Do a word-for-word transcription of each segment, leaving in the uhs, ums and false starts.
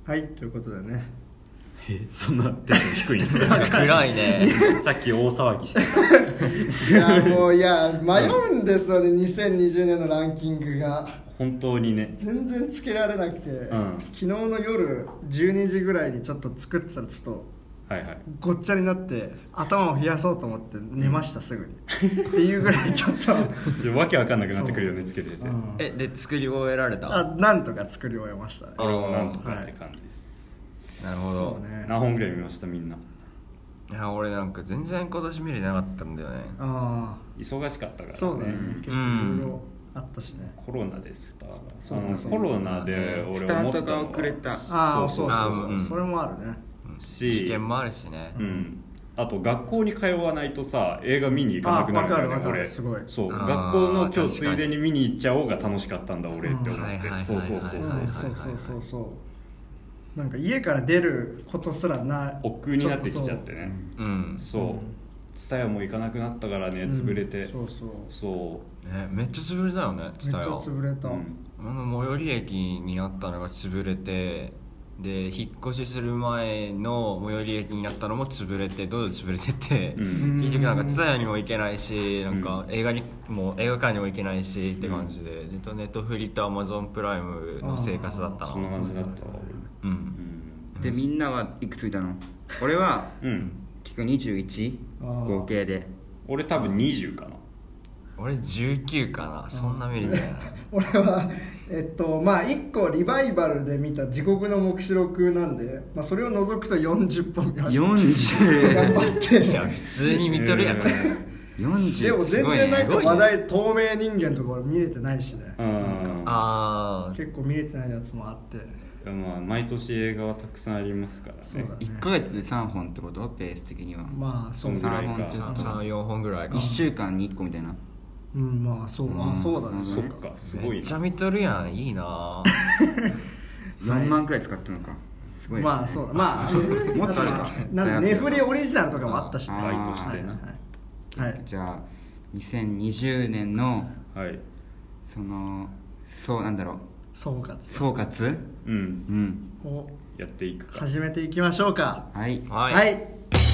はいということでね、 えそんなテンション低いんですか暗いねさっき大騒ぎしてたいやもういや迷うんですよね、にせんにじゅうねんのランキングが本当にね全然つけられなくて、 うん、 昨日の夜じゅうにじぐらいにちょっと作ってたらちょっとはいはい、 ごっちゃになって頭を冷やそうと思って寝ました、すぐにっていうぐらいちょっとわけわかんなくなってくるよねつけてて、 うん、 えで作り終えられた？ あなんとか作り終えましたね。 俺もなんとかって感じです、 はい、なるほど、 そうね、 何本ぐらい見ましたみんな？ いや俺なんか全然今年見れなかったんだよね。 あ忙しかったからね。 そうだね、結構いろいろあったしね、 コロナでした。 そうあのコロナで俺思ったのはスタートが遅れた。 ああそうそうそう、 うん、 それもあるねし、 危険もあるしね、 うん、あと学校に通わないとさ映画見に行かなくなるんだよね。 あ分かる分かる俺すごいそう学校の今日ついでに見に行っちゃおうが楽しかったんだ俺って思って、そうそうそうそうそうそうそうそうなんか家から出ることすらな億劫になってきちゃってね。 うん、 そうツタヤも行かなくなったからね潰れて、うん、 そうそうそう、ね、めっちゃ潰れたよねツタヤ。 めっちゃ潰れた、うん、 あの最寄り駅にあったのが潰れて、で引っ越しする前の最寄り駅になったのも潰れて、どんどん潰れてって、うん、結局なんかツタヤにも行けないし、なんか映画にも映画館にも行けないしって感じで、ずっとネットフリとアマゾンプライムの生活だったな。 そんな感じだったわ俺。うんうん、でみんなはいくついたの？俺は、うん、結構にじゅういち合計で。 俺多分にじゅうかな。 俺じゅうきゅうかな。そんな見れてない俺はえっとまあいっこリバイバルで見た地獄の黙示録なんで、まあ、それを除くとよんじゅっぽん見ました。 よんじゅう頑張っていや普通に見とるやん、えー、よんじゅうでも全然なんか話題、ね、透明人間とか俺見れてないしね、うん、あ結構見れてないやつもあって、 まあ、毎年映画はたくさんありますからね。 そうだね、 いっかげつでさんぼんってこと？ペース的にはまあそうぐらいか、 さん、よんほんぐらいか。 いっしゅうかんにいっこみたいな。 うん、まあそう、うん、あそうだね。 そっか、すごいな。 めっちゃ見とるやん、いいなよんまんくらい使ったのか、すごいですね。 まあそうだ、まあもっとあるか。 なんネフリオリジナルとかもあったし、 バイトしてな、 はいはい、 じゃあにせんにじゅうねんの、 はい、 そのそうなんだろう総括総括うんうんをやっていくか、 始めていきましょうか。 はいはい、はい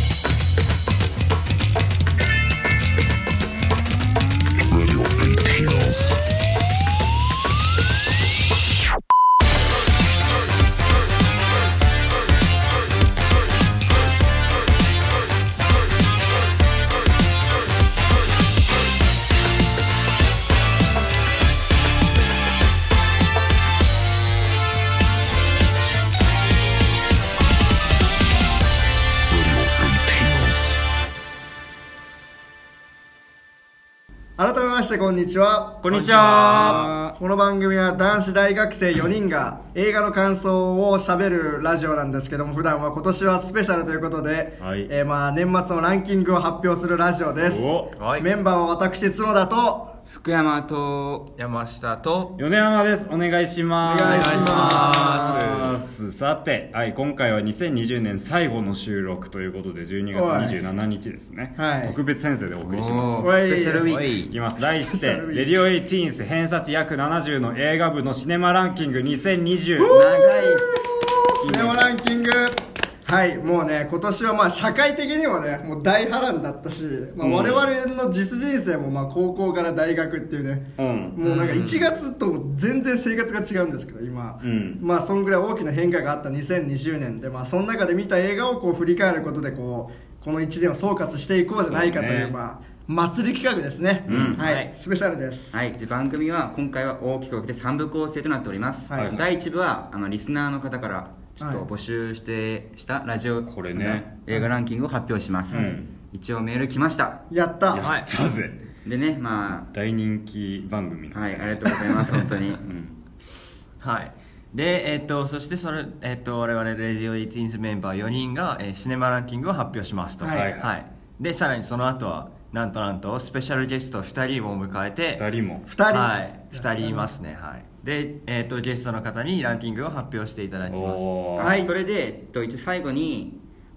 改めましてこんにちは。 こんにちは。 この番組は男子大学生よにんが映画の感想をしゃべるラジオなんですけども、普段は今年はスペシャルということで、はい、えー、まあ年末のランキングを発表するラジオです。はい、メンバーは私角田と福山と山下と米山です。お願いします。 お願いします。 さて、はい、今回はにせんにじゅうねん最後の収録ということでじゅうにがつにじゅうしちにちですね、はい、特別編成でお送りします。 スペシャルウィークいきます。題してレディオエイティーンス偏差値約ななじゅうの映画部のシネマランキングにせんにじゅう。 長いシネマランキング、はい、もうね今年はまあ社会的にもねもう大波乱だったし、まあ、我々の実人生もまあ高校から大学っていうね、うん、もうなんかいちがつと全然生活が違うんですけど今、うん、まあそんぐらい大きな変化があったにせんにじゅうねんで、まあその中で見た映画をこう振り返ることでこうこのいちねんを総括していこうじゃないかという、ね、まあ祭り企画ですね、うん、はい、はい、スペシャルです。 はい、で番組は今回は大きく分けてさんぶ構成となっております、はい、だいいち部はあのリスナーの方からちょっと募集してしたラジオ、 これね映画ランキングを発表します、うん、一応メール来ました。 やったやったぜ。 でね、まあ大人気番組はい、ありがとうございます本当に、うん、 はいで、えー、とそしてそれ、えー、と我々レディオエイティーンズメンバーよにんが、えー、シネマランキングを発表しますと、はいはい、でさらにその後はなんとなんとスペシャルゲストふたりも迎えてふたりもふたり、 はい、ふたりいますね、はい、で、えー、とゲストの方にランキングを発表していただきます。 はい、それで、えっと、一応最後に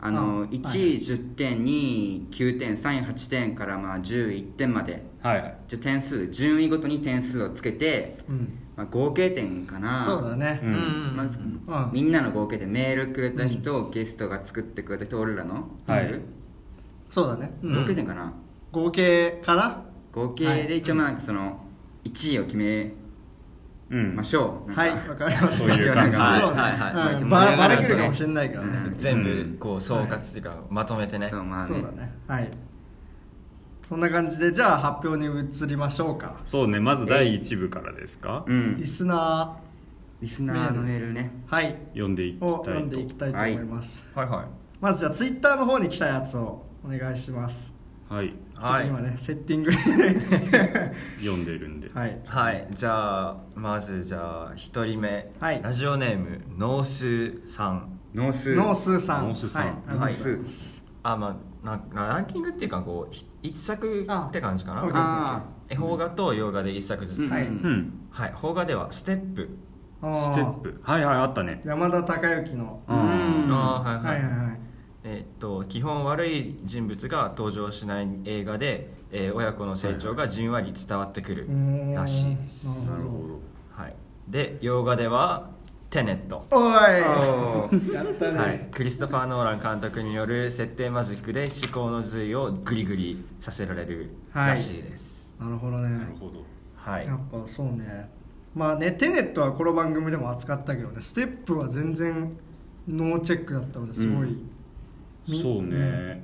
あのいちいじゅってん、にいきゅうてん、さんいはちてんからまあじゅういってんまで、 はいはい、 じゃ点数順位ごとに点数をつけて、うんまあ、合計点かな。 そうだね、うんまず、うん、みんなの合計点、メールくれた人、うん、ゲストが作ってくれた人、俺らの、 はい、そうだね、 うん、合計点かな、 合計かな、 合計で一応まあなんかそのいちいを決めましょう、うん、 はい、わかりました。 そういう感じで、 はいはいはい、ババレてるかもしれないからね、 うん、全部こう総括っていうか、はい、まとめてね。 そう、まあね、そうだね、はい、そんな感じで、じゃあ発表に移りましょうか。 そうね、まずだいいち部からですか、 えーうん、リスナーリスナーのメールね、 はい、 読んでいきたいと読んでいきたいと思います、 はい、はいはい。 まずじゃあツイッターの方に来たやつをお願いします。 はい、 ちょっと今ね、はい、セッティング読んでるんで、 はい、 はい、じゃあまずじゃあひとりめ、はい、ラジオネームノースーさん。 ノースノースーさんノースーさん、 はい、 あ、まあなランキングっていうかこう一作って感じかな。 あえ邦画と洋画で一作ずつ、 はい、 うんはい、邦画ではステップステップ、はいはい、あったね、 山田孝之の、 うん、あはいはい、 はいはいはい、 えー、っと基本悪い人物が登場しない映画で、えー、親子の成長がじんわり伝わってくるらしいです。 なるほど、 はい、で洋画ではテネット、 おいやったね、 はい、クリストファー・ノーラン監督による設定マジックで思考の髄をグリグリさせられるらしいです、 はい、なるほどね、 なるほど、 はい、 やっぱそうね、まあね、テネットはこの番組でも扱ったけどね、ステップは全然ノーチェックだったのですごい、うんそうね、 うん、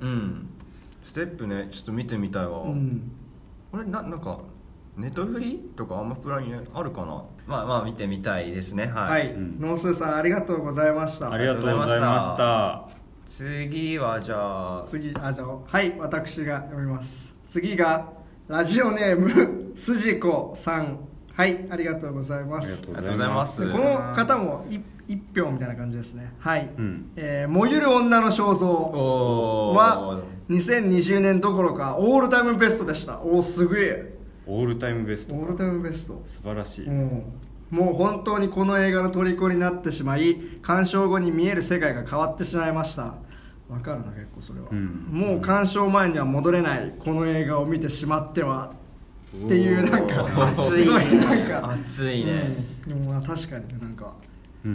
ステップね、ちょっと見てみたいわ、うん、これな、なんかネットフリとかアマプラにあるかな。まあまあ見てみたいですね。はい、はい、 うん、ノースーさんありがとうございました。 ありがとうございました。 次はじゃあ次あじゃあはい私が読みます。次がラジオネームすじこさん、はいありがとうございます。 ありがとうございます。 この方も一票みたいな感じですね。はい、うんえー、燃ゆる女の肖像はにせんにじゅうねんどころかオールタイムベストでした。おおすげえ、 オールタイムベスト、 オールタイムベスト、 素晴らしい、 うん、もう本当にこの映画の虜になってしまい、鑑賞後に見える世界が変わってしまいました。わかるな結構それは、うん、もう鑑賞前には戻れないこの映画を見てしまってはっていうなんかすごいなんか熱いね、 うん、でもまあ確かになんかうんうん、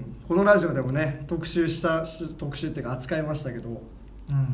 このラジオでもね特集した特集っていうか扱いましたけど、うん、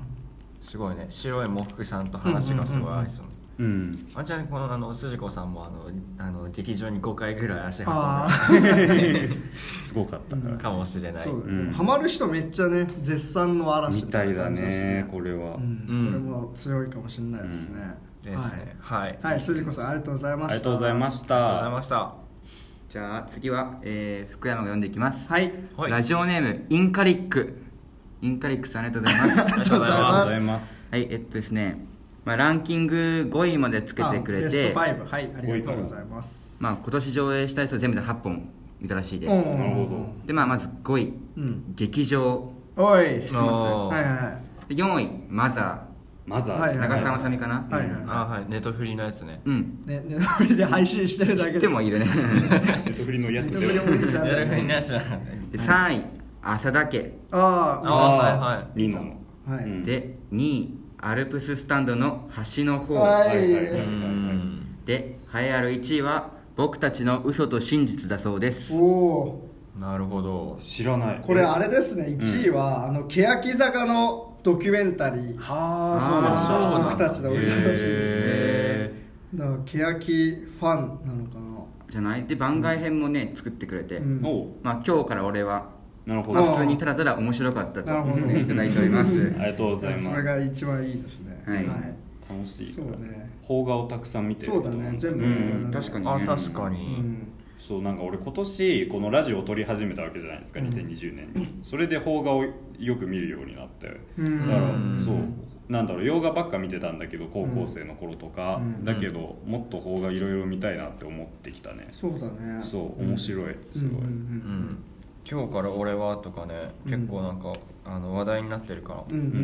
すごいね、白い喪服さんと話がすごいありそう。 うん、 あちらにこのあの筋子さんもあのあの劇場にごかいぐらい足運んですごかったから、うん、 かもしれない。 そうだね、うん、ハマる人めっちゃね絶賛の嵐みたいだねこれは、 うん、これも強いかもしれないですね、 うん、ですね、はい、 はい、筋子さんありがとうございました。 ありがとうございました。 ありがとうございました。 じゃあ次は、えー、福山が読んでいきます。 はい、 ラジオネームインカリック、インカリックさんありがとうございます。 ありがとうございます。 はい、えっとですね、まあ、ランキングごいまでつけてくれて、ベストご、はい、ありがとうございます。 まあ、今年上映したやつは全部ではっぽん見たらしいです。 なるほど。 で、まあ、まずごい、うん、劇場、 おい知ってます？はいはい。よんいマザー、 マザー、 長澤まさみかな、 はいはい、 あはい、ネットフリのやつね。 うん、ね、ネットフリで配信してるだけで知ってもいるね。 ネットフリのやつで。ネットフリのやつだ。 でさんい浅田家、 ああはいはい、 ニノの、 はい、 でにいアルプススタンドの端の方、 はいはいはい、 で栄えあるいちいは僕たちの嘘と真実だそうです。 おお、 なるほど、 知らない。 これあれですね、いちいは、うん、あの欅坂のドキュメンタリー、 はあ、そうです、 そう僕たちの嘘と真実だから欅ファンなのかなじゃない。で番外編もね作ってくれて、うん、まあ、今日から俺はなるほど、 まあ、普通にただただ面白かったと言っていただいております。 ありがとうございます。 それが一番いいですね。 はい、はい、楽しい。そうね。邦画をたくさん見てる。 そうだね。全部、 うん、確かに、ね。 あ、確かに。うん、 そう、なんか俺今年このラジオを撮り始めたわけじゃないですか、うん、にせんにじゅうねんに。それで邦画をよく見るようになって。うん、だからそう。なんだろう、洋画ばっか見てたんだけど高校生の頃とか、うん、だけどもっと邦画いろいろ見たいなって思ってきたね。 そうだね。 そう面白い、すごい。うんうんうん今日から俺はとかね、うん、結構なんかあの話題になってるから、 うんうんうんうん、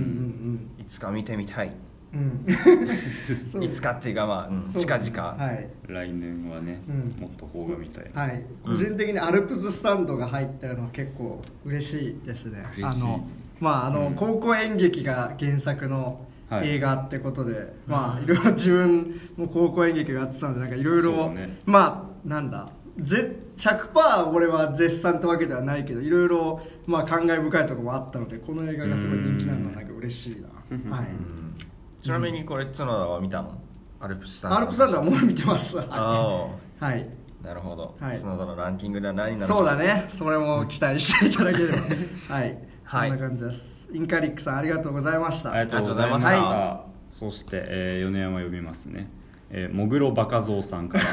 いつか見てみたい、 うん、 いつかっていうかまあ、うん、近々、 はい、 来年はね、うん、もっと邦画みたいな、 はい、個人的にアルプススタンドが入ってるのは結構嬉しいですね。 嬉しい。 あのまああの、うん、高校演劇が原作の映画ってことで、はい、まあいろいろ自分も高校演劇をやってたのでなんかいろいろまあなんだひゃくパーセント 俺は絶賛ってわけではないけどいろいろまあ感慨深いところもあったのでこの映画がすごい人気なのはなんか嬉しいな、はい、 ちなみにこれ角田は見たの？アルプススタンドアルプススタンドはもう見てますはい、 なるほど、 はい、 角田のランキングでは何になるのかそうだねそれも期待していただければはいはい、こんな感じです。インカリックさんありがとうございました。 ありがとうございました。はい、そして、えー、米山読みますね。えー、もぐろバカゾウさんから。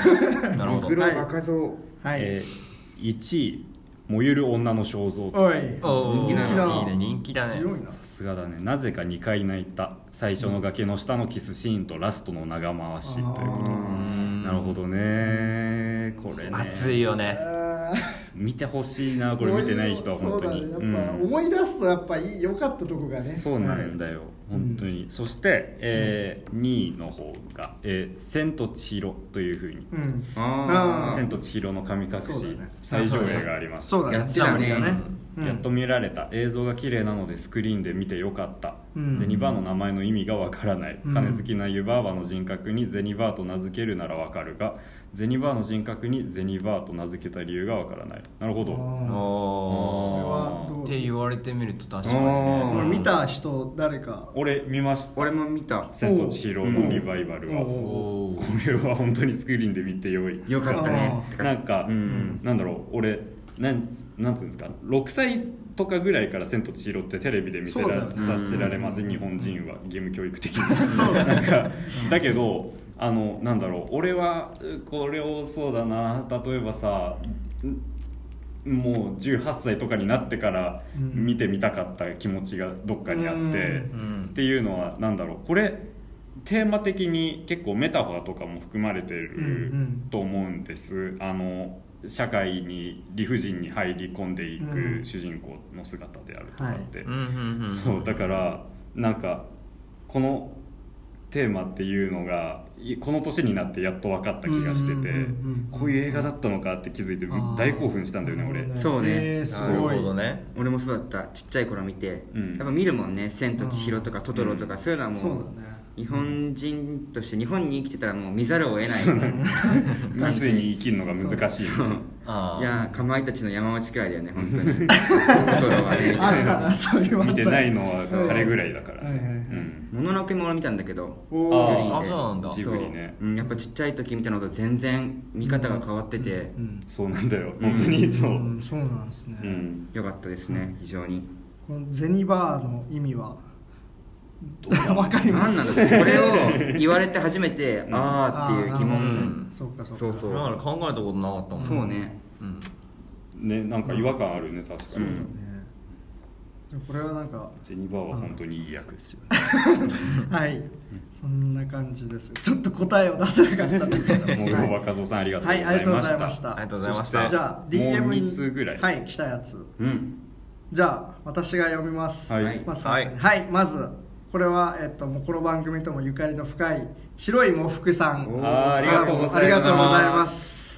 なるほど。もぐろバカゾウ。 はい。 えー、いちい燃ゆる女の肖像。 おい。 人気だね。 いいね人気だね。 強いな。 さすがだね。なぜかにかい泣いた。最初の崖の下のキスシーンとラストの長回しということ。なるほどね。これね。 熱いよね。 見てほしいなこれ見てない人は本当に、 ね、やっぱ思い出すとやっぱ良かったとこがねそうなんだよ、はい、本当に、うん、そして、えーうん、にいの方が、えー「千と千尋」というふうに、うん、千と千尋の神隠し、ね、再上映がありましたそうだねやってたね、 うん、やっと見られた映像が綺麗なのでスクリーンで見てよかった、うん、ゼニバーの名前の意味がわからない、うん、金好きな湯婆婆の人格にゼニバーと名付けるならわかるがゼニバーの人格にゼニバーと名付けた理由がわからない。なるほど。 ああって言われてみると確かにね。 見た人誰か。 俺見ました。 俺も見た。 千と千尋のリバイバルは。これは本当にスクリーンで見てよい。 よかったね。 なんか、うん、なんだろう俺なんなんつうんですかろくさいとかぐらいから千と千尋ってテレビで見せらさせられません、日本人は義務教育的に。 そうなんかだけど。あのなんだろう俺はこれをそうだな例えばさもうじゅうはっさいとかになってから見てみたかった気持ちがどっかにあって、うん、っていうのはなんだろうこれテーマ的に結構メタファーとかも含まれてると思うんです、うんうん、あの社会に理不尽に入り込んでいく主人公の姿であるとかって、はい、そうだからなんかこのテーマっていうのがこの年になってやっと分かった気がしてて、こういう映画だったのかって気づいて大興奮したんだよね俺。 そうね、 えー、すごいね。 俺もそうだったちっちゃい頃見て、うん、やっぱ見るもんね千と千尋とかトトロとか、うん、そういうのはもう、う日本人として日本に生きてたらもう見ざるを得ない見ずに生きるのが難しい、ね、 あいやかまいたちの山内くらいだよね本当にトトロは見てないのは彼ぐらいだから、 もののけもの見たんだけどスクリーンであそうなんだジブリね、 うん、やっぱちっちゃい時見たのと全然見方が変わってて、うんうん、 そうなんだよ本当にそう、うん、 そうなんですね、うん、 よかったですね、非常に。 このゼニバーの意味はわかります。 何なんだこれを言われて初めて、うん、あーっていう疑問、うん、 そうかそうかそうそうだから考えたことなかったもん。 そうね、 うん、ねなんか違和感あるね確かに、うんこれはなんかゼニバーは本当にいい役ですよ、ね、 はいそんな感じです。ちょっと答えを出せなかったんですけどもぐろばかぞうさんありがとうございました、はい、ありがとうございました。 ありがとうございました。 じゃあ ディーエム にもうみっつぐらいはい来たやつ、 うん、 じゃあ私が読みます、はい、まず最初に、はい、まずこれは、えっと、もうこの番組ともゆかりの深い白い喪服さんあありがとうございます。 ありがとうございます。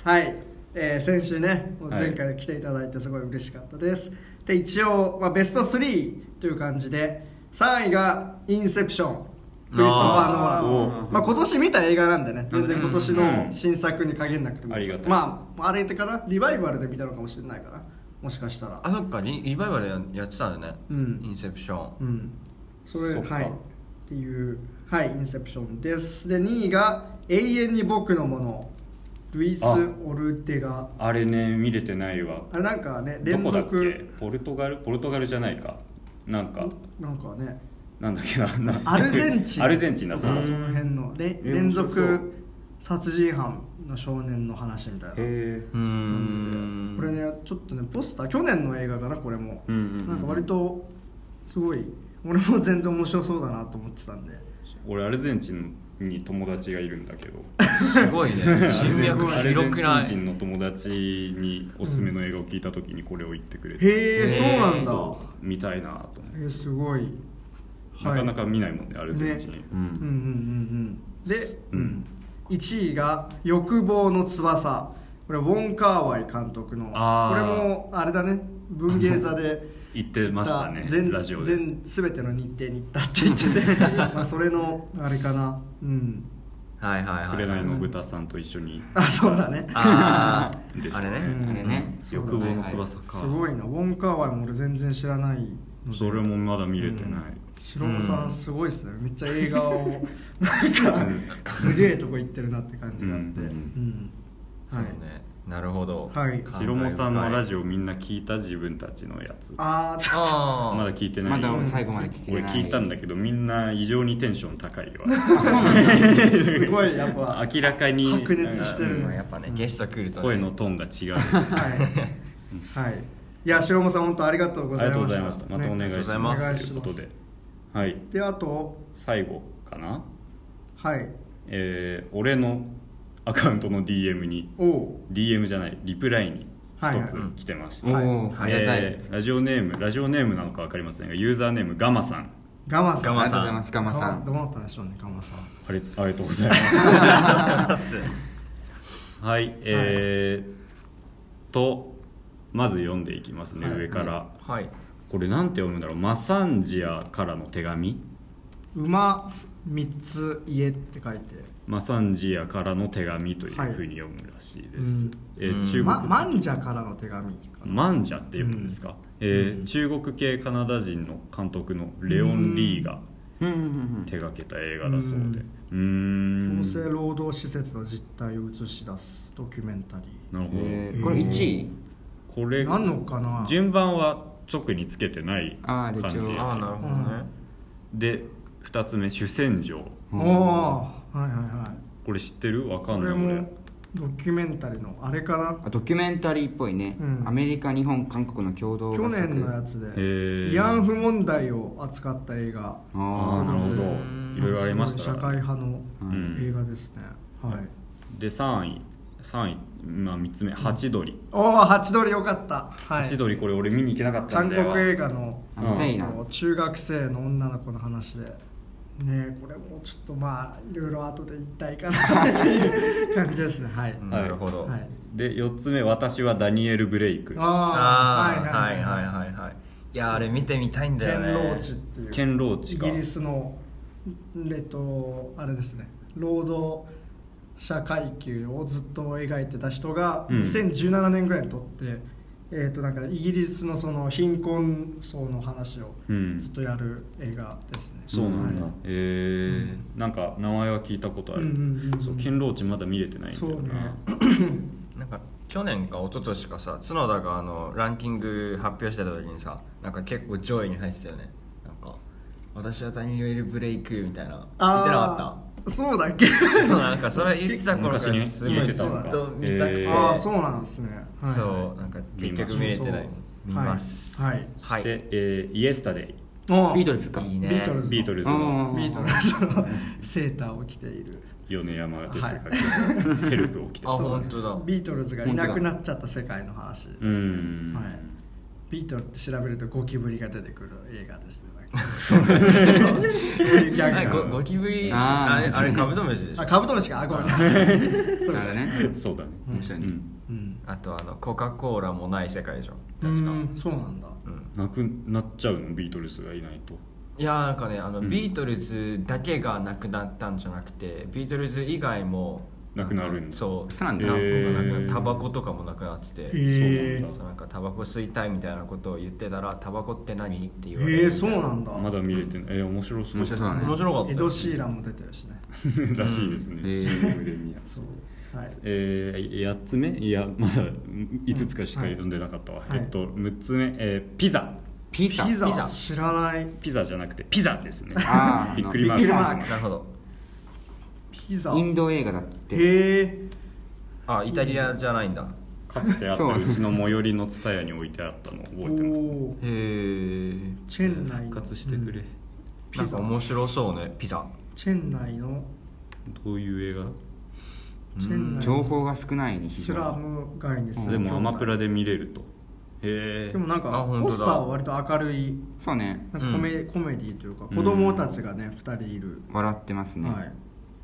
はい、えー、先週ね前回来ていただいてすごい嬉しかったです、はい、で一応、まあ、ベストスリーという感じでさんいがインセプションクリストファー・ノーラン、まあ、今年見た映画なんでね全然今年の新作に限らなくても、 うんうん、ありがたいです。 まああれってかなリバイバルで見たのかもしれないからもしかしたらあそっかリ, リバイバルやってたんだね、うん、インセプション、 うん、それはいっていうはいインセプションです。でにいが永遠に僕のものルイス・オルテガあ, あれね見れてないわ。 あれなんかね連続どこだっけポルトガルポルトガルじゃないかなんかなんかねなんだっけななアルゼンチンアルゼンチンだそうだその辺の連続殺人犯の少年の話みたいな感じでこれねちょっとねポスター去年の映画かなこれも、うんうんうん、なんか割とすごい俺も全然面白そうだなと思ってたんで。 俺アルゼンチンに友達がいるんだけどすごいね人脈が広くない。 アルゼンチン人の友達におすすめの映画を聞いた時にこれを言ってくれて、 うん、へえそうなんだ。 そう見たいなと思って。 へすごいなかなか見ないもんね、はい、アルゼンチン、ね、 うん、うんうんうんうんで、うん、いちいが欲望の翼これウォン・カーワイ監督のこれもあれだね文芸座で行ってましたね全ラジオで全全ての日程に行ったって言っててまあそれのあれかなうんはいはいはい紅の豚さんと一緒にあそうだねあでああれね、 うんあれね欲望の翼か、 すごいなウォンカーワイも俺全然知らないのでそれもまだ見れてない、 白尾さんすごいっすねめっちゃ映画をなんかすげえとこ行ってるなって感じがあってうんうんそうね、なるほど、 はい白間さんのラジオオみんな聞いた自分たちのやつああちょっとあまだ聞いてないまだ最後まで聞けて俺ない聞いたんだけどみんな異常にテンション高いわすごいやっぱ明らかに白熱してるやっぱね、ゲスト来ると、ね、 声のトーンが違うはい、はい、いや白間さん本当ありがとうごありがとうございましたざいましたまたお願いしねますお願いしますということではいであと最後かなはいえー、俺のアカウントの ディーエム におうディーエム じゃないリプライにはいはい一つ来てました、 はいおおありがたい、 えーラジオネームラジオネームなのか分かりませんがユーザーネームガマさんガマさんガマありがとうございますガマさんどうなったんでしょうねガマさんあれありがとうございますはいえー、とまず読んでいきますね、 はい上から、 はいこれなんて読むんだろうマサンジアからの手紙馬みっつ家って書いてマサンジアからの手紙というふうに読むらしいです、 うんえーうん中国まマンジャからの手紙かなマンジャって読むんですか、 うんえーうん中国系カナダ人の監督のレオン・リーがうんうんうん手掛けた映画だそうでうーん強制労働施設の実態を映し出すドキュメンタリなるほど、 えーこれいちいこれーなんのかな順番は直につけてないあーで一応感じやああなるほどね、 でふたつめ主戦場おおーはいはいはいこれ知ってるわかこれんない俺もドキュメンタリーのあれかなあドキュメンタリーっぽいね、 うんアメリカ日本韓国の共同去合作年のやつでへー慰安婦問題を扱った映画あああなるほどうんいろいろありました社会派のうん映画ですね、はいでさんいさんい、まあ、みっつめハチドリ、 おおハチドリよかった、はい、 ハチドリこれ俺見に行けなかったんだよ韓国映画のあ見たいな、 中学生の女の子の話でねこれもちょっとまあいろいろ後で言いたいかなっていう感じですねはい、 なるほど、 はい、 でよっつめ私はダニエル・ブレイクああああはいはいはいはいはいいやあれ見てみたいんだよねケンローチっていうケンローチかイギリスのえっとあれですね労働者階級をずっと描いてた人がうんにせんじゅうななねんぐらいに撮って、えっとなんかイギリスのその貧困層の話をうんずっとやる映画ですね、 そうなんだ、 はいえーなんか名前は聞いたことある、 うんうんうんそうケンローチまだ見れてないんだよそうねななんか去年か一昨年かさ角田があのランキング発表してた時にさなんか結構上位に入ってたよねなんか私はダニエル・ブレイクみたいな言ってなかあそうだっけったなんかそれ言ってた頃からすごいず昔に入れてたのかっと見たくて、 えーああそうなんですね、はいはい、 そうなんか結局見れてない見ますはいはい、 で、えーイエスタデイおビートルズかいいねビートルズのビートルズあのービートルズのセーターを着ている米山ですが、 はいヘルプを着てあそう本当だビートルズがいなくなっちゃった世界の話ですね、 うんはい、ビートルって調べるとゴキブリが出てくる映画ですねなんかそうそういうギャあれグがゴゴキブリあーあれあれカブトムシでしょあカブトムシかあごめんなさいそうあれねそうだね面白いね、 うんうんあとあのコカ・コーラもない世界でしょ確かうんそうなんだうんなくなっちゃうのビートルズがいないといやーなんかねあの、 うんビートルズだけがなくなったんじゃなくてビートルズ以外もなくなるんだんかそうそうなんだ何個かなくなへータバコとかもなくなってて、 へーそうなんだそうなんかタバコ吸いたいみたいなことを言ってたらタバコって何って言われてええそうなんだまだ見れてないえー面白そう面白そうだね面白かったエド・シーランも出てるしねらしいですね、 うんシーエム で見やすそうはいえー、やっつめいやまだいつつかしか読んでなかったわ、 はいえっとむっつめ、えーピザピザピザピザ知らないピザじゃなくてピザですねあーびっくりマークびっくりマークなるほどピザインド映画だってへえあイタリアじゃないんだかつてあったそううちの最寄りの蔦屋に置いてあったのを覚えてます、ね、 おーへえチェン内の復活してくれ、 うんなんか面白そうねピザチェン内のどういう映画チェン内情報が少ないに非ス常にラム街に住でもアマプラでで見れるとへえでもなんかあ本当だポスターは割と明るいそうねなんかコメ,、コメディというか子供たちがねふたりいる、 笑ってますね、 はい、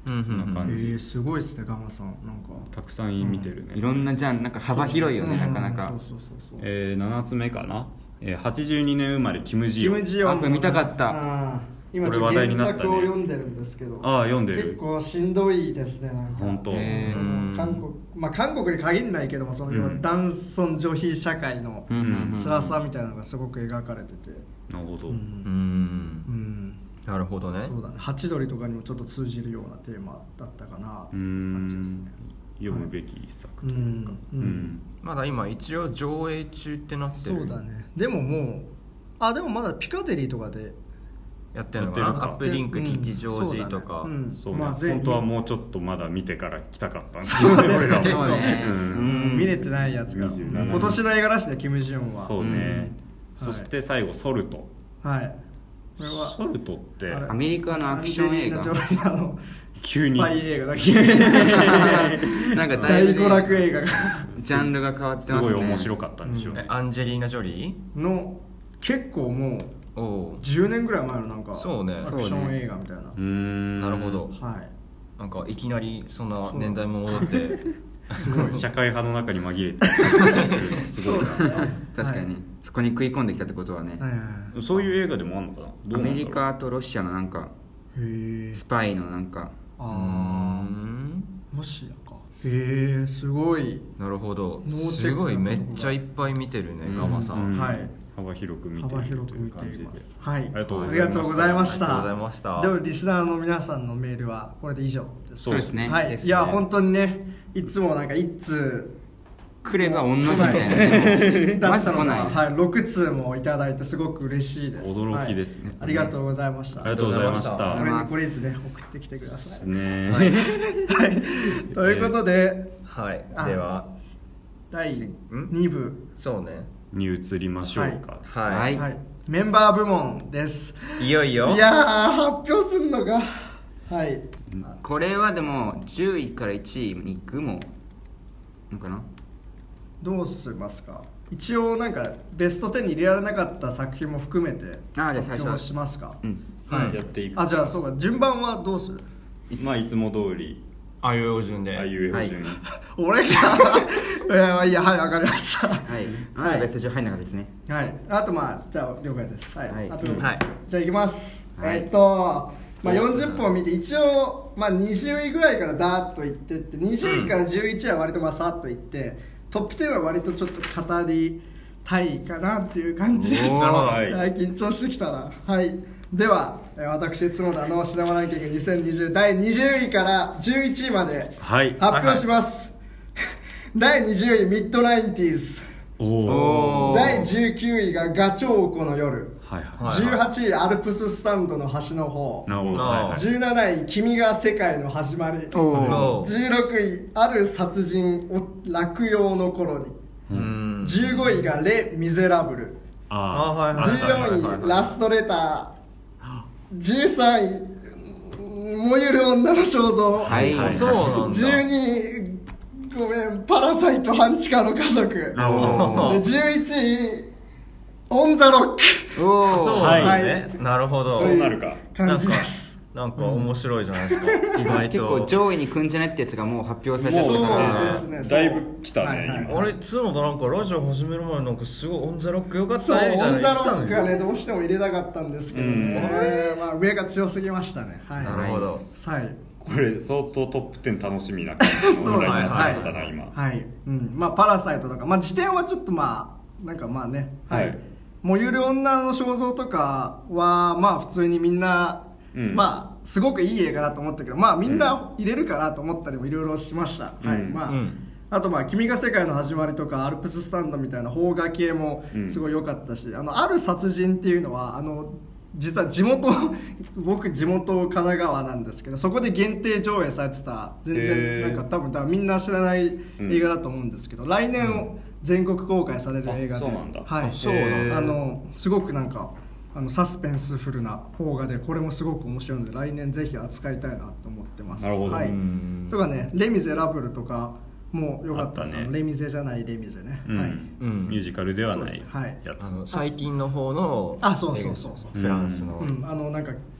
こんな感じ、 えー、すごいですねガマさんなんかたくさん見てるね、 いろんなジャンルなんか幅広いよね、 うんなかなか。 そうそうそうそう、 えー、ななつめかな、えー、はちじゅうにねん生まれキム・ジヨン。 キム・ジヨンあこれ見たかった。 あ今ちょっとこれ話題にな原ったね作を読んでるんですけど、 ああ読んでる。 結構しんどいですねなんか。 本当。 へーその韓国まあ韓国に限らないけどもその、 うん男尊女卑社会のうんうんうん辛さみたいなのがすごく描かれてて、 なるほど、 うんうんうんなるほどね。 そうだね、ハチドリとかにもちょっと通じるようなテーマだったかなってういう感じですね。 読むべき一作うというか、 ん、 ううんんまだ今一応上映中ってなってる。 そうだね。でももうあでもまだピカデリーとかでやってるのかな。 やってるかアップリンク吉祥寺とか、 うんうんそうね、 まあ全本当はもうちょっとまだ見てから来たかったんですけどそうですね俺らも結構ねうんうん見れてないやつがにじゅうなな今年の映画らしいねキム・ジヨンは。 そうね、 うんそして最後ソルト。 はいこれはソルトってあれアメリカのアクション映画アンジェリーナジョリーの急にスパイ映画だけなんかだいぶね大娯楽映画がジャンルが変わってますね。 すごい面白かったんでしょうね、 えアンジェリーナ・ジョリの結構もうーおうじゅうねんぐらい前のなんかそうねアクション映画みたいな、 うーんなるほど。 はいなんかいきなりそんな年代も戻ってすごい社会派の中に紛れてすごいそうだね確かに、 はいそこに食い込んできたってことはね、 はいはいはいそういう映画でもあるのかな。どうアなんだろうメリカとロシアのなんかへえスパイのなんかあうんあロシアかへえすごいなるほど。 ノーチェックすごいめっちゃいっぱい見てるね、 うんガマさん、 うんはい幅広く見て幅いる広く見てという感じでいますはいありがとうございましたありがとうございましありがとうごたざいましたでもリスナーの皆さんのメールはこれで以上ですそうですねはいですねいや本当にねいつもなんか一通来れば同じみたいなだったのが、 まず来ない、 はい、ろく通もいただいてすごく嬉しいです驚きですねはい、ありがとうございましたありがとうございましたこれにこれいつね送ってきてください、 ねはい、ということではいあではだいんに部そうねに移りましょうか、 はい、 はいはい、メンバー部門ですい、よいよいやー発表すんのかはいこれはでもじゅういからいちいに行くものかな。 どうしますか一応なんかベストじゅうに入れられなかった作品も含めて発あーじゃあ最初は表しますかうんはいやっていくあじゃあそうか順番はどうするまあいつも通りあいうえお順であいうえお順に、 俺かいやいやはいわかりましたはいまだベストじゅう入んなかったですね。 はいあとまあじゃあ了解ですはい、 はいあと、 はいじゃあいきます、 はいえっとまあ、よんじゅっぽん見て一応、まあ、にじゅういぐらいからダーッといってってにじゅういからじゅういちは割とまあさっといってトップじゅうは割とちょっと語りたいかなっていう感じですおーはい、緊張してきたなはいではえー私角田のシネマランキングにせんにじゅうだいにじゅういからじゅういちいまではい発表します、だいにじゅういミッドナインティーズおおおーだいじゅうきゅういがガチョウコの夜はいははいじゅうはちいアルプススタンドの端の方いなるほどあーはいはいじゅうなない君が世界の始まりおじゅうろくいある殺人を落葉の頃にうんじゅうごいがレ・ミゼラブルあはいはいじゅうよんいラストレターじゅうさんい燃える女の肖像はいあそうなんだじゅうにいごめんパラサイト半地下の家族おでじゅういちいオン・ザ・ロックおおそうはいなんだね、なるほどそうなるか感じですなんか面白いじゃないですか、意外と結構上位に来んじゃないってやつがもう発表されてそうたからですねだいぶ来たねはいはい今あれ角田なんかラジオ始める前なんかすごいオンザロックよかっそうたねみたいオン・ザ・な言ってたのにロックがねどうしても入れたかったんですけどね、まあ、上が強すぎましたねはいなるほどはいこれ相当トップじゅう楽しみな感じのそうですねラインナップだったな今はい、うん、まあパラサイトとかまあ辞典はちょっとまあなんかまあねはい、 はい燃ゆる女の肖像とかはまあ普通にみんな、 うんまあすごくいい映画だと思ったけどまあみんな入れるかなと思ったりもいろいろしました、 うんはいまあ、 うんあとまあ「君が世界の始まり」とか「アルプススタンド」みたいな邦画系もすごい良かったし、あのある殺人っていうのはあの実は地元僕地元神奈川なんですけどそこで限定上映されてた全へ然ーなんか多分多分みんな知らない映画だと思うんですけど、来年全国公開される映画で、 あそうなんだはい、 あそうなんだあのすごくなんかあのサスペンスフルな邦画でこれもすごく面白いので来年ぜひ扱いたいなと思ってます。 なるほどはいうん、 とかね「レ・ミゼラブル」とかも良かったですあったねあのレ・ミゼじゃないレ・ミゼね、 うんはいうんミュージカルではないそうですはいやつあの最近の方のあそうそうそうそうフランスの、 うん、あのなんか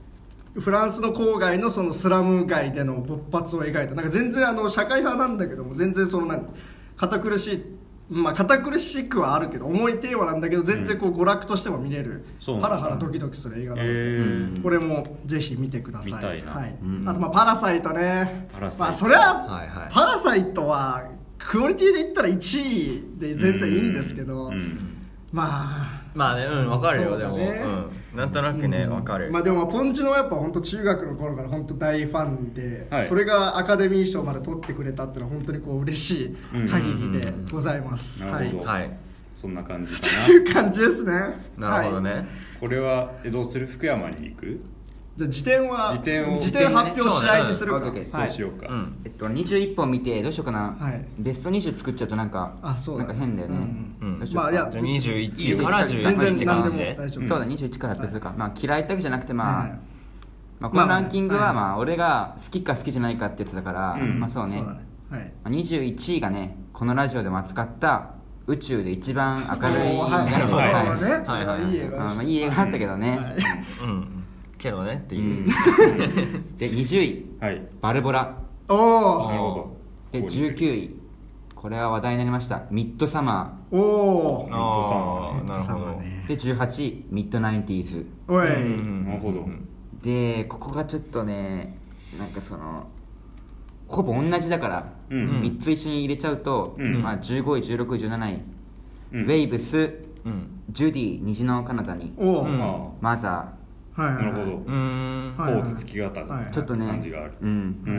フランスの郊外のそのスラム街での勃発を描いたなんか全然あの社会派なんだけども全然その何堅苦しいまあ堅苦しくはあるけど重いテーマなんだけど全然こう娯楽としても見れる、うん、ハラハラドキドキする映画なので、えー、これもぜひ見てください。 見たいな、 はい、 うん、 あとまあパラサイトね。 パラサイト、 まあそれは、 はいはい、 パラサイトはクオリティで言ったらいちいで全然いいんですけど、うんうん、まあまあねうん分かるよ、 ね、 でも、うん、なんとなくね分、うん、かる。 まあでもポンジのやっぱ本当中学の頃から本当大ファンで、はい、それがアカデミー賞まで取ってくれたっていうのは本当にこう嬉しい限りでございます。 なるほど、はい、そんな感じかなっていう感じですね。 なるほどね、はい、 これはどうする？福山に行く？ じゃあ辞典は辞典を辞典発表し合いにするか、 ね、そうしようか、 はい、えっと、にじゅういっぽん見てどうしようかな、はい、ベストにじゅう作っちゃうとなんかあそうだ、ね、なんか変だよね、うんうん、どうしようか、まあ、いやじゃあにじゅういちからじゅういちって感じでそうだにじゅういちから発表するか、はい、まあ、嫌いだけじゃなくてまあ、はいまあ、このランキングはまあ俺が好きか好きじゃないかってやつだから、うん、まあそうね、そうだね、はい、にじゅういちいがねこのラジオでも扱った宇宙で一番明るい映画です。はいはいはいいい映画あ、まあ、いい映画あったけどね、はい、 うんけどねっていう、うん、 でにじゅうい、はい、バルボラ。 おおなるほど。でじゅうきゅういこれは話題になりましたミッドサマー。おおミッドサマー、 なるほど。 でじゅうはちいミッドナインティーズ。 おい、 うん、なるほど。 でここがちょっとねなんかそのほぼ同じだから、うん、みっつ一緒に入れちゃうと、うんまあ、じゅうごいじゅうろくいじゅうなない、うん、ウェイブス、うん、ジュディ虹の彼方に、 うん、 マザー。 はいはいはい、なるほど。うーん。こうつつき型ちょっとね感じがある。 うん。 うん。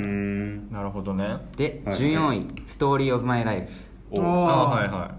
なるほどね。 で、はいはい、じゅうよんいストーリーオブマイライフ。 おあはいはい。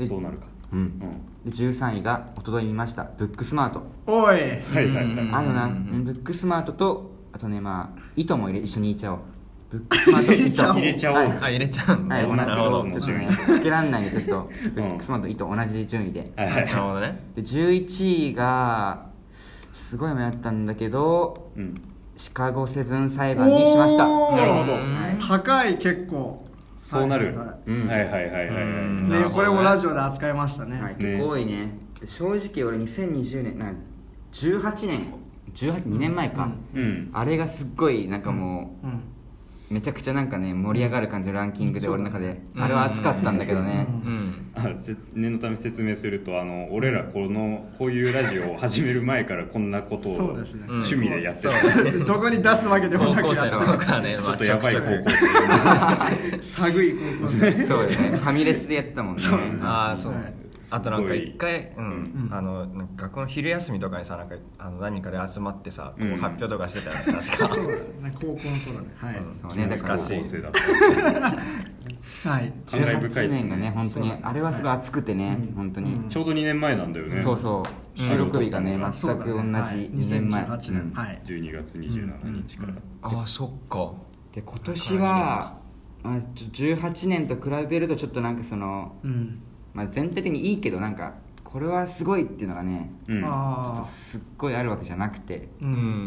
そうなるか。 うん。うん、でじゅうさんいが一昨日見ましたブックスマート。 おい。はいはいはい。 あのな、ブックスマートとあとねまあ糸も入れ一緒に入れちゃおう。ブックスマート入れちゃおう。入れちゃおう。はい、 あ入れちゃう。 はい、 なるほど。 ちょっとねつけらんないんでちょっとブックスマートと糸同じ順位で。 はいはい。なるほどね。 でじゅういちいがすごい迷ったんだけど、うん、シカゴセブン裁判にしました。 なるほど、はい、 高い結構そうなる、はいはいはいはいはい、 ね、これもラジオで扱いましたね、 はい、結構多いね。正直俺にせんにじゅうねんなじゅうはちねんじゅうはち、にねんまえか、うん、あれがすっごいなんかもう、うんうんめちゃくちゃなんかね盛り上がる感じのランキングで俺の中で、うん、あれは熱かったんだけどね、うん、 あ念のため説明するとあの俺らこのこういうラジオを始める前からこんなことを趣味でやってる、 ね、どこに出すわけでもなく高校生の頃からねちょっとやばい高校生寒い高校生そうだねファミレスでやってたもんね。 ああそう、はいあとなんか一回、うんうん、あのなんか学校の昼休みとかにさなんかあの何人かで集まってさ、こう発表とかしてたよね、うん、確かそうだね高校の頃ねはい、 うん、そうねだから高校生だったはいじゅうはちねんがね本当にあれはすごい熱くてね、うん、本当に、 うん、ちょうどにねんまえなんだよね。 そうそう収録日がね全く同じにねんまえ、 はい、にせんじゅうはちねん、 はい、じゅうにがつにじゅうしちにちから、うんうん、 ああそっか。 で今年は、まあ、じゅうはちねんと比べるとちょっとなんかその、うんまあ、全体的にいいけどなんかこれはすごいっていうのがね、うん、ちょっとすっごいあるわけじゃなくて、 うん、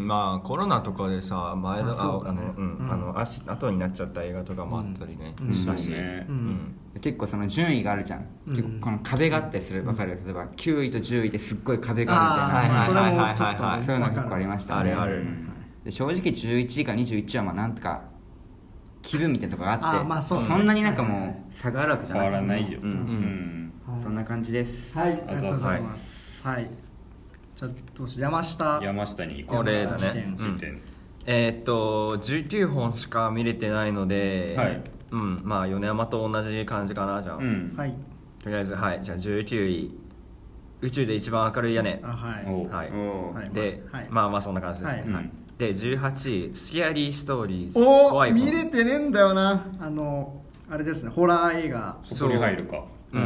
まあコロナとかでさ前のああのうんあの足後になっちゃった映画とかもあったりね、うん、したし、ねうんうん、結構その順位があるじゃん、うん、結構この壁があったりする、分かる？例えばきゅういとじゅういですっごい壁があるみたいな、 それもちょっとそういうのが結構ありましたね。 あるある、うん、 で正直じゅういちいからにじゅういちいはまあなんとか気分みたいなとこがあって、 まあ そ, そんなになんかもう差があるわけじゃなくて変わらないよ、 うんうんそんな感じです。 はい、ありがとうございます。はい。じゃあどうしよう山下。 山下にこれだね。うん、えー、っとじゅうきゅうほんしか見れてないので、はい、うんまあ米山と同じ感じかなじゃあ。うん、はい。とりあえずはいじゃあじゅうきゅうい宇宙で一番明るい屋根。 あはいはい。 はい、 で、はい、まあまあそんな感じですね。はい。はい、でじゅうはちいスキャリーストーリーズ。 おお見れてねえんだよなあのあれですねホラー映画。 そこに入るか。 うん、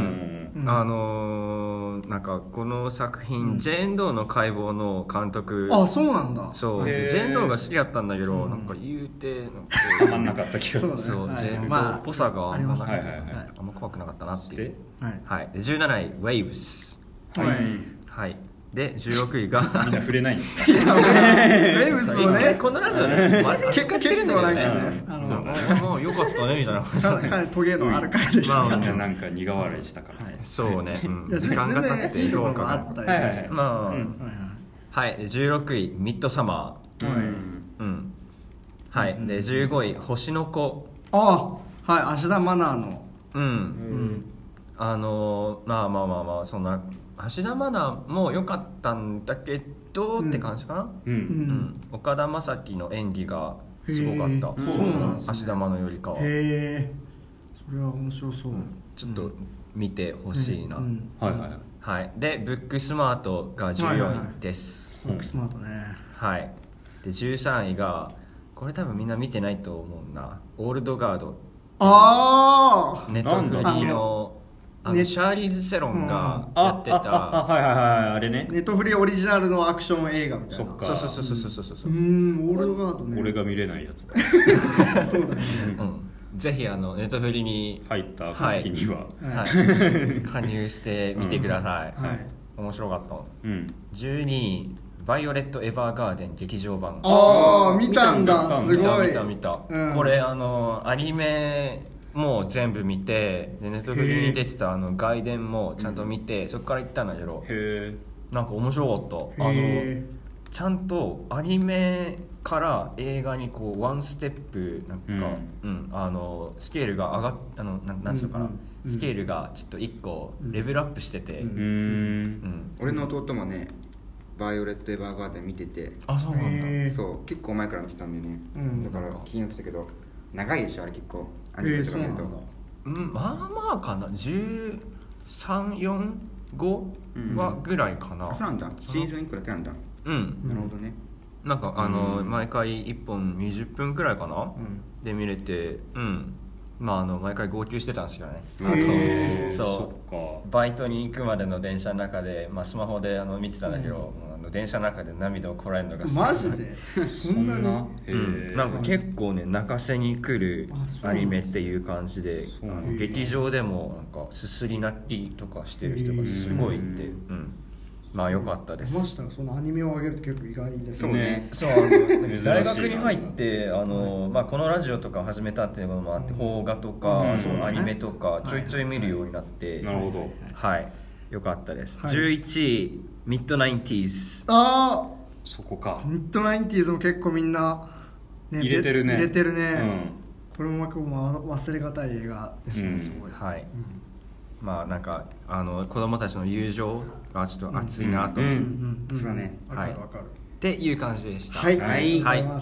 うん、あのー、なんかこの作品、うん、ジェーン・ドーの解剖の監督。 あそうなんだ。 そうジェーン・ドーが好きだったんだけど、うん、なんか言うてたまんなかった気がする。 そう、ね、そうジェーン・ドーっぽさがあんまなくて、はいはいはい、あんま怖くなかったなっていう。はい、はい、でじゅうなないウェイブス。はい、はい、でじゅうろくいがみんな触れないんですか？ ウェイブスをねこのラジオね結構結構なんかねあのもうよかったねみたいなかなりトゲのある回でしたから、まあ、なんか苦笑いしたからそうね、うん、時間が経っていいところもあったりしてまあはいじゅうろくいミッドサマー。 うんはい、でじゅうごい星の子。 ああはい、芦田愛菜のうん、うん、あのまあまあまあまあそんな芦田愛菜も良かったんだけど、うん、って感じかな、うんうん、岡田将生の演技がすごかった。そうなんですね、芦田愛菜よりかは。へえ、 それは面白そう、うん、 ちょっと見てほしいな、うんうん、 はいはいはい、でブックスマートがじゅうよんいです、 はいはいはい、ブックスマートね、 はいでじゅうさんいがこれ多分みんな見てないと思うな、オールドガード。 ああネットフリーのあのシャーリーズ・セロンがやってた、 ああはいはいはいあれね、 ネットフリーオリジナルのアクション映画みたいな。 そっか、 そうそうそうそうそうそうそう、 うんオールドガードね、 俺が見れないやつだそうだね、 うん、ぜひあのネットフリーに入った暁には、 はいはい、加入してみてください、うん、はい、面白かった、うん、じゅうにいバイオレット・エヴァーガーデン劇場版。 ああ見たんだ、すごい見た見た見た、うん、これあのアニメも全部見て、でネットフリーに出てたあの外伝もちゃんと見て、そこから行ったんだけど、へなんか面白かった。あのちゃんとアニメから映画にこうワンステップなんか、うんうん、あのスケールが上がっあのななんつうのかな、うんうん、スケールがちょっといっこレベルアップしてて、うんうんうん、俺の弟もねバイオレット・エヴァーガーデン見てて、 あそうなんだ、 そう結構前から見てたんでね、うん、だから気になってたけど長いでしょあれ結構アニメとか見ると、 うん、まあまあかな、じゅうさん、よん、ごはぐらいかな、 うん、あそうなんだ、シーズンいっこだけなんだ、うん、なるほどね、 なんかあの、うん、毎回いっぽんにじゅっぷんくらいかな、うん、で見れて、うんまあ、あの毎回号泣してたんですよね。 へーそうそバイトに行くまでの電車の中で、まあ、スマホであの見てたんだけど、うん、あの電車の中で涙をこらえるのがすごい。 マジでそんなに、 うん、なんか結構ね泣かせに来るアニメっていう感じで、あの劇場でもなんかすすり泣きとかしてる人がすごいいて、うんまあ良かったです。 ましたがそのアニメを上げると結構意外ですね。そうね。そうあの大学に入ってあの、まあ、このラジオとか始めたっていうこともあって、邦画とか、うん、そうアニメとかちょいちょい見るようになって、 なるほど。 はい良かったです。はい、じゅういちいミッドナインティーズ。 ああそこか。 ミッドナインティーズも結構みんな、 ね、入れてるね。 入れてるね。うん、これも忘れがたい映画ですね。うん、すごい。 はい。うんまあなんかあの子供たちの友情がちょっと熱いなと、うんうんうん、そうだね、 はい、 わかるっていう感じでした。 はい、 はい、 ありがとうございます。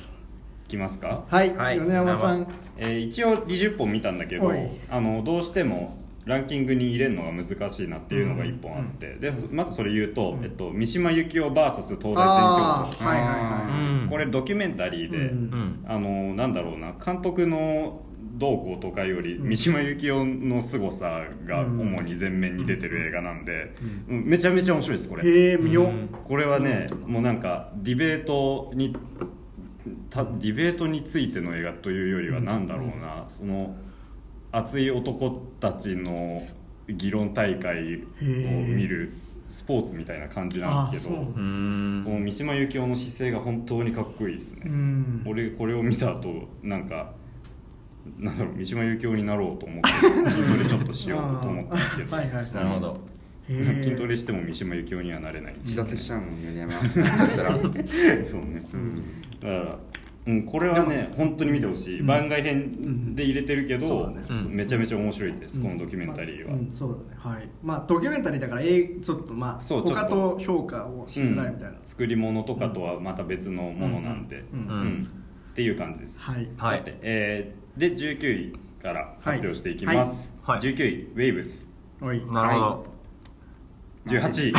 いきますか。 はい、はい、米山さん、 えー、一応にじゅっぽん見たんだけど、あのどうしてもランキングに入れるのが難しいなっていうのがいっぽんあって、うん、でまずそれ言うと、うんえっと、三島由紀夫 ブイエス 東大選挙区、はいはいはい、これドキュメンタリーで、うん、あのなんだろうな監督のどうこうとかより三島由紀夫の凄さが主に前面に出てる映画なんで、うんうん、めちゃめちゃ面白いですこれ。 へえ見よう。 これはねもうなんかディベートにたディベートについての映画というよりはなんだろうな、その熱い男たちの議論大会を見るスポーツみたいな感じなんですけど、この三島由紀夫の姿勢が本当にかっこいいですね。俺これを見た後なんかなんだろう三島由紀夫になろうと思って筋トレちょっとしようと思ったんですけどはい、はい、 なるほど筋トレしても三島由紀夫にはなれないんですよ、 ね、自殺しちゃうもんね山そうね、うん、だから、うん、これはね本当に見てほしい、うん、番外編で入れてるけど、うんね、めちゃめちゃ面白いです、うん、このドキュメンタリーは、まあうん、 そうだねはいまあドキュメンタリーだからちょっとまあ他と評価をしづらいみたいな、うん、 作り物とかとはまた別のものなんで、うんうんうんうん、っていう感じですはい、 はい、えーでじゅうきゅういから発表していきます、はいはい、じゅうきゅういウェイブス、 はい、なるほど、 じゅうはちい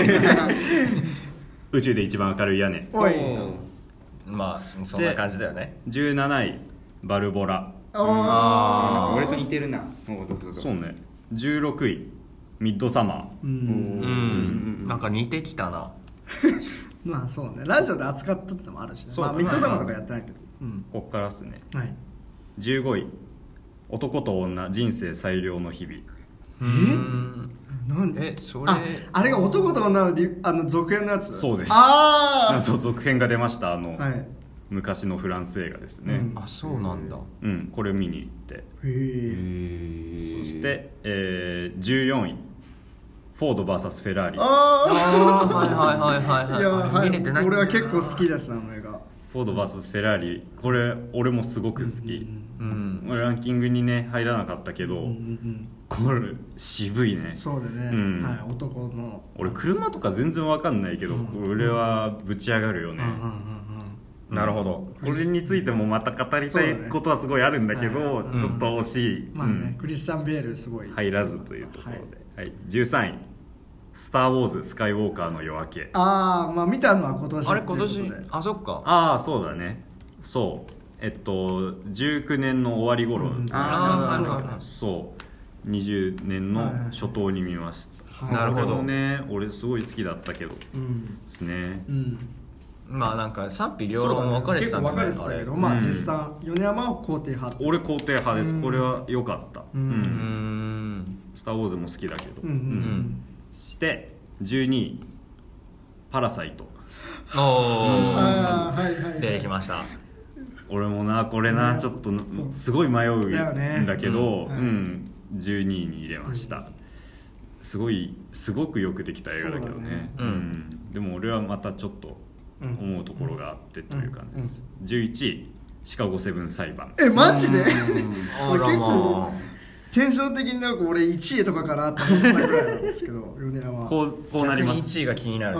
宇宙で一番明るい屋根、 おいまあそんな感じだよね。 じゅうなないバルボラ、 ああ俺と似てるな。 どうぞどうぞ。そうね。じゅうろくいミッドサマー、 うんうんなんか似てきたなまあそうねラジオで扱ったってのもあるしね、まあ、ミッドサマーとかやってないけど、 うん、こっからっすね、 はい、 じゅうごい男と女人生最良の日々。 えなんでえそれあ, あれが男と女のあの続編のやつ。 そうです。 ああ続編が出ましたあの、はい、昔のフランス映画ですね、 うん、あそうなんだ。 うんこれ見に行って、へえ。 そして、えー、じゅうよんいフォード ブイエス フェラーリ。 ああはいはいはいはい、 いや、はい、 見れてない。 俺は結構好きですあの映画。 フォード ブイエス フェラーリ、これ俺もすごく好き、うんうん、ランキングにね入らなかったけど、うんうんうん、これ渋いね。 そうだね、うん、はい、男の俺車とか全然わかんないけど、うん、俺はぶち上がるよね、うんうんうんうん、なるほど。 これについてもまた語りたいことはすごいあるんだけど、ね、ちょっと惜しい、 うんまあね、クリスチャン・ベールすごい入らずというところで、はいはい、じゅうさんいスター・ウォーズスカイウォーカーの夜明け。 ああ、まあ見たのは今年。 あれ今年、あ、そっか。 ああ、そうだね。そうえっとじゅうきゅうねんの終わり頃、うん、ああそうにじゅうねんの初頭に見ました、はいはい、なるほどね。俺すごい好きだったけど、うん、ですね、うん、 まあなんか賛否両論分かれてたんだけど、ね、 結構分かれてたけど、まあ実際、うん、米山は肯定派。 俺肯定派です。これは良かった。うん、うん、スター・ウォーズも好きだけど、うんうんうん、してじゅうにいパラサイト。 おお、出てきました。 俺もなこれな、ね、ちょっとすごい迷うんだけど、うんうん、じゅうにいに入れました、うん、すごいすごくよくできた映画だけどね、ね、うん、でも俺はまたちょっと思うところがあってという感じです、うんうん、じゅういちいシカゴセブン裁判。 えマジで、うん、俺結構テンション的になんか俺いちいとかかなって思ったぐらいなんですけど米山はこう、こうなります。 いちいが気になる。 い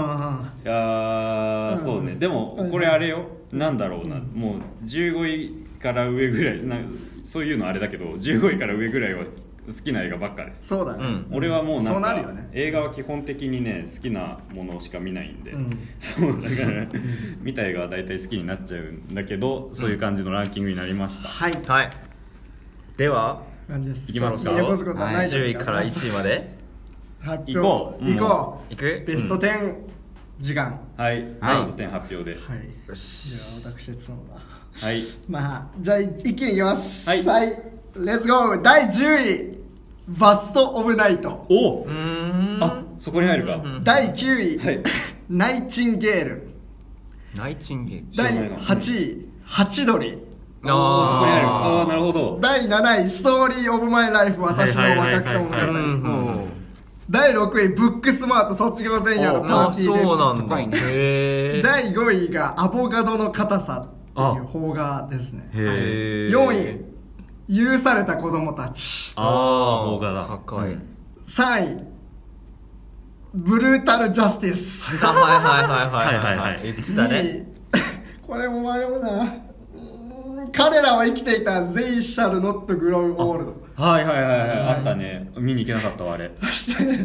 やそうね、でもこれあれよ、なんだろうな、もうじゅうごいから上ぐらいな、そういうのあれだけどじゅうごいから上ぐらいは好きな映画ばっかです。 そうだね、うん、 俺はもうなんかそうなるよね、 映画は基本的にね好きなものしか見ないんで、うん、そうだから見た映画は大体好きになっちゃうんだけど、そういう感じのランキングになりました、うん、 はい、 はい、では感じです。 いきますか。はい、じゅういからいちいまで発表行こう、行こう、 行くベストじゅう時間、 はい、ベストじゅう発表で、はい、 よし、じゃあ私角田、 はい、 まあじゃあ一気にいきます。 はい、 はい、レッツゴー。だいじゅういバストオブナイト。 おお、あ、そこに入るか。 だいきゅうい、はい、ナイチンゲール。 ナイチンゲール。 だいはちいハチドリ。 ああ、そこにある。ああ、なるほど。 だいなないストーリーオブマイライフ、私の若草物語。だいろくいブックスマート卒業前夜のパーティーで。 そうなんだ。へー。だいごいがアボカドの硬さっていう邦画ですね。へー。よんい許された子供たち。 ああ、邦画だ。 高い。 さんいブルータルジャスティス。 はいはいはいはいはい。言ってたね。 これも迷うな。彼らは生きていた They shall not grow old。 はいはいはいはい、あったね。見に行けなかったわあれ。 そして、うん、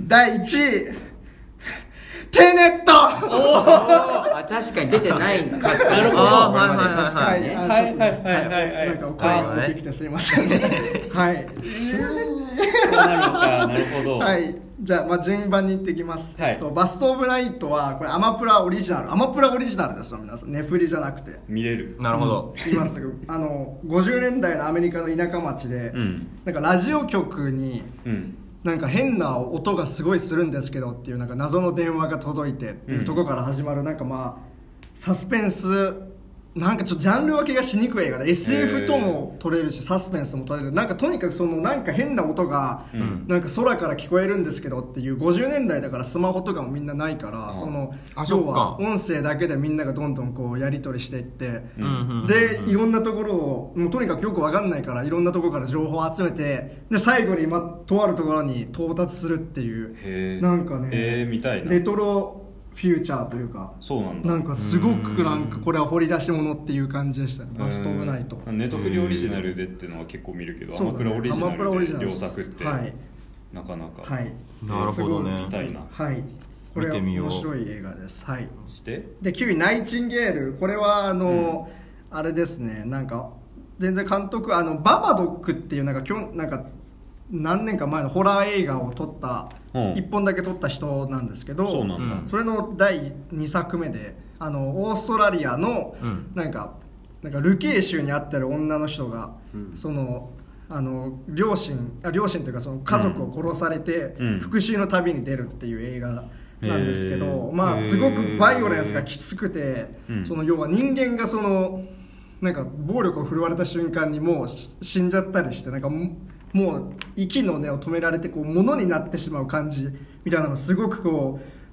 だいいちいテネット。 おあ、確かに出てないんだ。 なるほど。 はいはいはいはいはいはいはい。 なんかお声が大きくてすいませんね。はい。 そうなるのか。なるほど。 はい。じゃあ、まあ、順番にいってきます、 はい、 えっと、バストオブナイトはこれアマプラオリジナルアマプラオリジナルですよ皆さん。ネフリじゃなくて見れる。 なるほど、 うん、今すぐあのごじゅうねんだいのアメリカの田舎町で、うん、なんかラジオ局に、うん、なんか変な音がすごいするんですけどっていうなんか謎の電話が届いてっていうところから始まるなんかまあサスペンスなんかちょっとジャンル分けがしにくい映画で エスエフ とも撮れるしサスペンスとも撮れるなんかとにかくそのなんか変な音がなんか空から聞こえるんですけどっていうごじゅうねんだいだからスマホとかもみんなないからその要は音声だけでみんながどんどんこうやり取りしていってでいろんなところをもうとにかくよく分かんないからいろんなところから情報を集めてで最後にまとあるところに到達するっていうなんかねえー見たいなレトロフューチャーというかそうなんだなんかすごくなんかこれは掘り出し物っていう感じでしたねバストオブナイトネットフリオリジナルでっていうのは結構見るけど、アマプラオリジナルで両作って、はい、なかなか、 はい、 なるほどね見たいな、 はい、これは面白い映画です、はい、 してできゅういナイチンゲールこれはあの、うん、あれですねなんか全然監督あのババドックっていうなんかきょなんか何年か前のホラー映画を撮ったいっぽんだけ撮った人なんですけど、 そうなんだ、 それのだいにさくめであのオーストラリアのなんか、なんかルケー州に会ってる女の人が、うん、そのあの両親両親というかその家族を殺されて、うん、復讐の旅に出るっていう映画なんですけど、まあすごくバイオレンスがきつくて、その要は人間がそのなんか暴力を振るわれた瞬間にもう死んじゃったりしてなんかもう息の根を止められてこう物になってしまう感じみたいなのすごくこう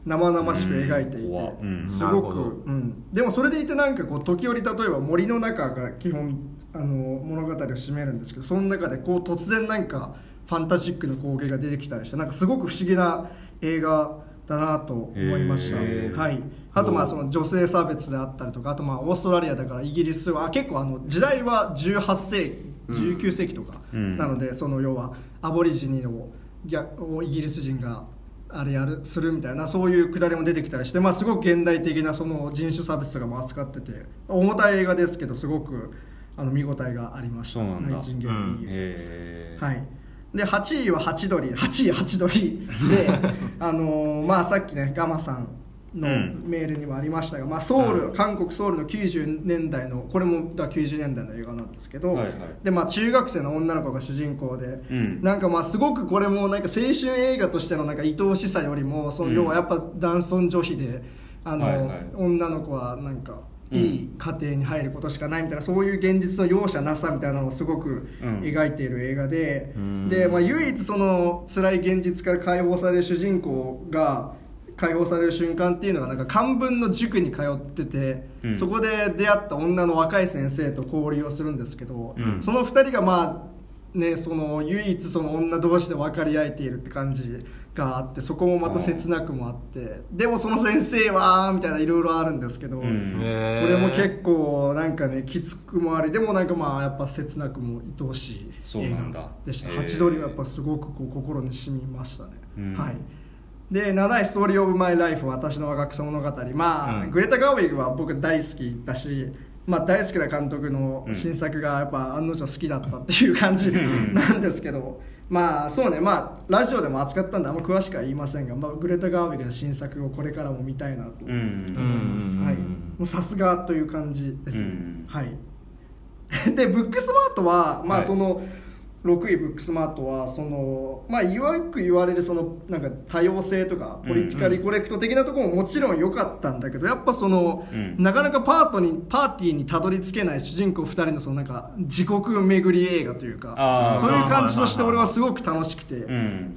生々しく描いていて、うんうん、すごく、うん、でもそれでいてなんかこう時折例えば森の中が基本あの物語を占めるんですけど、その中でこう突然なんかファンタジックな光景が出てきたりして、なんかすごく不思議な映画だなと思いました。はい、あとまあその女性差別であったりとか、あとまあオーストラリアだからイギリスは結構あの時代はじゅうはっせいきじゅうきゅうせいきとか、うん、なのでその要はアボリジニをイギリス人があれやるするみたいなそういうくだりも出てきたりして、まあ、すごく現代的なその人種差別とかも扱ってて重たい映画ですけどすごくあの見応えがありました。ナイチンゲールのいい映画です、うん、はい。ではちいはハチドリはちいハチドリであのー、まあさっきねガマさんのメールにもありましたが、うんまあ、ソウル、うん、韓国ソウルのきゅうじゅうねんだいのこれもきゅうじゅうねんだいの映画なんですけど、はいはい、でまあ、中学生の女の子が主人公で、うん、なんかまあすごくこれもなんか青春映画としてのなんか愛おしさよりもその要はやっぱ男尊女卑であの、はいはい、女の子はなんかいい家庭に入ることしかないみたいな、そういう現実の容赦なさみたいなのをすごく描いている映画で、うん、で、まあ、唯一その辛い現実から解放される主人公が解放される瞬間っていうのがなんか漢文の塾に通ってて、うん、そこで出会った女の若い先生と交流をするんですけど、うん、そのふたりがまあねその唯一その女同士で分かり合えているって感じがあって、そこもまた切なくもあって、でもその先生はみたいないろいろあるんですけど、うん、これも結構なんかねきつくもあり、でもなんかまあやっぱ切なくも愛おしい映画でした。ハチドリはやっぱすごくこう心に染みましたね、うん、はい。でなないストーリーオブマイライフ私の若草物語、まあ、うん、グレタ・ガーウィグは僕大好きだし、まあ、大好きな監督の新作がやっぱ案の定好きだったっていう感じなんですけど、まあそうね、まあラジオでも扱ったんであんま詳しくは言いませんが、まあ、グレタ・ガーウィグの新作をこれからも見たいなと思います。はい、もうさすがという感じですね。はいでブックスマートはまあその、はい、ろくいブックスマートはその、まあ、いわく言われるそのなんか多様性とかポリティカリコレクト的なところももちろん良かったんだけど、やっぱその、うん、なかなかパートにパーティーにたどり着けない主人公ふたりのそのなんか自国巡り映画というか、そういう感じとして俺はすごく楽しくて、うん、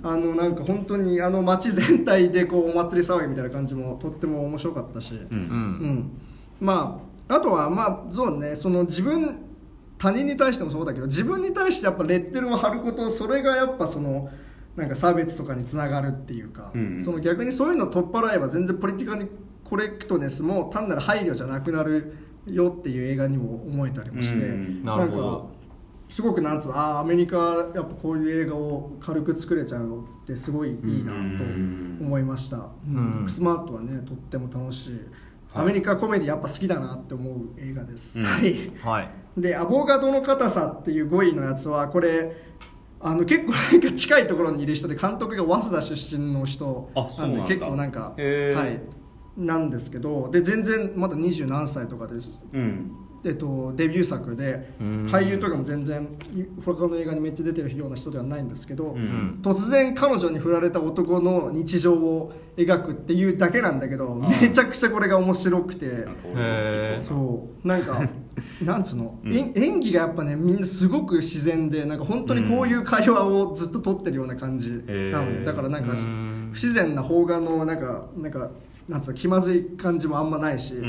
あのなんか本当にあの街全体でこうお祭り騒ぎみたいな感じもとっても面白かったし、うんうん、まああとはまあそうね、その自分他人に対してもそうだけど自分に対してやっぱレッテルを貼ること、それがやっぱそのなんか差別とかにつながるっていうか、うん、その逆にそういうのを取っ払えば全然ポリティカルコレクトネスも単なる配慮じゃなくなるよっていう映画にも思えたりもして、うん、ななんかすごくなんつうの、あアメリカやっぱこういう映画を軽く作れちゃうのってすごいいいなと思いました。うんうん、ブックスマートはねとっても楽しい、アメリカコメディやっぱ好きだなって思う映画です、うん、はい、はい、でアボガドの硬さっていうごいのやつはこれあの結構なんか近いところにいる人で、監督が早稲田出身の人なんで結構なんか、はい、なんですけど、で全然まだ二十何歳とかです、うん、えっと、デビュー作で俳優とかも全然他の映画にめっちゃ出てるような人ではないんですけど、うん、突然彼女に振られた男の日常を描くっていうだけなんだけど、めちゃくちゃこれが面白くて、そうなんかなんつうの、うん、演技がやっぱねみんなすごく自然で、なんか本当にこういう会話をずっと撮ってるような感じなので、だからなんか不自然な邦画のなんかなんかなんつうの気まずい感じもあんまないし、うん、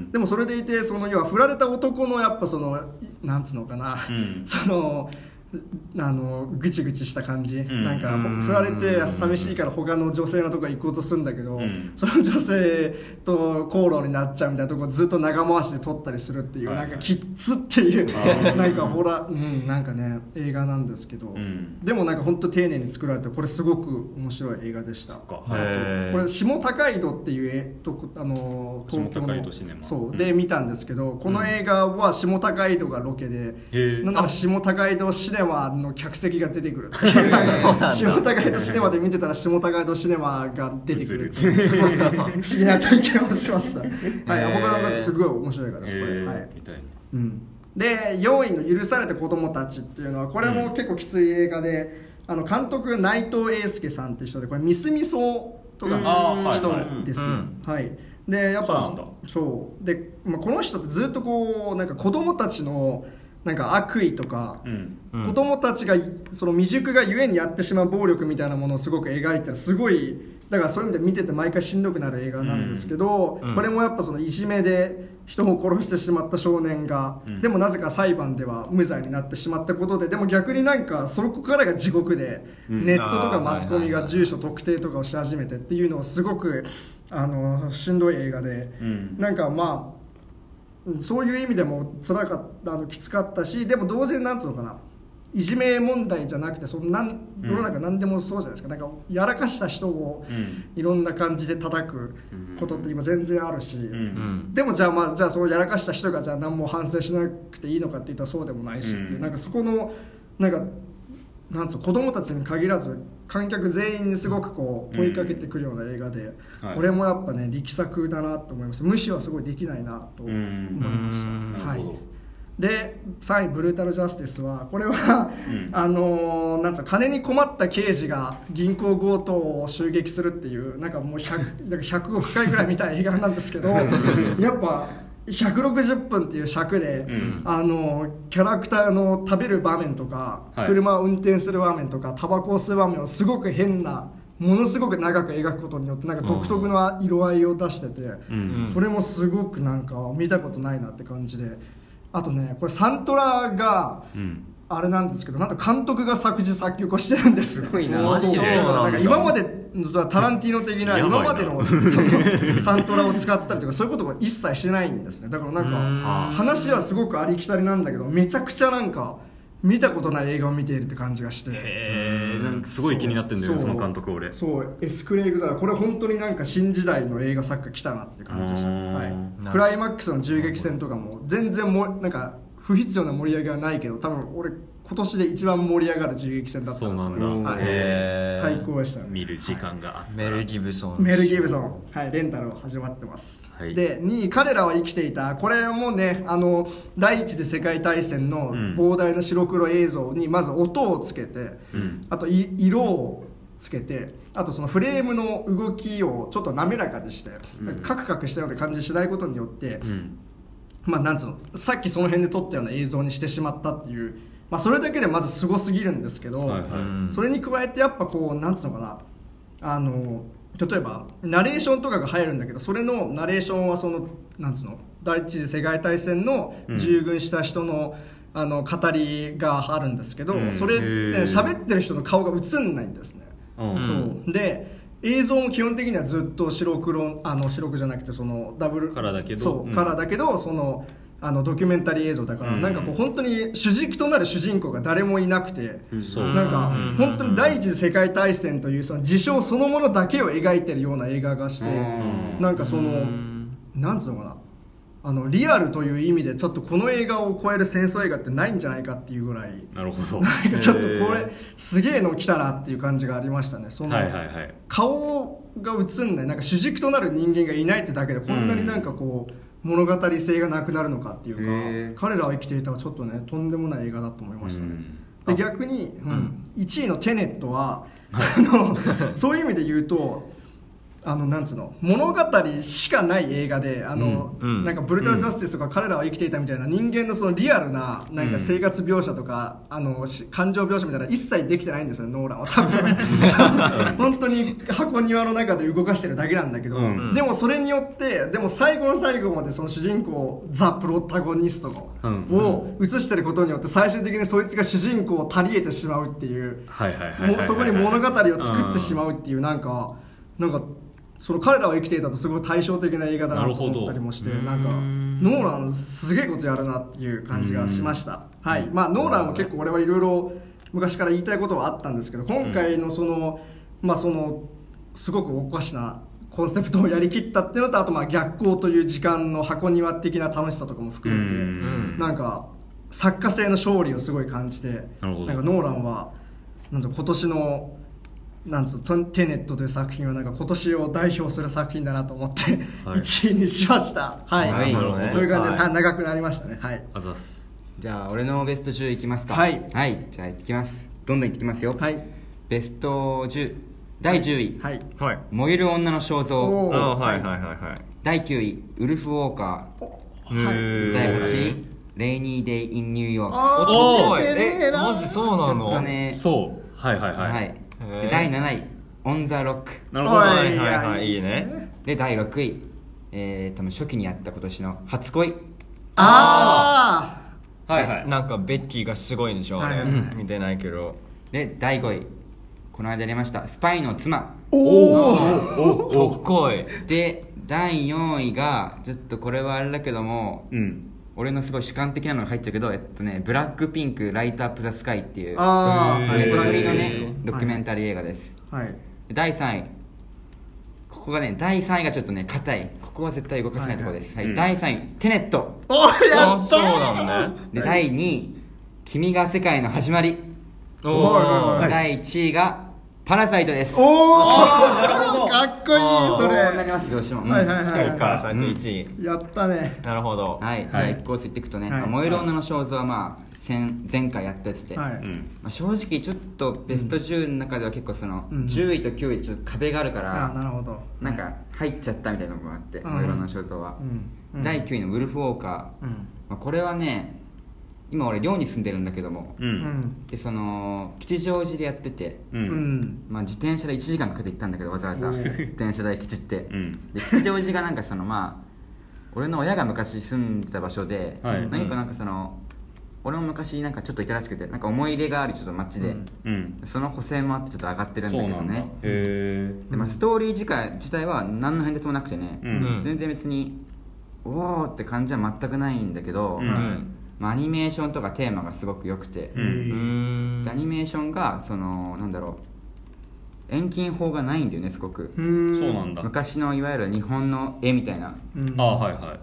でもそれでいてその要は振られた男のやっぱそのなんつうのかな、うん、そのあのぐちぐちした感じ、うん、なんか振られて寂しいから他の女性のとこ行こうとするんだけど、うん、その女性と口論になっちゃうみたいなとこずっと長回しで撮ったりするっていう、はい、なんかキッズっていうなんかホラー、うん、なんかね映画なんですけど、うん、でもなんか本当丁寧に作られてこれすごく面白い映画でした。これ下高井戸っていうとあの東京のそう、うん、で見たんですけど、この映画は下高井戸がロケで、うん、なんなら下高井戸シネマの客席が出てくる下高井戸シネマで見てたら下高井戸シネマが出てくるっていうすごい不思議な体験をしましたはい、アボカドがすごい面白いからです、これ、はい、うん、でよんいの許された子供たちっていうのはこれも結構きつい映画で、あの監督内藤英介さんって人で、これミスミソとかの人ですね、はい、でやっぱそうで、まあ、この人ってずっとこうなんか子供たちのなんか悪意とか、うんうん、子供たちがその未熟がゆえにやってしまう暴力みたいなものをすごく描いて、すごいだからそういう意味で見てて毎回しんどくなる映画なんですけど、うん、これもやっぱそのいじめで人を殺してしまった少年が、うん、でもなぜか裁判では無罪になってしまったことで、でも逆になんかそこからが地獄で、うん、ネットとかマスコミが住所特定とかをし始めてっていうのをすごくあのしんどい映画で、うん、なんかまあそういう意味でも辛かったあのきつかったし、でも同時になんつうのかな、いじめ問題じゃなくてそのなん世の中何でもそうじゃないですか、なんかやらかした人をいろんな感じで叩くことって今全然あるし、うんうん、でもじゃあまあじゃあそのやらかした人がじゃあ何も反省しなくていいのかって言ったらそうでもないしっていう、うん、なんかそこのなんかなんつう子供たちに限らず観客全員にすごくこう問いかけてくるような映画で、うん、これもやっぱね力作だなと思いました。無視はすごいできないなと思いました、うん、はい。でさんいブルータルジャスティスはこれは、うん、あのー、なんつうの金に困った刑事が銀行強盗を襲撃するっていうなんかもう ひゃく, なんかひゃくごかいぐらい見た映画なんですけどやっぱひゃくろくじゅっぷんっていう尺で、うん、あのキャラクターの食べる場面とか、はい、車を運転する場面とかタバコを吸う場面をすごく変なものすごく長く描くことによってなんか独特の色合いを出してて、うん、それもすごくなんか見たことないなって感じで、あとねこれサントラがあれなんですけど、なんと監督が作詞作曲をしてるんです。 すごいな。 そうなんか今までタランティーノ的な今までのそのサントラを使ったりとかそういうことが一切してないんですね。だからなんか話はすごくありきたりなんだけどめちゃくちゃなんか見たことない映画を見ているって感じがして、 へなんかすごい気になってんだよね そ, その監督俺。 そうエスクレイグザラ、これ本当になんか新時代の映画作家来たなって感じでした、はい、クライマックスの銃撃戦とかも全然もなんか不必要な盛り上げはないけど多分俺今年で一番盛り上がる銃撃戦だったと思います。はい、最高でした、ね、 見る時間があった、はい、 メル・ギブソンメル・ギブソン、はい、レンタル始まってます、はい、でにい彼らは生きていた、これもねあの第一次世界大戦の膨大な白黒映像にまず音をつけて、うん、あと色をつけて、あとそのフレームの動きをちょっと滑らかにして、うん、カクカクしたような感じしないことによって、うん、まあなんつうのさっきその辺で撮ったような映像にしてしまったっていう、まあ、それだけでまずすごすぎるんですけど、はいはい、それに加えてやっぱこうなんつうのかな、あの例えばナレーションとかが入るんだけど、それのナレーションはそのなんつうの第一次世界大戦の従軍した人の、うん、あの語りがあるんですけど、うん、それって喋ってる人の顔が映んないんですね、うん、そうで映像も基本的にはずっと白黒あの白黒じゃなくてそのダブルカラーだけど、 そう、 うん、 カラーだけどそのあのドキュメンタリー映像だから、うん、なんかこう本当に主軸となる主人公が誰もいなくて、うん、なんか本当に第一次世界大戦というその事象そのものだけを描いてるような映画がして、うん、なんかその、うん、なんつうのかな、あのリアルという意味でちょっとこの映画を超える戦争映画ってないんじゃないかっていうぐらい、 なるほど、 なんかちょっとこれすげえの来たなっていう感じがありましたね。その、はいはいはい、顔が映んない、なんか主軸となる人間がいないってだけでこんなになんかこう、うん物語性がなくなるのかっていうか、彼らは生きていたはちょっとねとんでもない映画だと思いましたね、うん、で逆に、うん、いちいのテネットはあのそういう意味で言うとあのなんつうの物語しかない映画であの、うん、なんかブルータルジャスティスとか彼らは生きていたみたいな人間のそのリアルななんか生活描写とか、うん、あの感情描写みたいな一切できてないんですよノーランは多分本当に箱庭の中で動かしてるだけなんだけど、うん、でもそれによってでも最後の最後までその主人公ザ・プロタゴニストを映してることによって最終的にそいつが主人公を足りえてしまうっていうそこに物語を作ってしまうっていうなんかなんかその彼らは生きていたとすごい対照的な映画だなと思ったりもして、なんかノーランすげえことやるなっていう感じがしました。はい、まあノーランは結構俺はいろいろ昔から言いたいことはあったんですけど、今回のそのまあそのすごくおかしなコンセプトをやりきったっていうのと、あとまあ逆光という時間の箱庭的な楽しさとかも含めて、なんか作家性の勝利をすごい感じて、なんかノーランはなんか今年のなんつうテネットという作品はなんか今年を代表する作品だなと思って、はい、いちいにしました。はい、はい、という感じです、はい、長くなりましたね。はい、 あざす。 じゃあ俺のベストじゅういきますか。 はい、 はい、じゃあいきます。どんどんいってきますよ。はい、ベストじゅうだいじゅうい、はいはい、燃える女の肖像。 はいはいはいはい。 だいきゅういウルフウォーカー。はい、だいはちいレイニーデイインニューヨーク。 おお、えマジそうなの。 ちょっとね、 そうはいはいはい、 はい、でだいなないオン・ザ・ロック。 なるほど。 はいはいはい、いいね。 でだいろくい、えー、多分初期にやった今年の初恋。 ああはいはい。 なんかベッキーがすごいんでしょ、 はいはいはい、 見てないけど。 でだいごい、この間やりましたスパイの妻。 おおかっこいい。 でだいよんいがちょっとこれはあれだけども、うん、俺のすごい主観的なのが入っちゃうけど、えっとね、ブラックピンクライトアップザスカイっていうネットフリのねドキュメンタリー映画です、はいはい、だいさんい、ここがね、だいさんいがちょっとね硬い、ここは絶対動かせないところです、はいはい、だいさんいテネット。 おーやったー。 そうなんね。 でだいにい君が世界の始まり。 おだいいちいがパラサイトです。 おおなるほど、かっこいい。それそうなりますよ、しも、 はいはいはい、 しっかりパラサイトいちい、 うん、やったね。 なるほど。 はい、じゃあいっコース言っていくとね、はい、燃える女の肖像はまあ前, 前回やったやつで、はい、まあ、正直ちょっとベストじゅうの中では結構その、うん、じゅういときゅういでちょっと壁があるから、 あ、なるほど、 なんか入っちゃったみたいなのがあって、燃える女の肖像は、うんうん、だいきゅういのウルフウォーカー、うん、まあ、これはね、今俺寮に住んでるんだけども、うん、でその吉祥寺でやってて、うん、まあ、自転車でいちじかんかけて行ったんだけど、わざわざ自転車代吉って、うん、で吉祥寺がなんかそのまあ俺の親が昔住んでた場所で、はい、何かなんかその俺も昔なんかちょっといたらしくて、なんか思い入れがあるちょっと街で、うん、その補正もあってちょっと上がってるんだけどね。へで、まあ、ストーリー自体自体は何の変哲もなくてね、うん、全然別におーって感じは全くないんだけど、うん、まあ、アニメーションとかテーマがすごく良くて、うん、でアニメーションがそのなんだろう、遠近法がないんだよね、すごく。 そうなんだ。 昔のいわゆる日本の絵みたいな、 うん、ああはいはい、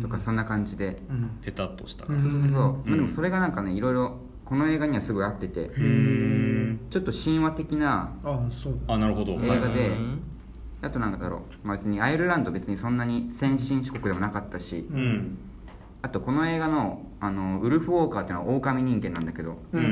とかそんな感じで、 うん、ペタッとした感じ。そうそうそう、うん、まあ、でもそれがなんかね、いろいろこの映画にはすごい合ってて、ちょっと神話的なあ、なるほど、 映画で、あとなんだろう、まあ、別にアイルランド別にそんなに先進諸国でもなかったし、うん、あとこの映画 の, あのウルフウォーカーっていうのは狼人間なんだけど、うん、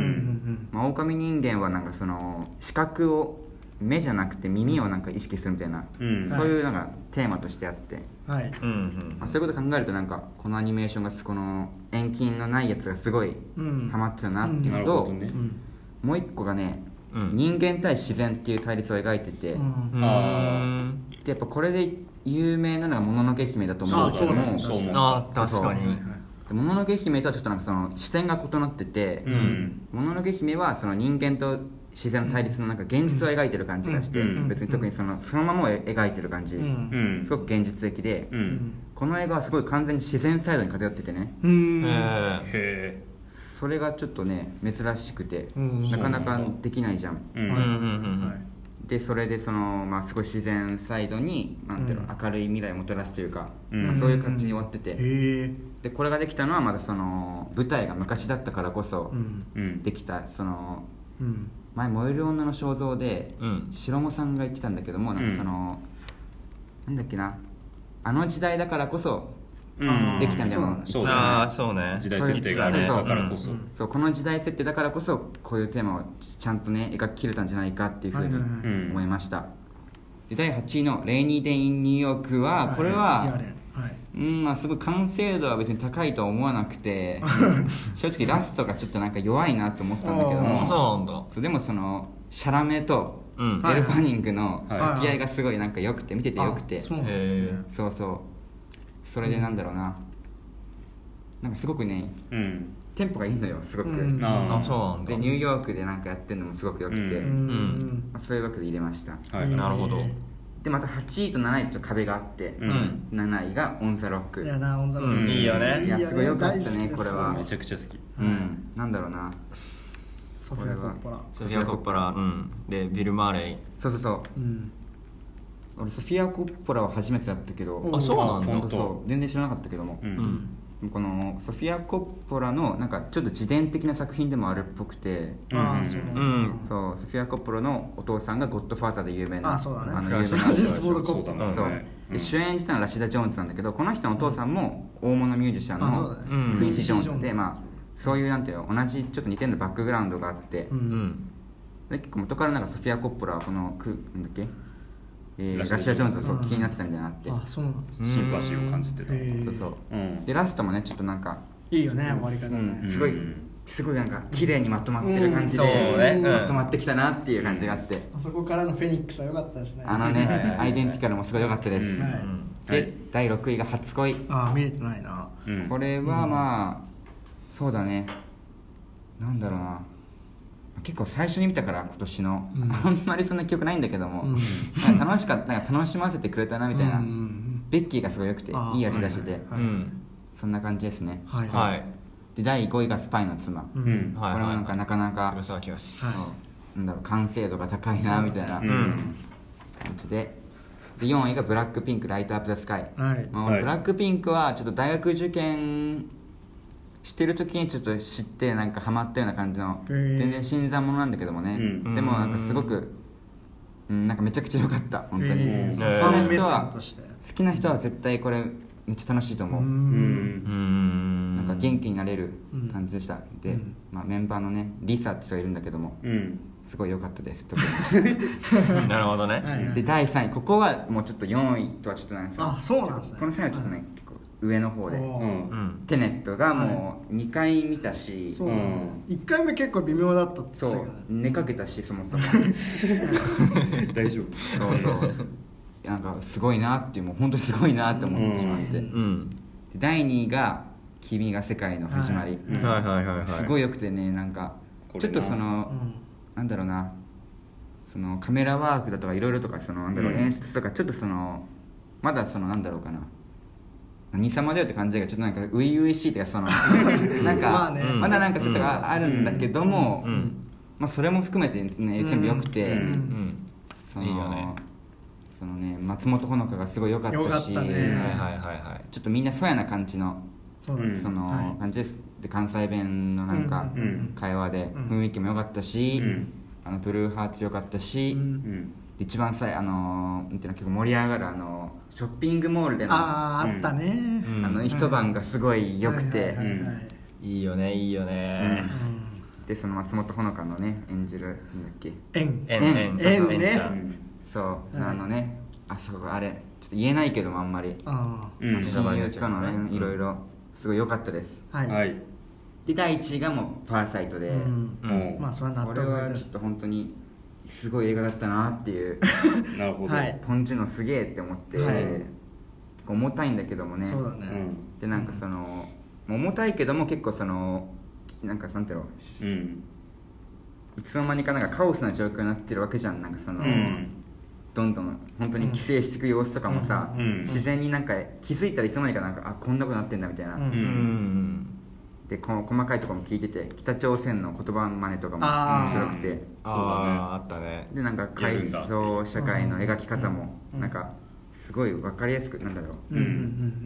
まあ、狼人間はなんかその視覚を目じゃなくて耳をなんか意識するみたいな、うん、そういうなんかテーマとしてあって、はい、まあ、そういうこと考えるとなんかこのアニメーションがこの遠近のないやつがすごいハマってたなっていうのと、うん、ね、もう一個がね、うん、人間対自然っていう対立を描いてて、うん、あでやっぱこれで有名なのがもののけ姫だと思うんだけども、 ああ確かに。 もののけ姫とはちょっとなんかその視点が異なってて、もののけ姫はその人間と自然の対立のなんか現実を描いてる感じがして、うん、別に特にそのそのままを描いてる感じ、うん、すごく現実的で、うん、この映画はすごい完全に自然サイドに偏っててね、うん、へそれがちょっとね珍しくて、うん、なかなかできないじゃん、うん、でそれでその、まあ、すごい自然サイドになんていうの、うん、明るい未来をもたらすというか、うん、まあ、そういう感じに終わってて、でこれができたのはまだその舞台が昔だったからこそできた、その、うん、前燃える女の肖像で、うん、白間さんが言ってたんだけども、なんかその、うん、なんだっけな、あの時代だからこそできたみたいな、 そうだね、そうね、時代設定があるだからこそ、 そう、この時代設定だからこそこういうテーマをちゃんとね描ききれたんじゃないかっていうふうに思いました。でだいはちいのレイニーデイ・イン・ニューヨークは、これは、はい、うん、まあすごい完成度は別に高いとは思わなくて正直ラストがちょっとなんか弱いなと思ったんだけども、 そうなんだ。 そうでもそのシャラメとエル・ファニングの掛け合いがすごいなんか良くて、見てて良くて、そうそうそう、それでなんだろうな、なんかすごくね、うん、テンポがいいのよ、すごく、うん、あ、そうなんだ。でニューヨークでなんかやってるのもすごく良くて、うん、まあ、そういうわけで入れました、 はい、なるほど。 でまたはちいとなないと壁があって、うん、なないがオン・ザ・ロック。 いやな、オン・ザ・ロック、うん、 いいよね。 いやすごい良かったね、これはめちゃくちゃ好き、 うん、なんだろうな、 ソフィア・コッポラ、 ソフィア・コッポラ、うん、でビル・マーレイ、 そうそうそう、うん、俺ソフィア・コッポラは初めてだったけど、 あ、そうなんだ、 そうそう、全然知らなかったけども、うんうん、このソフィア・コッポラのなんかちょっと自伝的な作品でもあるっぽくて、あ、そう、うん、そう、ソフィア・コッポラのお父さんがゴッドファーザーで有名な、 あ、そうだね、 あの有名なで主演したのはラシダ・ジョーンズなんだけど、この人のお父さんも大物ミュージシャンのクインシー・ジョーンズで、まあそういうなんていう同じちょっと似てるバックグラウンドがあって、うん、で結構元からなんかソフィア・コッポラはこのクなんだっけ、えー、ラシダ・ジョーンズがそう気になってたみたいなのあって、 あ、そうなんです、 シンパシーを感じてた、 そうそう、うん、でラストもねちょっとなんかいいよね、終わり方ね、 うん、すごいすごいなんか綺麗にまとまってる感じで、 うんね、 まとまってきたなっていう感じがあって、 あそこからのフェニックスは良かったですね。 あのねアイデンティカルもすごい良かったです、 うんはい、 で、はい、だいろくいが初恋。 ああ見れてないな、 うん、これはまあ、うん、そうだね、なんだろうな、結構最初に見たから今年の、うん、あんまりそんな記憶ないんだけども、うん、楽しかった、なんか楽しませてくれたなみたいな、うん、ベッキーがすごい良くていい味出しで、はいはいはい、そんな感じですね。はい、はい、でだいごいがスパイの妻、うん、これもなんかなかなか黒沢清、なんだろう、完成度が高いなみたいな感じで、でよんいがブラックピンクライトアップザスカイ、はいまあ、ブラックピンクはちょっと大学受験してる時にちょっと知ってなんかハマったような感じの全然新参者なんだけどもね、うん、でもなんかすごく、うん、なんかめちゃくちゃ良かった本当に、えー、ファン目線として好きな人は絶対これめっちゃ楽しいと思う、うん、なんか元気になれる感じでした、うん、で、まあ、メンバーのねリサって人がいるんだけども、うん、すごい良かったですなるほどね。 でだいさんい、ここはもうちょっとよんいとはちょっとなんですよ。 あ、そうなんですね。 このさんいはちょっとね、結構上の方で、うん、テネットがもうにかい見たし、はい、 そう、うん、いっかいめ結構微妙だったって。 そう寝かけたしそもそも大丈夫。そうそうなんかすごいなっていう、もう本当にすごいなって思ってしまって、うん、でだいにいが君が世界の始まり、はいはいはいはい、すごいよくてね、なんかちょっとその、うん、なんだろうな、そのカメラワークだとかいろいろとか、そのなんだろう、演出とかちょっとそのまだそのなんだろうかな、何様だよって感じがちょっとなんか初々しいというか、そのなんかまあ、ね、まだなんかそういうのがあるんだけども、うんうん、まあ、それも含めて、ね、全部良くて、うんうん、そのいいよね、そのね、松本穂香がすごい良かったし、ちょっとみんなそやな感じのその、はい、感じです。で関西弁のなんか会話で雰囲気も良かったし、うん、あのブルーハーツ良かったし、うん、一番さいあのなんていうの結構盛り上がるあのショッピングモールでのああったね、 うん、あの一晩がすごい良くていいよねいいよね、 うん、でその松本穂香のね演じるなんだっけエンエンエンエンね、そう、はい、あのねあそこあれちょっと言えないけどもあんまりあ、うん、親友とかのねいろいろすごい良かったです。はい、はい、でだいいちいがもうパーサイトで、うんうん、まあそれは納得です。これはちょっと本当にすごい映画だったなっていうなるほど、 はい、ポンジュノすげえって思って、はい、結構重たいんだけどもね。 そうだね、 でなんかその、うん、重たいけども結構そのなんかなんていうの、うん、いつの間にかなんかカオスな状況になってるわけじゃん。なんかその、うん、どんどん本当に規制していく様子とかもさ、うん、自然になんか気づいたらいつの間にかなんかあこんなことなってんだみたいな、うんうん、でこの細かいところも聞いてて北朝鮮の言葉真似とかも面白くて、そうだね、 あったね。 でなんか階層社会の描き方もなんかすごい分かりやすくなんだろう、うん、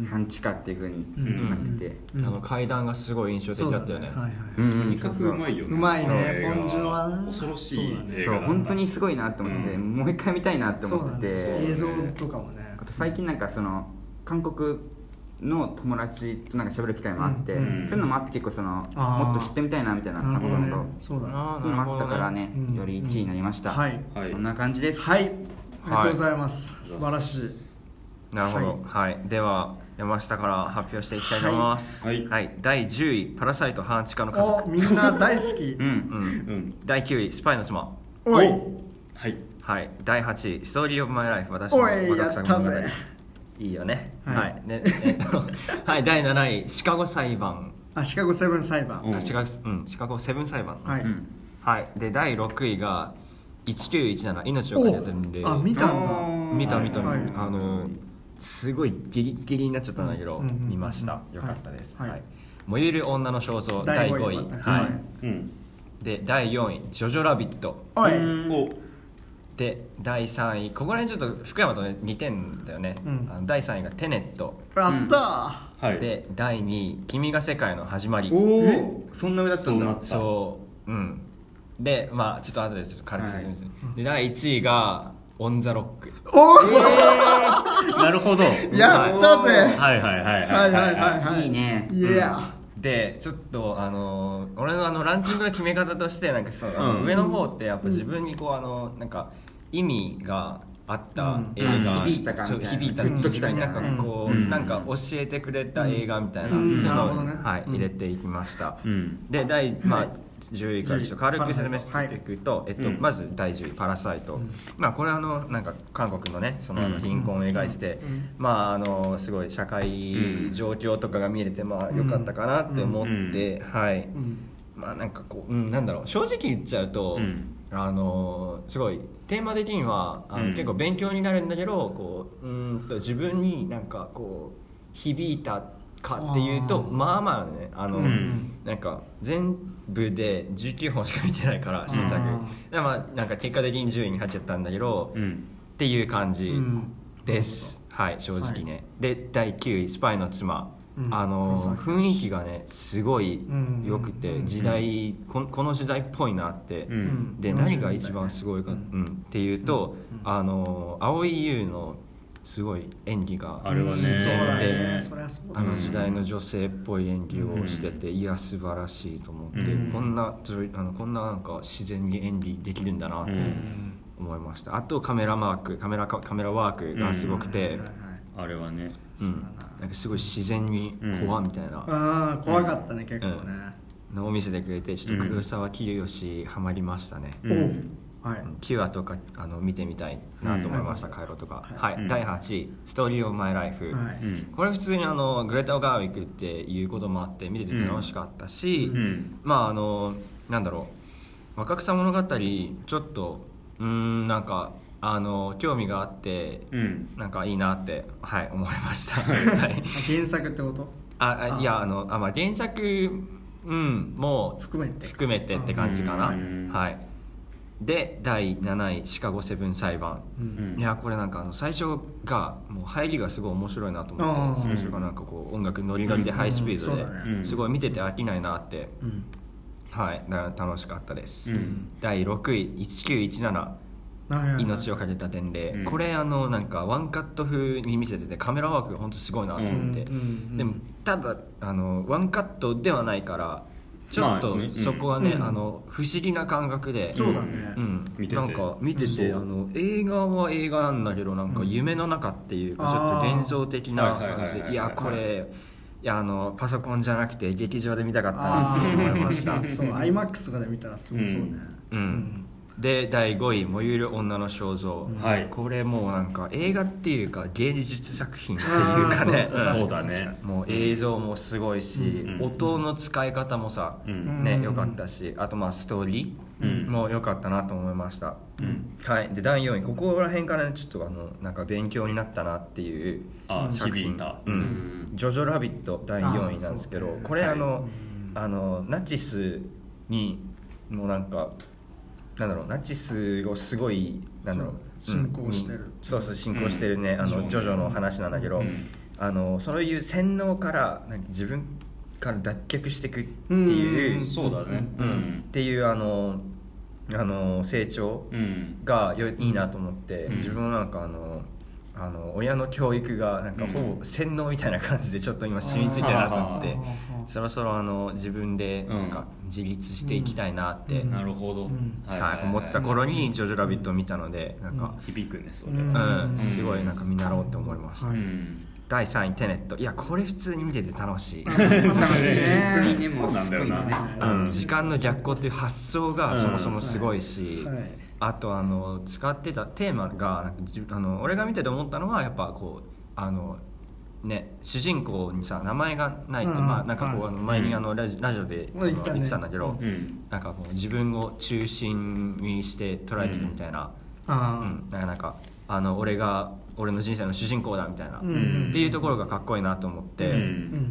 半地下っていう風になってて、 うんうん、あの階段がすごい印象的だったよね。 はいはい、うん、とにかくうまいよね。 うまいね、ポンジュノは恐ろしい映画。そう本当にすごいなって思ってて、うん、もう一回見たいなって思ってて、 映像とかもね。 あと最近なんかその韓国の友達となんか喋る機会もあって、うんうん、そういうのもあって結構そのもっと知ってみたいなみたいなことと、ね、そうだな、そういうのもあったからね、ね、よりいちいになりました。うん、はい、そんな感じです。 はい、ありがとうございます。はい、素晴らしい。 なるほど、はい、はい、では山下から発表していきたいと思います。はい、はい、だいじゅういパラサイト半地下の家族。 みんな大好き。うん、うんうんだいきゅういスパイの妻。 おい、 はい、はい、だいはちいストーリーオブマイライフ私の若草物語。 いいよね。はい、はい、ね、えっとはいだいなないシカゴ裁判。 あ、シカゴセブン裁判。 あ、シカゴ、うん、シカゴセブン裁判。はい、うん、はい、でだいろくいがいちきゅういちなな命をかけたんで。 あ、見たんだ。 見た見た、はい、あのすごいギリギリになっちゃったんだけど、うんうんうん、見ました。よかったです。はいはい、燃える女の肖像だいごい。はい、うん、でだいよんいジョジョラビット。はい、でだいさんいここら辺ちょっと福山と、ね、似てんだよね、うん、あのだいさんいがテネット。 やったー、うん、でだいにい君が世界の始まり。 おお、そんな上だったんだ。 そう、うん、でまあちょっと後でちょっと軽く説明する、はい、でだいいちいがオンザロック。 おー、 えー、なるほど。 やったぜ。 はいはいはいはいはいはいはい。 いいね。 いや。 でちょっとあの俺のあのランキングの決め方としてなんかそう、うん、上の方ってやっぱ自分にこうあのなんか意味があった映画、 うん、響いた感みたいな、 響いた自分になんかこう、うん、なんか教えてくれた映画みたいな、うん、そういうのを、ね、はい、入れていきました、うん、で第、まあ、じゅういからちょっと軽く説明していくと、はい、えっと、まずだいじゅういパラサイト、うん、まあこれはあのなんか韓国のねその貧困を描いて、うん、まああのすごい社会状況とかが見れてまあ良かったかなって思って、うん、はい、うん、まあなんかこう、うん、なんだろう正直言っちゃうと、うん、あのすごいテーマ的にはあの、うん、結構勉強になるんだけどこううんと自分になんかこう響いたかっていうとまあまあねあの、うん、なんか全部でじゅうきゅうほんしか見てないから新作で、まあなんか結果的にじゅういに入っちゃったんだけど、うん、っていう感じです、うん、はい正直ね、はい、でだいきゅういスパイの妻、うん、あの雰囲気がねすごい良くて、うん、時代、うん、こ, この時代っぽいなって、うん、で何が一番すごいか、うん、っていうと、うん、あの蒼井優のすごい演技が自然で、あの時代の女性っぽい演技をしてて、いや素晴らしいと思って、うん、こんなあのこんななんか自然に演技できるんだなって思いました。あとカメラマークカメラカメラワークがすごくて、 うん、あれはね、 うん、なんかすごい自然に怖みたいな、 うん、あ怖かったね、うん、結構ね、 うん、のを見せてくれてちょっと黒沢清ハマりましたね、うん、はい、きゅうわとかあの見てみたいなと思いました、うん、カイロとか、はい、はい、うん、だいはちいストーリーオブマイライフ、はい、これ普通にあのグレタ・ガーウィックっていうこともあって見てて楽しかったし、うん、まああのなんだろう若草物語ちょっとうーんなんかあの興味があって、うん、なんかいいなって、はい、思いました、はい、 原作ってこと？ ああいやあのあ、まあ、原作、うん、も含めて含めてって感じかな、はい。でだいなないシカゴセブン裁判、うん、いやこれなんかあの最初がもう入りがすごい面白いなと思って、最初がなんかこう音楽ノリノリでハイスピードですごい見てて飽きないなって、うん、はい楽しかったです、うん、だいろくいせんきゅうひゃくじゅうなな命をかけた伝令、うん、これあのなんかワンカット風に見せててカメラワークが本当すごいなと思って、うん、でもただあのワンカットではないからちょっとそこはね、まあうん、あの不思議な感覚で、 そうだね、 うん、なんか見ててあの映画は映画なんだけどなんか夢の中っていうかちょっと幻想的な感じで、いやこれいやあのパソコンじゃなくて劇場で見たかったなと思いましたそう アイマックス とかで見たらすごそうね、 うん、うんでだいごい燃ゆる女の肖像、はい、これもうなんか映画っていうか芸術作品っていうかね、 そうだね、 もう映像もすごいし、うん、音の使い方もさ、うん、ね良かったし、あとまあストーリーも良かったなと思いました、うん、はいでだいよんいここら辺から、ね、ちょっとあのなんか勉強になったなっていう作品、あうん、ジョジョラビットだいよんいなんですけど、これあの、はい、あのナチスにもうなんかなんだろうナチスをすごいなんだろう進行してる、うん、 そうそう進行してるね、うん、あのジョジョの話なんだけど、うん、あのそういう洗脳からなんか自分から脱却していくっていう、 うん、そうだね、 うん、っていうあのあの成長がよいいなと思って、うん、自分もなんかあのあの親の教育がなんかほぼ洗脳みたいな感じでちょっと今染みついてるなと思って、そろそろあの自分でなんか自立していきたいなって、 なるほど、 はい思ってた頃にジョジョラビットを見たのでなんか響くねそれ、 うんすごいなんか見習おうって思いました。だいさんいテネット、いやこれ普通に見てて楽しい楽しいね、そうなんだよな、 時間の逆行っていう発想がそもそもすごいし、あとあの使ってたテーマがなんかあの俺が見てて思ったのはやっぱこうあのね主人公にさ名前がないって、うん、まあなんかこう、うん、あの前にあのラジ、ラジオであの言ってたんだけど、うん、なんかこう自分を中心にして捉えていくみたいな、うんうん、なんかなんかあの俺が俺の人生の主人公だみたいな、うん、っていうところがかっこいいなと思って、うん、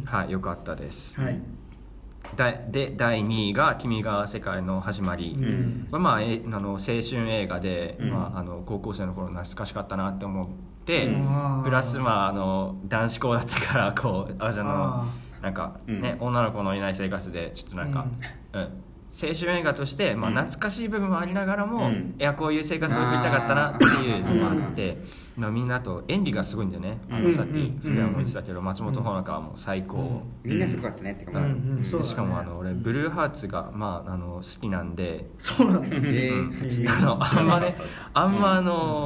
はい良かったです。はい。でだいにいが「君が世界の始まり」うん、これまあえあの青春映画で、うんまあ、あの高校生の頃懐かしかったなって思って、うん、プラス、まあ、あの男子校だったからこうあじゃのなんか、ねうん、女の子のいない生活でちょっとなんか、うんうん、青春映画として、まあ、懐かしい部分はありながらも、うん、いやこういう生活を送りたかったなっていうのがあって、まあ、みんなと演技がすごいんだよね、あのさっき福山も言ってたけど、うん、松本穂香はもう最高、うん、 みんなすごかったねってか、うんうんうん、しかもあの俺ブルーハーツが、まあ、あの好きなんでそうなんだ、 ね、あのあんまねあんまあの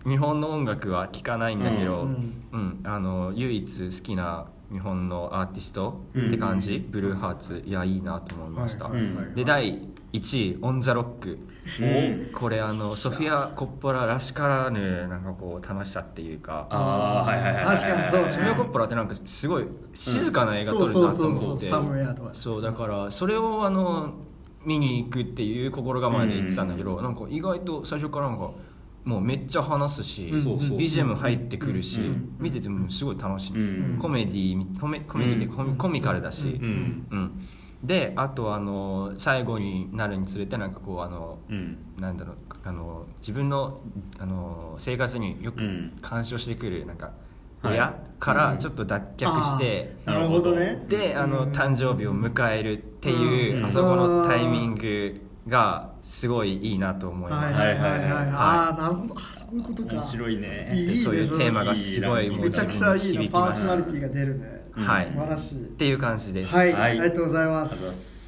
日本の音楽は聴かないんだけど、 うんうん、あの唯一好きな日本のアーティストって感じ、うん、ブルーハーツ、いやいいなと思いました、はいはいはいはい、でだいいちいオンザロック、うん、これあのソフィア・コッポラらしからぬなんかこう楽しさっていうか、 ああはいはいはい、確かにそうね。 ソフィア・コッポラってなんかすごい静かな映画撮るなと思って、 そうそうそうそう、サムエアとか、 そうだからそれをあの見に行くっていう心構えで言ってたんだけど、うん、なんか意外と最初からなんかもうめっちゃ話すし、うん、ビージーエム 入ってくるし、うん、見ててもすごい楽しい、うん、コメディコメコメディでコミ、コミカルだし、うんうん、であとあの最後になるにつれてなんかこうあの、うん、なんだろうあの自分のあの生活によく干渉してくるなんか親からちょっと脱却して、 うん、なるほどね。 であの誕生日を迎えるっていう、うん、あそこのタイミングがすごいいいなと思います。 はいはいはいはい。ああなるほど。あそういうことか。 面白いね。 いいね。 そういうテーマがすごいめちゃくちゃいいの。パーソナリティが出るね。 はい。 素晴らしい。 っていう感じです。 はい。ありがとうございます。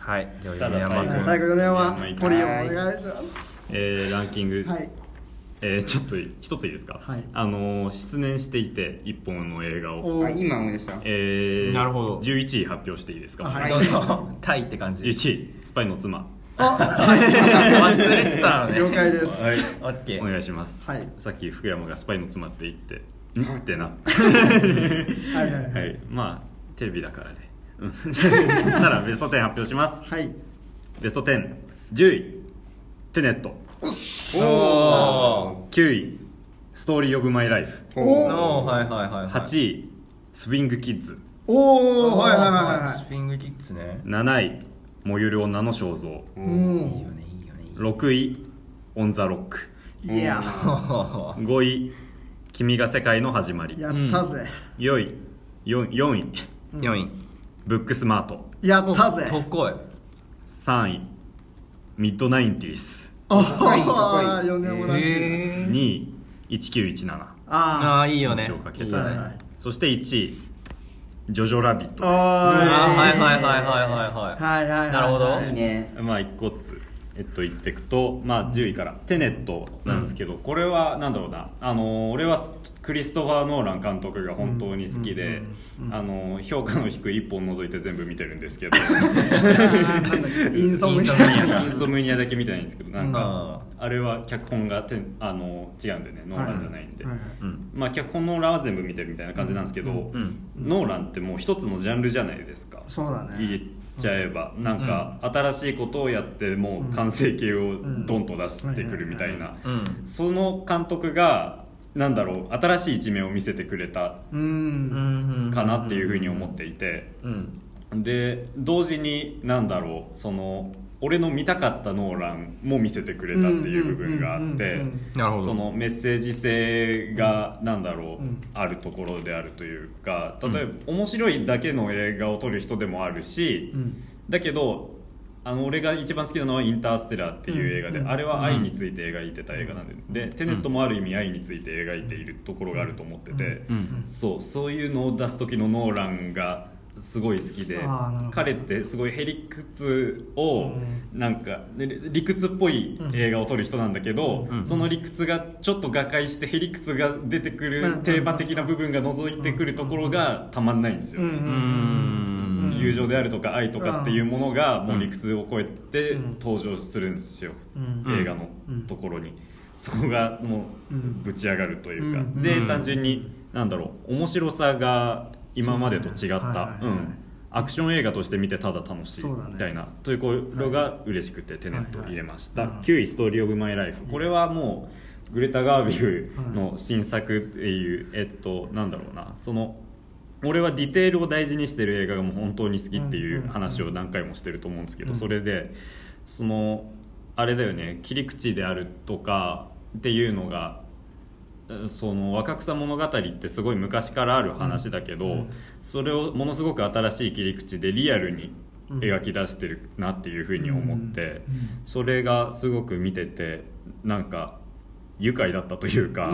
はい。 では米山君。最後米山ポリオお願いします。 えーランキング。 はい。 えー、ちょっと一ついいですか、はい、あの失念していて一本の映画をあ今思い出した、 えー、 なるほどじゅういちい発表していいですか。 はい、どうぞタイって感じ。 じゅういちいスパイの妻。 あ忘れてたのね。 了解です、 はい、お願いします、はい、さっき福山がスパイの妻って言ってんってなはいはいはい、はい、まあテレビだからね、うん、ならベストテン発表します、はい、ベストテンじゅういテネット、おきゅういストーリーオブマイライフ、 おはいはいはい、はい、 はちいスウィングキッズ、 おおはいはいはいはい、 スウィングキッズね。 なない燃ゆる女の肖像、いいよねいいよね。ろくいオンザロック、 いやごい君が世界の始まり、 やったぜ。 よんいよんいよんいブックスマート、 やったぜ。 高い。 さんいミッドナインティース、 ああよねん同じ。 にいいちきゅういちなな、 ああいいよね。 かけた、はいはい、そしていちいジョジョラビットです。あはいはいはいはいはいはいはいはい。 なるほど。 いいね。 まあ一個つえっと言っていくと、まあじゅういからテネットなんですけど、うん、これはなんだろうな、あの俺はクリストファー・ノーラン監督が本当に好きで、あの評価の低いいっぽん除いて全部見てるんですけどインソムニアインソムニアだけ見てないんですけど、なんか、うん、あれは脚本がてあの違うんでね、ノーランじゃないんで、はいはいはい、まあ脚本ノーランは全部見てるみたいな感じなんですけど、うんうん、ノーランってもう一つのジャンルじゃないですか。 そうだね。 言っちゃえば、うん、なんか新しいことをやってもう完成形をドンと出してくるみたいな、その監督がなんだろう新しい一面を見せてくれたかなっていうふうに思っていて、で同時になんだろうその俺の見たかったノーランも見せてくれたっていう部分があって、そのメッセージ性がなんだろう、うん、あるところであるというか、例えば、うん、面白いだけの映画を撮る人でもあるし、うん、だけどあの俺が一番好きなのはインターステラーっていう映画で、うん、あれは愛について描いてた映画なんで、うん、でテネットもある意味愛について描いているところがあると思ってて、うん、そうそういうのを出す時のノーランがすごい好きで、彼ってすごいへりくつをなんか理屈っぽい映画を撮る人なんだけど、うん、その理屈がちょっと瓦解してへりくつが出てくるテーマ的な部分が覗いてくるところがたまんないんですよ。友情であるとか愛とかっていうものがもう理屈を超えて登場するんですよ、映画のところに。そこがもうぶち上がるというか、で単純になんだろう面白さが今までと違ったアクション映画として見てただ楽しいみたいな、ね、というところが嬉しくてテネット入れました、はいはい、きゅういストーリーオブマイライフ、これはもうグレタ・ガービルの新作っていう、えっとなんだろうな、その俺はディテールを大事にしてる映画がもう本当に好きっていう話を何回もしてると思うんですけど、それでそのあれだよね、切り口であるとかっていうのがその若草物語ってすごい昔からある話だけど、うん、それをものすごく新しい切り口でリアルに描き出してるなっていうふうに思って、うんうん、それがすごく見ててなんか愉快だったというか、うん、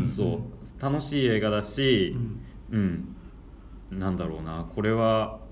そう楽しい映画だし、うん、うん、なんだろうな、これは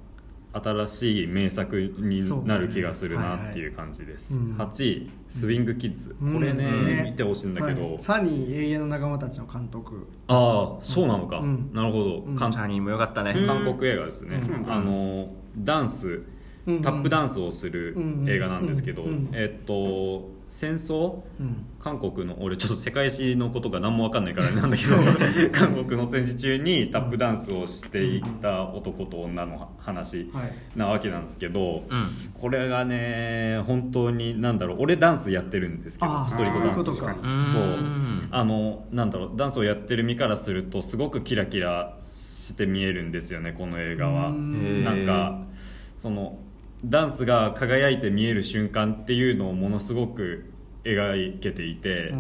新しい名作になる気がするなっていう感じです、ねはいはい、はちいスウィングキッズ、うん、これね、うん、見てほしいんだけど、 はい、サニー永遠の仲間たちの監督。 ああそうなのか、うん、なるほど、 うん、サニーもよかったね。 韓国映画ですね、うん、あのダンスタップダンスをする映画なんですけど、えっと戦争、うん、韓国の俺ちょっと世界史のことが何も分かんないからなんだけど韓国の戦時中にタップダンスをしていた男と女の話なわけなんですけど、うん、これがね本当になんだろう、俺ダンスやってるんですけど、ストリートダンスとか、そうあのなんだろう、ダンスをやってる身からするとすごくキラキラして見えるんですよね、この映画は。なんかそのダンスが輝いて見える瞬間っていうのをものすごく描けていて、うん、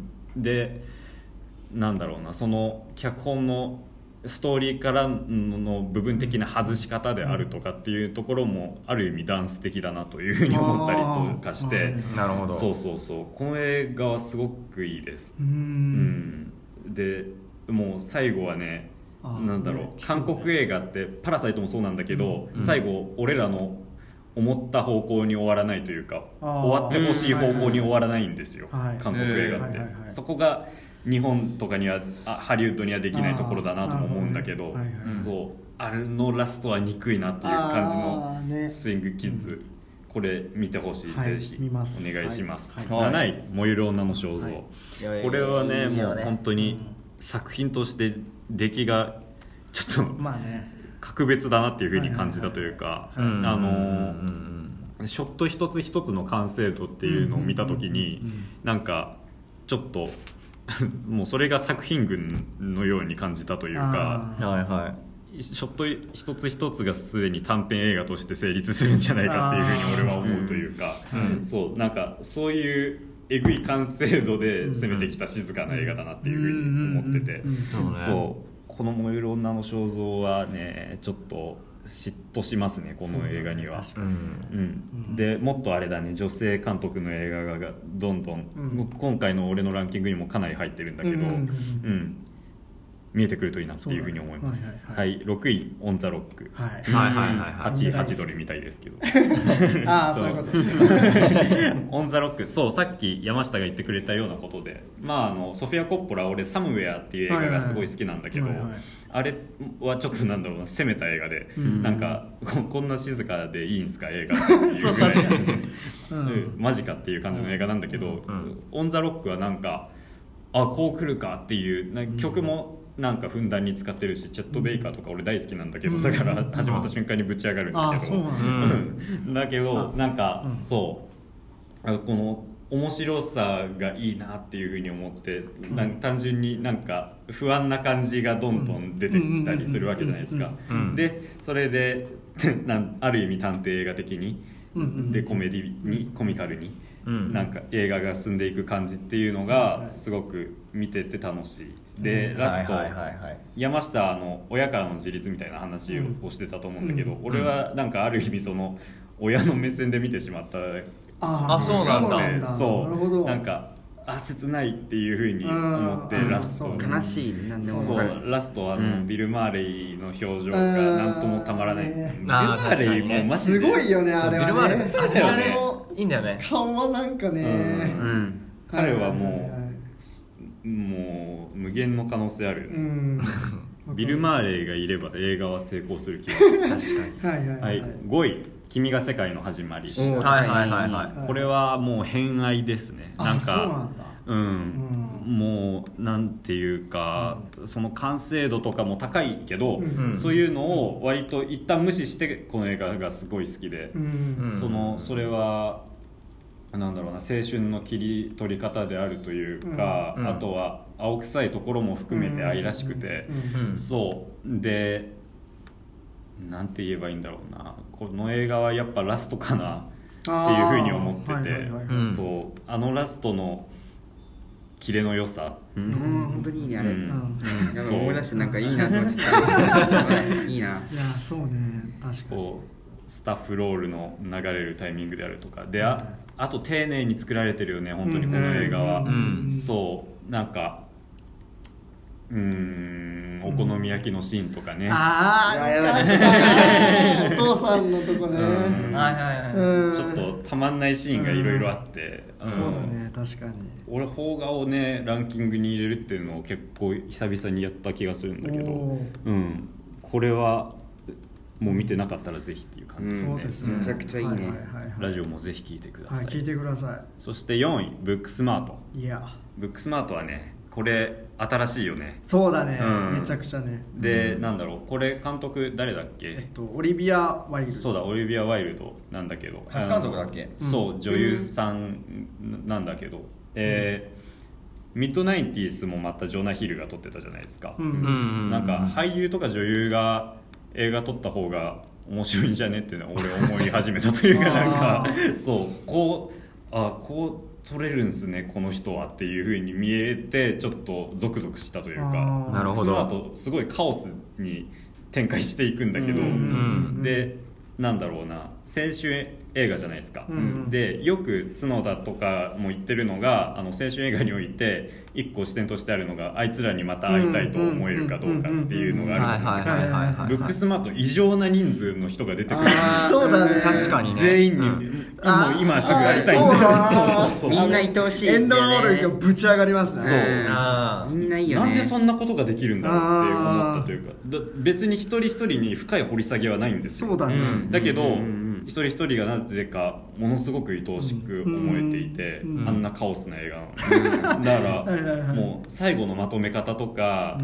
でなんだろうな、その脚本のストーリーからの部分的な外し方であるとかっていうところもある意味ダンス的だなというふうに思ったりとかして、 なるほど、 そうそうそう、この映画はすごくいいです。うん、でもう最後はね、なんだろう、ね、韓国映画ってパラサイトもそうなんだけど、うん、最後俺らの思った方向に終わらないというか、終わってほしい方向に終わらないんですよ、はいはい、韓国映画って、はいはいはい、そこが日本とかにはハリウッドにはできないところだなとも思うんだけど、はいはい、そうあれのラストは憎いなっていう感じのスイングキッズ、ね、これ見てほしい、はい、ぜひお願いします、はいはい、なない燃える女の肖像、はい、これはね、いいよね、もう本当に作品として出来がちょっと、まあね、格別だなっていう風に感じたというか、あのショット一つ一つの完成度っていうのを見た時になんかちょっともうそれが作品群のように感じたというか、はいはい、ショット一つ一つがすでに短編映画として成立するんじゃないかっていう風に俺は思うというか、うん、そうなんかそういうえぐい完成度で攻めてきた静かな映画だなっていう風に思ってて、そうこの燃える女の肖像はねちょっと嫉妬しますね、この映画には。うんうん、でもっとあれだね、女性監督の映画がどんどん、うん、今回の俺のランキングにもかなり入ってるんだけど、うんうんうんうん、見えてくるといいなっていうふうに思います。はい、はいはい、ろくいオンザロック、はい、はちいハチドリみたいですけどああそういうことオンザロック、そうさっき山下が言ってくれたようなことで、まあ、あのソフィア・コッポラ、俺サムウェアっていう映画がすごい好きなんだけど、はいはいはいはい、あれはちょっとなんだろうな、攻めた映画で、うん、なんか こ, こんな静かでいいんすか映画っていうぐらいうん、マジかっていう感じの映画なんだけど、うん、オンザロックはなんかあこう来るかっていうな曲もなんかふんだんに使ってるし、チェット・ベイカーとか俺大好きなんだけど、だから始まった瞬間にぶち上がるんだけど、うん、だけどなんかそうこの面白さがいいなっていうふうに思って、なんか単純になんか不安な感じがどんどん出てきたりするわけじゃないですか。でそれでなんある意味探偵映画的にでコメディにコミカルになんか映画が進んでいく感じっていうのがすごく見てて楽しい。でラスト山下の親からの自立みたいな話をしてたと思うんだけど、俺はなんかある意味その親の目線で見てしまった。 ああそうなんだ。 そうなんかあ切ないっていう風に思ってラスト悲しいなんでもそうラストあの、うん、ビル・マーレイの表情がなんともたまらないですね。ビル・マーレイもマジですごいよね、あれはね。ビル・マーレイそうだよね。いいんだよね。 顔はなんかね、うんうん、彼はもうもう無限の可能性あるよね。うんビル・マーレイがいれば映画は成功する気がする。確かに。はいはいはい、はい、ごい君が世界の始まり、はいはいはいはい、これはもう偏愛ですね。なんかそうなんだ、うん、うん、もうなんていうか、うん、その完成度とかも高いけど、うん、そういうのを割と一旦無視してこの映画がすごい好きで、うん、そのそれはなんだろうな、青春の切り取り方であるというか、うん、あとは青臭いところも含めて愛らしくて、うん、そうでなんて言えばいいんだろうな、この映画はやっぱラストかなっていうふうに思ってて、はいはいはいはい、そうあのラストのキレの良さ、 うん、本当にいいねあれ、うん、なんか思い出してなんかいいなと思っちゃったいいな。いやそうね、確かにスタッフロールの流れるタイミングであるとかで、あ、あと丁寧に作られてるよね本当にこの映画は、うんうん、そうなんかうーんお好み焼きのシーンとかね、 ああよかったねお父さんのとこね、 うんはいはいはい、 うんちょっとたまんないシーンがいろいろあって、 うん、そうだね確かに俺邦画をねランキングに入れるっていうのを結構久々にやった気がするんだけど、うん、これはもう見てなかったらぜひっていう感じですね、 そうですねめちゃくちゃいいね、 はいはいはいはい、 ラジオもぜひ聞いてください、 はい、聞いてください。 そしてよんいブックスマート。 いやブックスマートはねこれ新しいよね。 そうだね、 うんめちゃくちゃね。 で、 うん、 なんだろうこれ監督誰だっけ、 えっとオリビア・ワイルド。 そうだオリビア・ワイルドなんだけど初監督だっけ、 うん、そう女優さんなんだけど、うん、えー、ミッドナインティースもまたジョナヒルが撮ってたじゃないですか、 うんうん、 なんか俳優とか女優が映画撮った方が面白いんじゃねっていうのは俺思い始めたというかなんかそうこうあこう撮れるんすねこの人はっていう風に見えてちょっとゾクゾクしたというか、 なるほど。 その後すごいカオスに展開していくんだけど、うん、でなんだろうな青春映画じゃないですか、うん、でよく角田とかも言ってるのがあの青春映画において一個視点としてあるのがあいつらにまた会いたいと思えるかどうかっていうのがあるんだけどブックスマート異常な人数の人が出てくる。 そうだね確かにね全員に、うん、もう今すぐ会いたいんだよ。そうそうそうみんな愛おしい、 ね、エンドロールがぶち上がりますね。 そうあみんないいよね。 なんでそんなことができるんだろうって思ったというか別に一人一人に深い掘り下げはないんですよ。 そうだね、うん、 だけど、うん、一人一人がなぜかものすごく愛おしく思えていて、うん、あんなカオスな映画なのにだからもう最後のまとめ方とか、うん、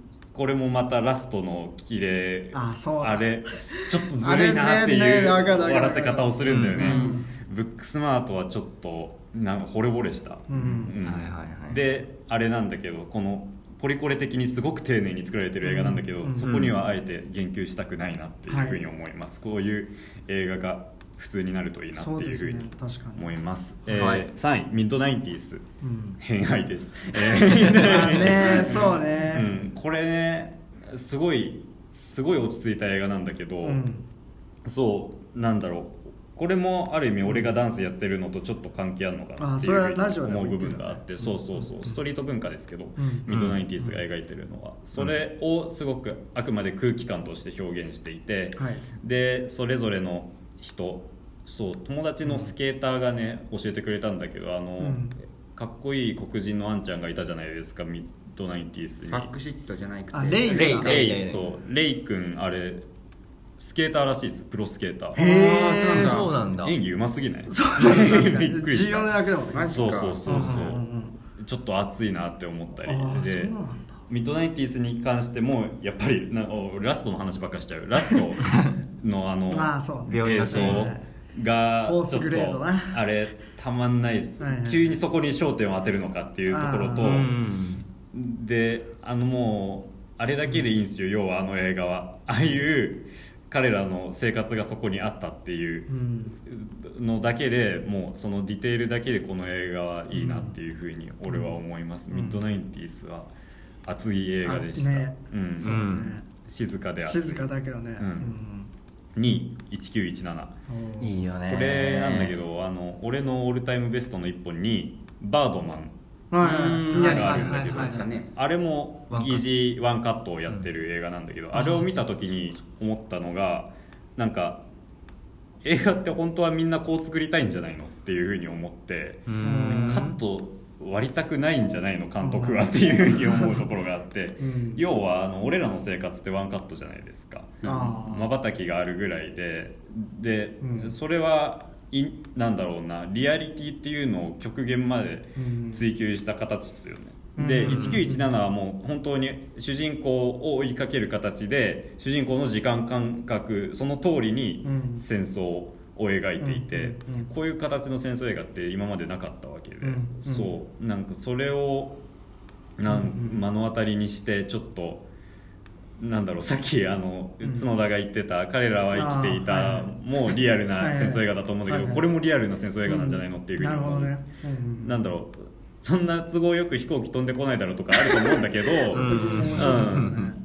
これもまたラストの綺麗 あ, あれちょっとずるいなっていう終わらせ方をするんだよね、うん、ブックスマートはちょっとなんか惚れ惚れした、うんうんはいはいはい、であれなんだけどこのポリコレ的にすごく丁寧に作られてる映画なんだけど、うん、そこにはあえて言及したくないなっていうふうに思います、はい、こういう映画が普通になるといいなっていうふうに思います。そうですね、えー、さんいミッドナインティース、うん、偏愛です、えー、ねそうね、 うん、これねすごいすごい落ち着いた映画なんだけど、うん、そうなんだろうこれもある意味俺がダンスやってるのとちょっと関係あるのかなっていうふうに思う部分があって、そうそうそうストリート文化ですけど、うん、ミッドナインティースが描いてるのはそれをすごくあくまで空気感として表現していて、はい、でそれぞれの人そう友達のスケーターがね教えてくれたんだけどあの、うん、かっこいい黒人のあんちゃんがいたじゃないですかミッドナインティースにファックシットじゃなくてあレイレイレイそうレイ君あれスケーターらしいですプロスケーター。 へーそうなんだ演技うますぎないそうなんだびっくりした重要な役だもんね。 そうそうそうそう、うんうんうん、ちょっと熱いなって思ったりでミッドナインティースに関してもやっぱりなラストの話ばっかしちゃうラストのあのあそう、 ね、映像がちょっとあれたまんないです、はいはい、急にそこに焦点を当てるのかっていうところとであのもうあれだけでいいんですよ要はあの映画はああいう彼らの生活がそこにあったっていうのだけでもうそのディテールだけでこの映画はいいなっていうふうに俺は思います、うん、ミッドナインティースは熱い映画でした、ねうんそうね、静かで熱い静かだけどね、うんうん、にいちきゅういちなないいよねこれなんだけどあの俺のオールタイムベストのいっぽんにバードマンがあるんだけどあれも疑似ワンカットをやってる映画なんだけど、うん、あれを見た時に思ったのがなんか映画って本当はみんなこう作りたいんじゃないのっていうふうに思ってカット割りたくないんじゃないの監督はっていうふうに思うところがあって、うん、要はあの俺らの生活ってワンカットじゃないですかまばたきがあるぐらいでで、うん、それはいなんだろうなリアリティっていうのを極限まで追求した形ですよね、うん、でいちきゅういちななはもう本当に主人公を追いかける形で主人公の時間感覚その通りに戦争を描いていて、うんうんうん、こういう形の戦争映画って今までなかったわけで、うんうん、そうなんかそれをなん目の当たりにしてちょっとなんだろうさっきあの角田が言ってた、うん、彼らは生きていたもうリアルな戦争映画だと思うんだけどこれもリアルな戦争映画なんじゃないのっていうふうに思う、うんなるほどねうん、なんだろうそんな都合よく飛行機飛んでこないだろうとかあると思うんだけど、うんうん、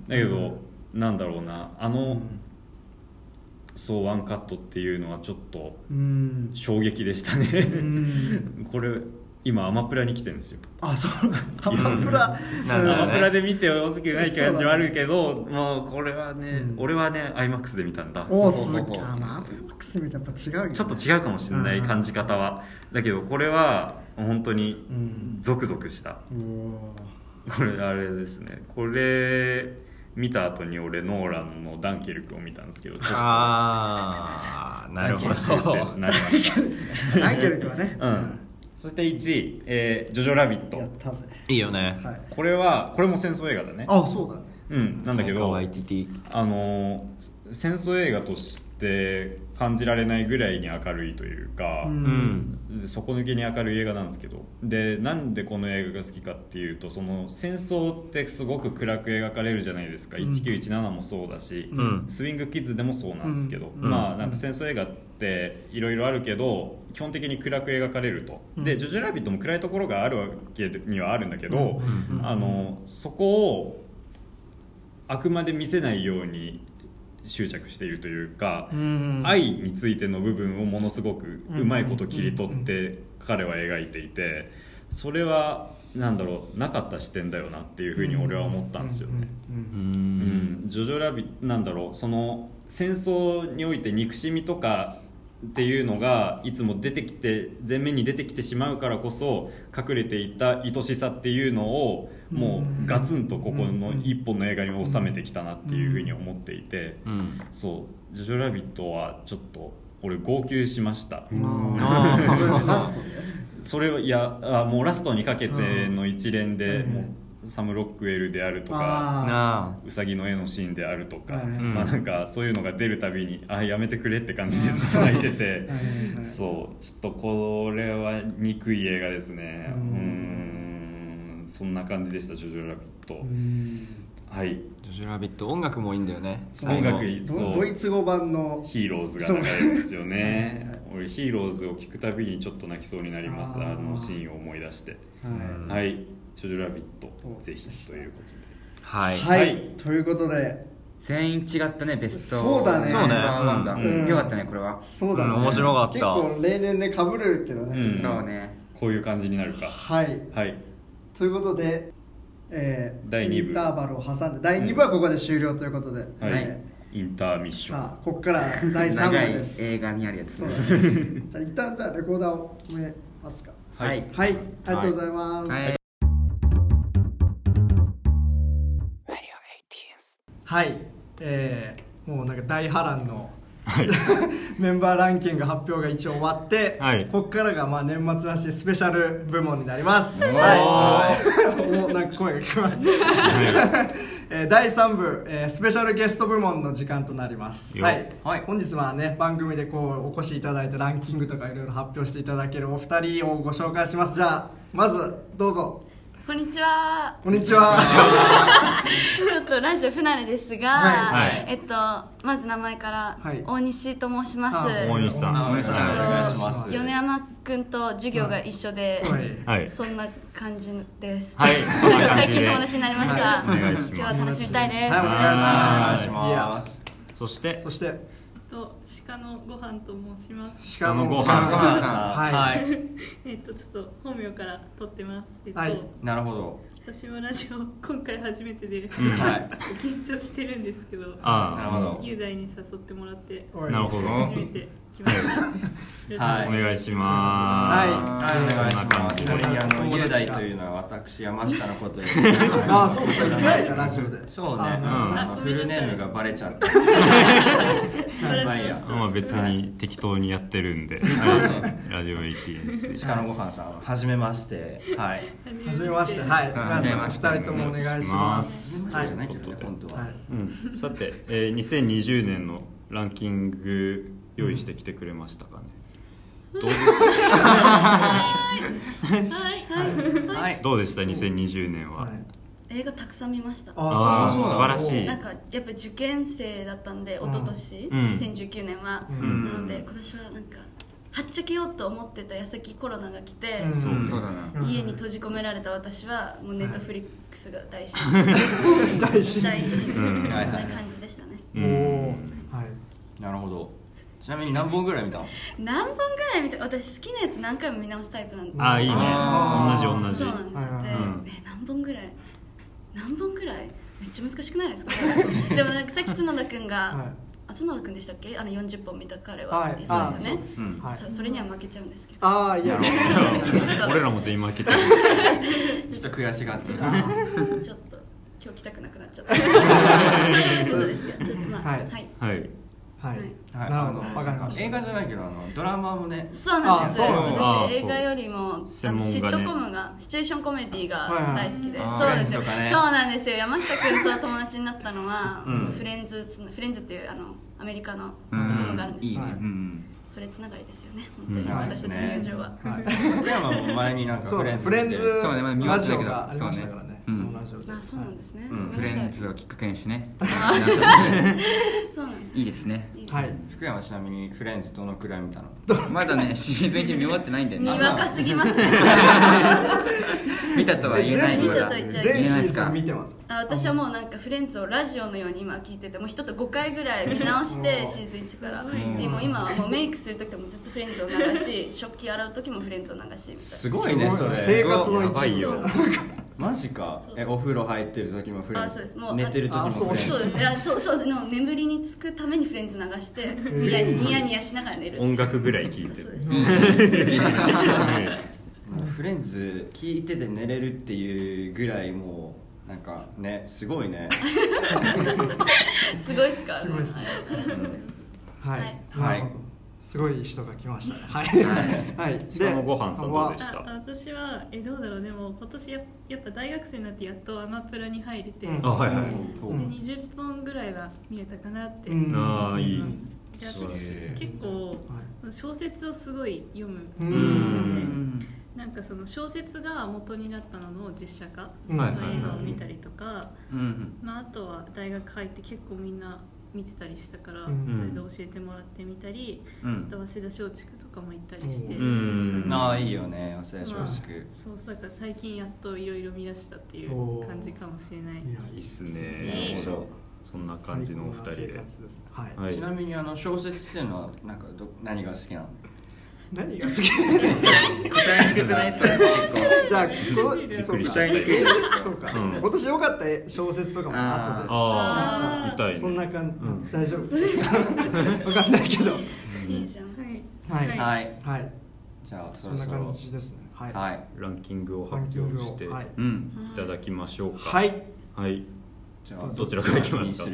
だけどなんだろうなあの、うん、そうワンカットっていうのはちょっと衝撃でしたね、うん、これ今アマプラに来てるんですよ。 あ、そうアマプラアマプラで見てほしくない感じはあるけど、もうこれはね、うん、俺はね アイマックス で見たんだ。 おお、すげえ。まあ アイマックス で見たらやっぱ違うよね。 ちょっと違うかもしれない感じ方は、だけどこれは本当にゾクゾクした、うん、これあれですね。これ見た後に俺ノーランのダンケルクを見たんですけど、 ああなるほどなりましたダンケルクはね、 うん、そしていちい、えー、ジョジョラビット。 やったぜ。 いいよね、 はい、 これはこれも戦争映画だね。 あ、そうだね。 うんなんだけど、 ワイティティあの戦争映画として感じられないぐらいに明るいというか、うん、底抜けに明るい映画なんですけど、でなんでこの映画が好きかっていうと、その戦争ってすごく暗く描かれるじゃないですか、うん、いちきゅういちななもそうだし、うん、スイングキッズでもそうなんですけど、うん、まあなんか戦争映画っていろいろあるけど基本的に暗く描かれると、うん、でジョジョラビットも暗いところがあるわけにはあるんだけど、うん、あのそこをあくまで見せないように執着しているというか、うん、愛についての部分をものすごくうまいこと切り取って彼は描いていて、それはなんだろう、なかった視点だよなっていうふうに俺は思ったんですよね。ジョジョラビなんだろう、その戦争において憎しみとかっていうのがいつも出てきて前面に出てきてしまうからこそ、隠れていた愛しさっていうのをもうガツンとここの一本の映画に収めてきたなっていうふうに思っていて、うん、そうジョジョラビットはちょっと俺号泣しました。それはいやあもうラストにかけての一連でもうサム・ロックウェルであるとかウサギの絵のシーンであるとか、まあ、なんかそういうのが出るたびにあやめてくれって感じでずっと泣いててそうちょっとこれは憎い映画ですね。うーんそんな感じでしたジョジョラビット。はい、 ジョジョラビット音楽もいいんだよね。 音楽いい。そうドイツ語版のヒーローズが流れるんですよね俺ヒーローズを聴くたびにちょっと泣きそうになります。 あ, あのシーンを思い出して、はい、はい、ジョジョラビットぜひということで、 はい、 はい、ということで全員違ったねベスト。 そうだね、 そうね、 うん、よかったねこれは。 そうだね、 うん、面白かった。 結構例年で被るけどね、 うん、 そうね、 こういう感じになるか。 はい、はい、ということで、えー、だいに部インターバルを挟んでだいに部はここで終了ということで、 うん、はい、えー、インターミッション。 さあここからだいさん部です。 長い映画にあるやつ。 そうだねじゃあ一旦じゃあレコーダーを止めますか。 はい、 はい、ありがとうございます。はい、はい、えー、もうなんか大波乱の、はい、メンバーランキング発表が一応終わって、はい、ここからがまあ年末らしいスペシャル部門になります。はい、おなんか声が聞こえます、えー、だいさん部、えー、スペシャルゲスト部門の時間となります。はい、はい、本日はね番組でこうお越しいただいてランキングとかいろいろ発表していただけるお二人をご紹介します。じゃあまずどうぞ。 こんにちは。 こんにちは。 ちょっとラジオ不慣れですが、はい、えっとまず名前から、はい、大西と申します。 大西さん。お願いします。 米山くんと授業が一緒で、はい、そんな感じです。 はい。 最近友達になりました。はい、今日は楽しみたいです。はい、お願いします。 そしてそしてと鹿のご飯と申します。 鹿のご飯はい。えっとちょっと本名から取ってます。えっと、はい、 なるほど。 私もラジオ今回初めてで、うん、はい、ちょっと緊張してるんですけど、あ、なるほど。雄大に誘ってもらって、 なるほど。 初めて来ました。 はい、お願いします。 はい、お願いします。ちなみにあの雄大というのは私山下のことです。 あ、そうです。言ってないかラジオで。 そうね。あのフルネームがバレちゃって。 まあいいや。まあ別に適当にやってるんで。ラジオエイティーンです。 鹿のご飯さんは初めまして。はい。 初めまして。はい。皆さん二人ともお願いします。 はい。本当は。 うん。さて、えー、にせんにじゅうねんのランキング用意してきてくれましたかね。どうですか。はい。どうでしたにせんにじゅうねんは。 映画たくさん見ました。 ああ、素晴らしい。 なんかやっぱ受験生だったんで、一昨年、うん、にせんじゅうきゅうねんは、うん、なので今年はなんかはっちゃけようと思ってた矢先コロナが来て、うん、そうだな、家に閉じ込められた私はもうネットフリックスが大好き大好き大好きな感じでしたね。 おお、はい、なるほど。 ちなみに何本ぐらい見たの？ 何本ぐらい見た？私好きなやつ何回も見直すタイプなんで。 ああいいね、同じ同じ。 そうなんですよ。で、うん、え何本ぐらい何本ぐらいめっちゃ難しくないですか？でもなんかさっき角田くんが、はい、角田くんでしたっけ？あのよんじゅっぽん見た彼は、はい、そうですよね。そ, うんはい、それには負けちゃうんですけど。 ああいや俺らも全員負けてる。 ちょっと悔しがってた。 ちょっと今日来たくなくなっちゃった。そうですか。ちょっとまあはいはいはいはい、なるほど、わかりました。 映画じゃないけどあのドラマもね。 そうなんですよ。私映画よりもシットコムがシチュエーションコメディが大好きで、そうですよ。そうなんですよ。山下君と友達になったのはフレンズフレンズっていうあのアメリカのシットコムがあるんですけど、それつながりですよね。本当に私たちの友情は。 福山も前になんかフレンズラジオがありましたからね。 あ、そうなんですね。 フレンズをきっかけにしてね。 そうなんです。 いいですね。 はい。 福山ちなみにフレンズどのくらい見たの？ まだねシーズンいち見終わってないんだよね。 にわかすぎますね。 見たとは言えない。 見たと言っちゃいけない。 全シーズン見てます。 あ、私はもうなんかフレンズをラジオのように今聞いてて、もう一とごかいぐらい見直してシーズンいちから。でも今はもうメイクする時ともずっとフレンズを流し、食器洗う時もフレンズを流しみたいな。 すごいねそれ。 生活の一部よ。 マジか。え、お風呂入ってる時もフレンズ。 あ、そうです。もう寝てる時もフレンズ。 そうです。いや、そうそうの眠りにつくためにフレンズ流してニヤニヤニヤしながら寝る。 音楽ぐらい聞いてる。 フレンズ聞いてて寝れるっていうぐらいもうなんかねすごいね。 すごいっすか。 すごいですね。はいはい。すごい人が来ましたね。はいはい。 しかもご飯さんどうでした？ 私はえどうだろう。でも今年ややっぱ大学生になってやっとアマプラに入れて、 あはいはい。 でにじゅっぽんぐらいは見れたかなって思います。ああいい。 で私結構小説をすごい読む。なんかその小説が元になったのの実写化の映画を見たりとか、まああとは大学入って結構みんな見てたりしたから、うん、それで教えてもらってみたり、うん、早稲田松竹とかも行ったりして、うん、 ああいいよね早稲田松竹、 まあ、そうだから最近やっといろいろ見出したっていう感じかもしれない。 いやいいっすね。そんな感じのお二人で、ねはいはい、ちなみにあの小説っていうのはなんかど何が好きなの？ 何が好き？ 答えにくくない？それ結構じゃあこそうかそうか、うん、今年良かった小説とかも後でああ見たいね。 そんな感じ、うん、大丈夫ですか？分かんないけどいいじゃん。 はいはいはい、 じゃあそんな感じですね。はい、 はい、 ランキングを発表していただきましょうか。 はいはい、じゃあどちらからいきますか？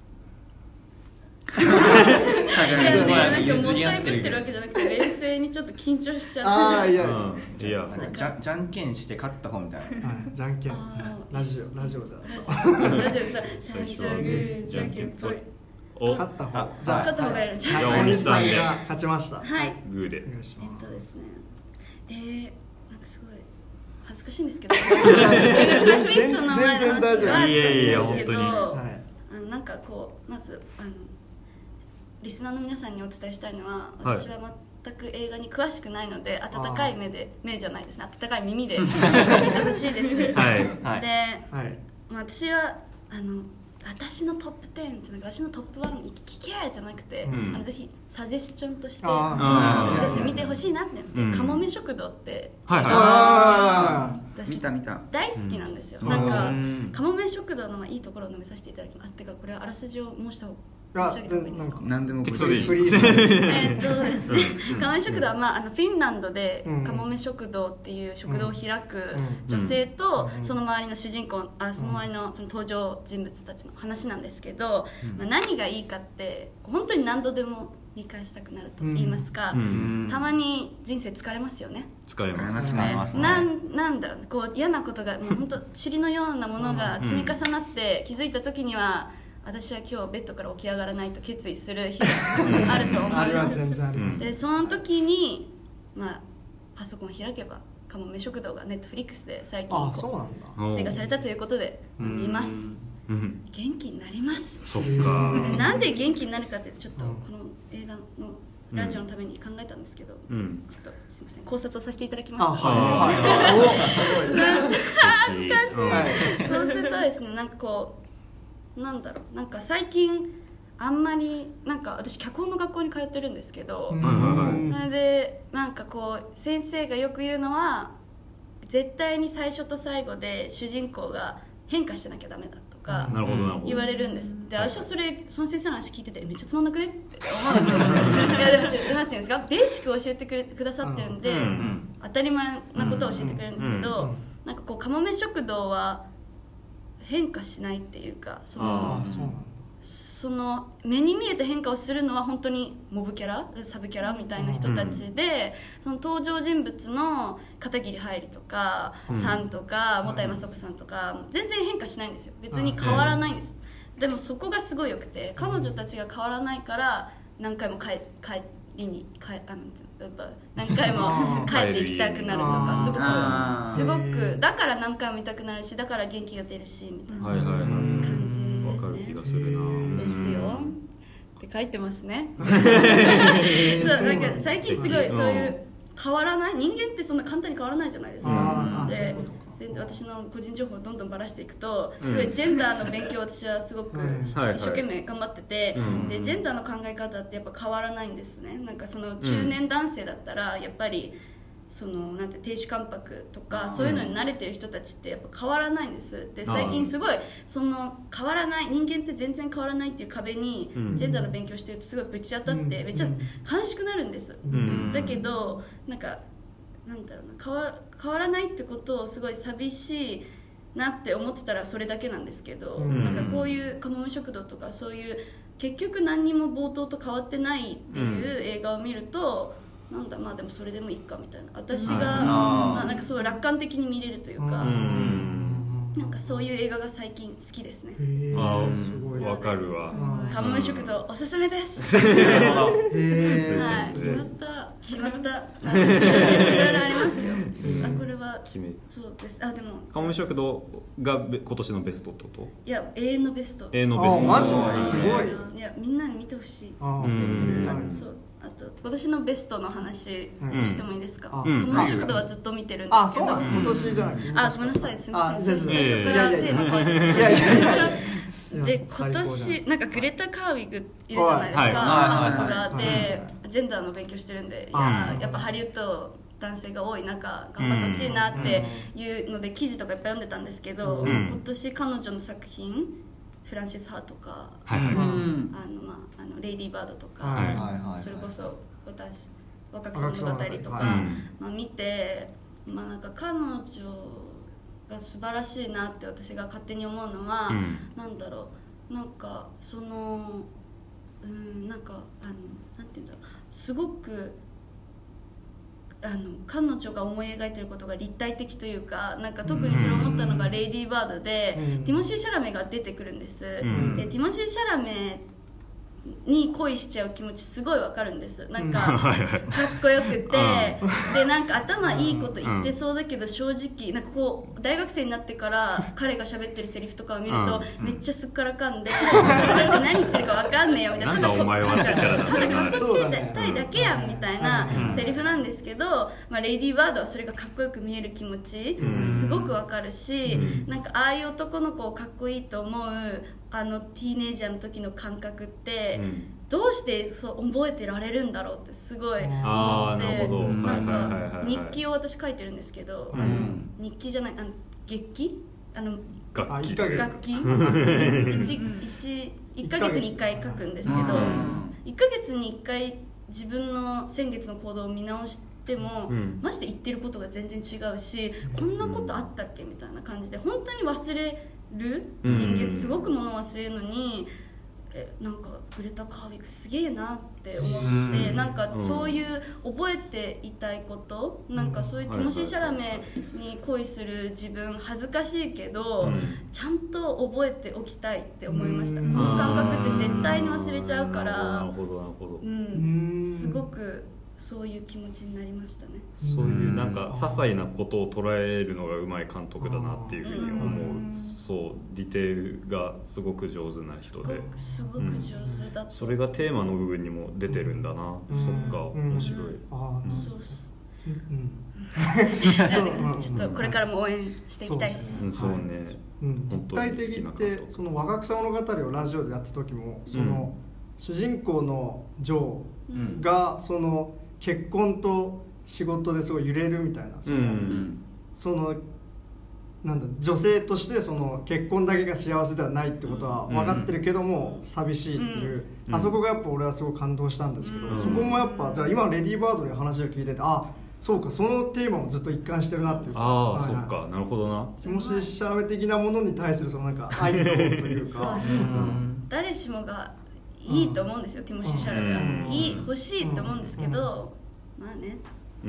いやなんかもったいぶってるわけじゃなくて冷静にちょっと緊張しちゃって。 ああいやいやじゃじゃんけんして勝った方みたいな。 じゃんけんラジオラジオだ。 ラジオさ最初はグーじゃんけんぽい。 勝った方じゃあ勝った方がやる。 じゃあ大西さんが勝ちました。 はいグーで。 えっとですね。でなんかすごい恥ずかしいんですけど。全然全然大丈夫。 いやいや本当に。 あのなんかこうまずあの。リスナーの皆さんにお伝えしたいのは、私は全く映画に詳しくないので、温かい目で目じゃないですね、温かい耳で聞いてほしいです。はい、で、はい、私はあの私のトップテンじゃなくて私のトップワン聞けじゃなくて、うん、あのぜひサジェスチョンとして見てほしいなって、うん、カモメ食堂って、 はいはい、私見た見た大好きなんですよ。うん、なんかカモメ食堂のいいところを述べさせていただきます。ってかこれはあらすじを申した方が何でも適当でいいです。えっとですね、カモメ食堂は、まあ、あのフィンランドでカモメ食堂っていう食堂を開く女性とその周りの主人公、あその周りのその登場人物たちの話なんですけど、まあ、何がいいかって本当に何度でも見返したくなると言いますか、たまに人生疲れますよね。 疲れますね。なんなんだろう、こう嫌なことがもう本当塵のようなものが積み重なって気づいた時には。私は今日ベッドから起き上がらないと決意する日があると思います。 全然あります。 でその時に、まあ、パソコンを開けばカモメ食堂がネットフリックスで最近こう追加されたということで見ます。元気になります。 そっか。 なんで元気になるかってちょっとこの映画のラジオのために考えたんですけど、うん、ちょっとすみません考察をさせていただきました。 はいはい。おすごい。 恥ずかしい。そうするとですね、なんかこうなんだろう、なんか最近あんまりなんか私脚本の学校に通ってるんですけど、それでなんかこう先生がよく言うのは絶対に最初と最後で主人公が変化してなきゃダメだとか言われるんです。で私はそれその先生の話聞いててめっちゃつまんなくねって思うんですよ。いやでもなんていうんですか、ベーシックを教えてくれくださってるんで、当たり前なことを教えてくれるんですけど、なんかこうかもめ食堂は変化しないっていうか、そのその目に見えた変化をするのは本当にモブキャラサブキャラみたいな人たちで、その登場人物の片桐はいりとか、うん、さんとかもたいまさこさんとか全然変化しないんですよ。別に変わらないんです、うん、でもそこがすごいよくて、彼女たちが変わらないから何回も帰りに帰あのやっぱ何回も帰っていきたくなるとか、すごくすごくだから何回も見たくなるし、だから元気が出るしみたいな感じですね。 わかる気がするな。 ですよって書いてますね。そうなんか最近すごいそういう変わらない人間ってそんな簡単に変わらないじゃないですか。で全然私の個人情報をどんどんばらしていくと、すごいジェンダーの勉強を私はすごく一生懸命頑張ってて、でジェンダーの考え方ってやっぱ変わらないんですね。なんかその中年男性だったらやっぱりそのなんて亭主関白とかそういうのに慣れてる人たちってやっぱ変わらないんです。で最近すごいその変わらない人間って全然変わらないっていう壁にジェンダーの勉強してるとすごいぶち当たってめっちゃ悲しくなるんです。だけどなんかなんだろうな、変わ、変わらないってことをすごい寂しいなって思ってたらそれだけなんですけど、なんかこういうかもめ食堂とかそういう結局何にも冒頭と変わってないっていう映画を見ると、なんだまあでもそれでもいいかみたいな、私がまあなんかそう楽観的に見れるというか、なんかそういう映画が最近好きですね。 ああ、すごいわかるわ。 かもめ食堂おすすめです。はい、決まった決まった。いろいろありますよ。あ、これはそうです。あ、でもかもめ食堂が今年のベストってこと？ いや、永遠のベスト。 永遠のベスト。 マジですごい。 いや、みんなに見てほしい。 あ、 そう。あと今年のベストの話をしてもいいですか？かもめ食堂はずっと見てるんですけど。 あ、そう今年じゃない。 あ、ごめんなさい、すみません。最初からテーマ変わっちゃった。いやいやいや。で今年なんかグレタ・カーウィグいるじゃないですか、監督が。でジェンダーの勉強してるんで、いややっぱハリウッド男性が多い中頑張ってほしいなっていうので記事とかいっぱい読んでたんですけど、今年彼女の作品フランシス・ハーとか、あのまああのレイディー・バードとか、それこそ私若草物語とかまあ見て、まあなんか彼女が素晴らしいなって私が勝手に思うのは、うん、なんだろう、なんかそのうんなんかあのなんていうんだろう、すごくあの彼女が思い描いてることが立体的というか、なんか特にそれを思ったのがレイディー・バードで、うん、ティモシー・シャラメが出てくるんです、うん、でティモシー・シャラメに恋しちゃう気持ちすごいわかるんです。なんかかっこよくてでなんか頭いいこと言ってそうだけど、正直なんかこう大学生になってから彼が喋ってるセリフとかを見るとめっちゃすっからかんで、私何言ってるかわかんねえよみたいな、ただお前はただかっこつけたいだけやんみたいなセリフなんですけど、まあ、レイディー・バードはそれがかっこよく見える気持ちすごくわかるし、なんかああいう男の子をかっこいいと思うあのティーネイジャーの時の感覚って、うん、どうしてそう覚えてられるんだろうってすごい思って、なんか日記を私書いてるんですけど、うん、あの日記じゃないあの月記あの楽器楽器いっかげつにいっかい書くんですけど、いっかげつにいっかい自分の先月の行動を見直しても、うん、マジで言ってることが全然違うし、こんなことあったっけみたいな感じで本当に忘れる人間すごく物を忘れるのに、えなんかグレタ・カーウィグすげえなって思って、なんかそういう覚えていたいこと、なんかそういうティモシー・シャラメに恋する自分恥ずかしいけど、ちゃんと覚えておきたいって思いました。この感覚って絶対に忘れちゃうから、 なるほどなるほど、 うん、すごくそういう気持ちになりましたね。 そういうなんか些細なことを捉えるのがうまい監督だなっていうふうに思う。そうディテールがすごく上手な人で、 すごく上手だと、 うん、それがテーマの部分にも出てるんだな、うん、そっか面白い、うん、 ああそうっす、うん、ちょっとこれからも応援していきたいです。 そうね、 うん、立体的ってその若草物語をラジオでやった時もその、 主人公のジョーがその結婚と仕事ですごい揺れるみたいな、その、うん、そのなんだ女性としてその結婚だけが幸せではないってことは分かってるけども寂しいっていう、うん、あそこがやっぱ俺はすごい感動したんですけど、うん、そこもやっぱじゃあ今レディーバードの話を聞いてて、あそうかそのテーマもずっと一貫してるなっていうか、 ああ、 はいはい、 そっかなるほどな、 ティモシー・シャラメ的なものに対するそのなんか愛想というかそうそう、うん、誰しもがいいと思うんですよ、うん、ティモシー・シャラメは、うん、いい欲しいと思うんですけど、うん、まあね、うん、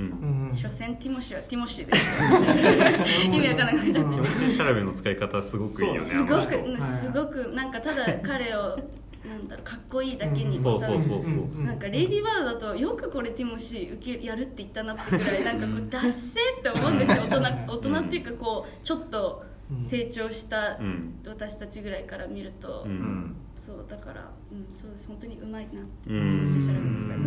所詮ティモシーはティモシーです意味わからなくなっちゃって、ティモシー・シャラメの使い方すごくいいよね、 すごくすごくなんかただ彼をなんだろうかっこいいだけにそうそうそうそうなんかレイディーバードだとよくこれティモシー受けやるって言ったなってぐらいなんかこうダッセーって思うんですよ、大人大人っていうかこうちょっと成長した私たちぐらいから見ると、うん、そうだから、うん、そうです本当にうまいなってティモシー・シャラメの使い方、うん、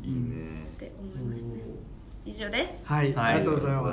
いいねって思いますね。以上です。 はい、はい、ありがとうございます。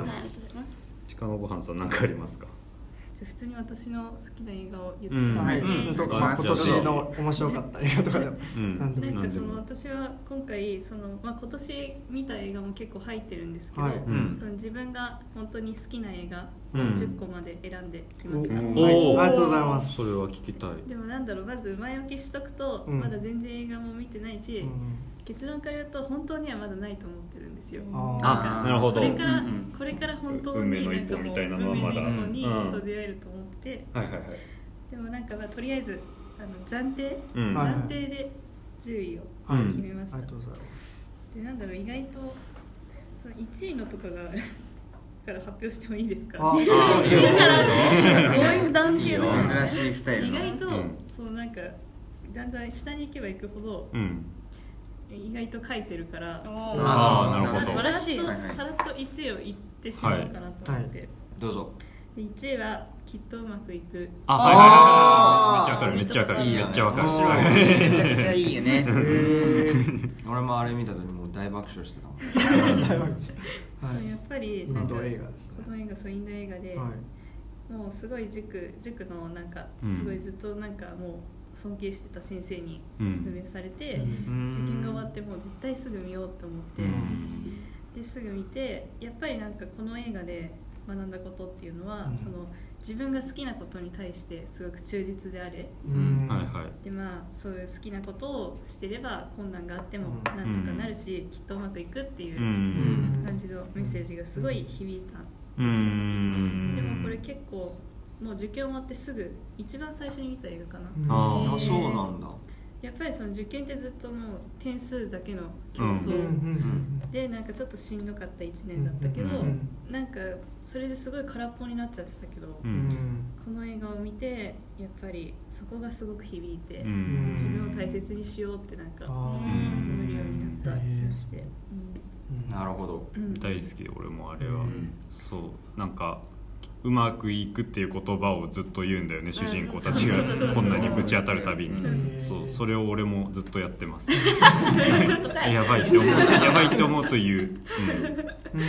鹿のごはんさん何かありますか？ 普通に私の好きな映画を言ってたので、うん、今年の面白かった映画とかでも、 うん、なんかその私は今回その、まあ、今年見た映画も結構入ってるんですけど、はい、その自分が本当に好きな映画じゅっこまで選んできました、うん、 はい、ありがとうございます。 それは聞きたい。 でもなんだろう、まず前置きしとくと、うん、まだ全然映画も見てないし、うん、結論から言うと本当にはまだないと思ってるんですよ。 あ、なるほど。 これから、うん、これから本当に運命の一歩みたいなのはまだ運命の一歩にそう出会えると思って、 はいはいはい、 でもなんかまあとりあえずあの暫定、うん、暫定でじゅういを決めました、はい、 ありがとうございます。 でなんだろう、意外とそのいちいのとかがから発表してもいいですか？ ああ、いいから強引断系の珍しいスタイル。 意外と、うん、そうなんかだんだん下に行けば行くほど、うん、意外と書いてるから、 ああ、なるほど。 素晴らしい。 さらっといちいを言ってしまうかなと思って、はいはい、 どうぞ。 いちいはきっとうまくいく。 あ、はいはいはいはい、めっちゃわかる、めっちゃわかる、めっちゃわかる。 めちゃくちゃいいよね。俺もあれ見た時もう大爆笑してたもん。大爆笑。 そう、やっぱりインド映画ですね。 この映画、そうインド映画で、はい、もうすごい塾塾のなんかすごいずっとなんかもう尊敬してた先生にお勧めされて、うん、受験が終わってもう絶対すぐ見ようと思って、うん、ですぐ見て、やっぱりなんかこの映画で学んだことっていうのは、うん、その自分が好きなことに対してすごく忠実であれ、 うんはいはい、 でまあそういう好きなことをしてれば困難があってもなんとかなるし、うん、きっとうまくいくっていう感じのメッセージがすごい響いた、うん、でもこれ結構もう受験終わってすぐ一番最初に見た映画かな。 ああ、そうなんだ。 やっぱりその受験ってずっともう点数だけの競争、うん、でなんかちょっとしんどかったいちねんだったけど、うん、なんかそれですごい空っぽになっちゃってたけど、うん、この映画を見てやっぱりそこがすごく響いて、うん、自分を大切にしようってなんか思えるようになったりして、 うん、なるほど、 うん、大好きで俺もあれは、うん、そうなんかうまくいくっていう言葉をずっと言うんだよね、主人公たちがこんなにぶち当たるたびに。そうそれを俺もずっとやってますやばいって思うやばいって思うという、うん、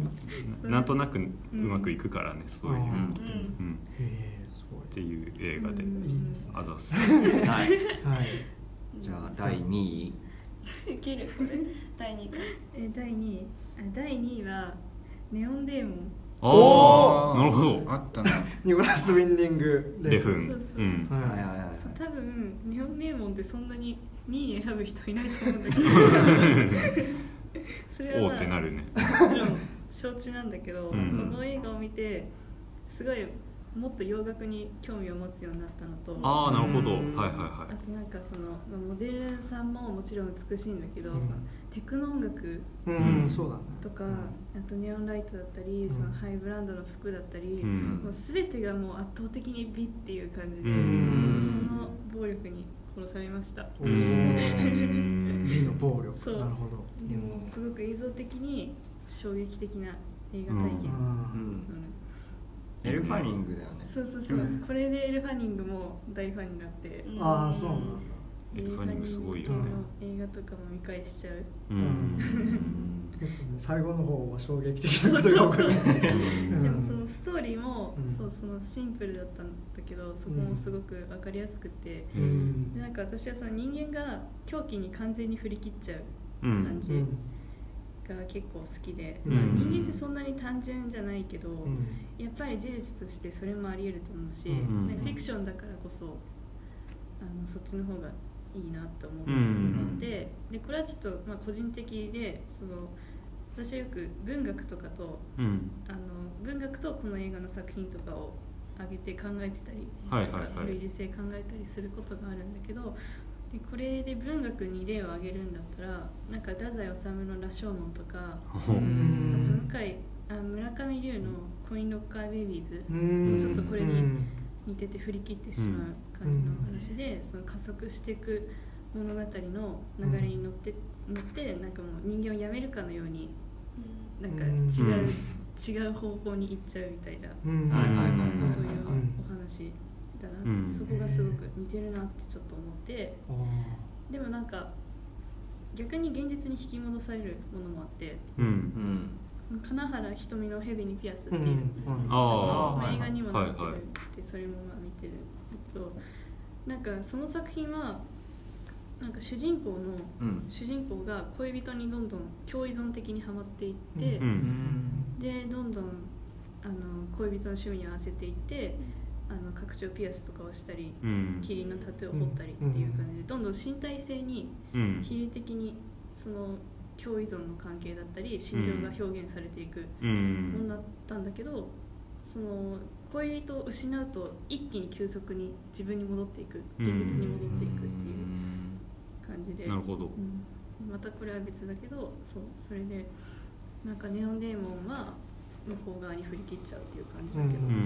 なんとなくうまくいくからね、そういう、うんうん、っていう映画であざすはい、はい、じゃあだいにいいけるこれだいにいかえだいにいだいにいはネオンデーモン。 おお、なるほど。 あったな。 ニコラス・ウィンディング・レフン。 そうそうそう。うん、はいはいはい。多分ネオンデーモンってそんなににいに選ぶ人いないと思うんだけど。それは、まあ、 おーってなるね。 もちろん承知なんだけど、うん、この映画を見てすごいもっと洋楽に興味を持つようになったのと、 ああなるほど、はいはいはい。 あとなんかそのモデルさんももちろん美しいんだけど、うん、そのテクノ音楽とか、うん、あとネオンライトだったり、うん、そのハイブランドの服だったり、うん、もう全てがもう圧倒的に美っていう感じで、うん、その暴力に殺されました。 美の暴力。 そう。なるほど。でもすごく映像的に衝撃的な映画体験。うんうんエルファニングだよね。 そうそうそう、うん、これでエルファニングも大ファンになって、 うん、ああそうなんだ。 エルファニングすごいよね。 映画とかも見返しちゃう。 うん、 最後の方は衝撃的なことが起こるんですね。 でもそのストーリーも、うん、そうそのシンプルだったんだけど、そこもすごく分かりやすくて、うん、でなんか私はその人間が狂気に完全に振り切っちゃう感じが結構好きで、うん、人間ってそんなに単純じゃないけど、うん、やっぱり事実としてそれもあり得ると思うし、うん、なんかフィクションだからこそあのそっちの方がいいなと思って、うん、でこれはちょっと、まあ、個人的でその私はよく文学とかと、うん、あの文学とこの映画の作品とかを上げて考えてたり、はいはいはい、類似性考えたりすることがあるんだけど、でこれで文学に例を挙げるんだったらなんか太宰治の羅生門とか、あと向井あ村上龍のコインロッカーベイビーズもちょっとこれに似てて振り切ってしまう感じの話で、その加速していく物語の流れに乗って、乗ってなんかもう人間をやめるかのようになんか違う、違う方向に行っちゃうみたいな、そういうお話だな、うん、そこがすごく似てるなってちょっと思って、でもなんか逆に現実に引き戻されるものもあって、うんうん、金原ひとみのヘビにピアスっていう、うんうん、映画にもなってるって、はいはい、それもまあ見てるけど、なんかその作品はなんか主人公の、うん、主人公が恋人にどんどん共依存的にはまっていって、うん、でどんどんあの恋人の趣味に合わせていってあの拡張ピアスとかをしたり、うん、キリンのタトゥーを彫ったりっていう感じでどんどん身体性に比例的にその共依存の関係だったり心情が表現されていくものだったんだけど、その恋人を失うと一気に急速に自分に戻っていく、現実に戻っていくっていう感じで、 なるほど、 うん、またこれは別だけど、そうそれでなんかネオンデーモンは向こう側に振り切っちゃうっていう感じだけど、うん、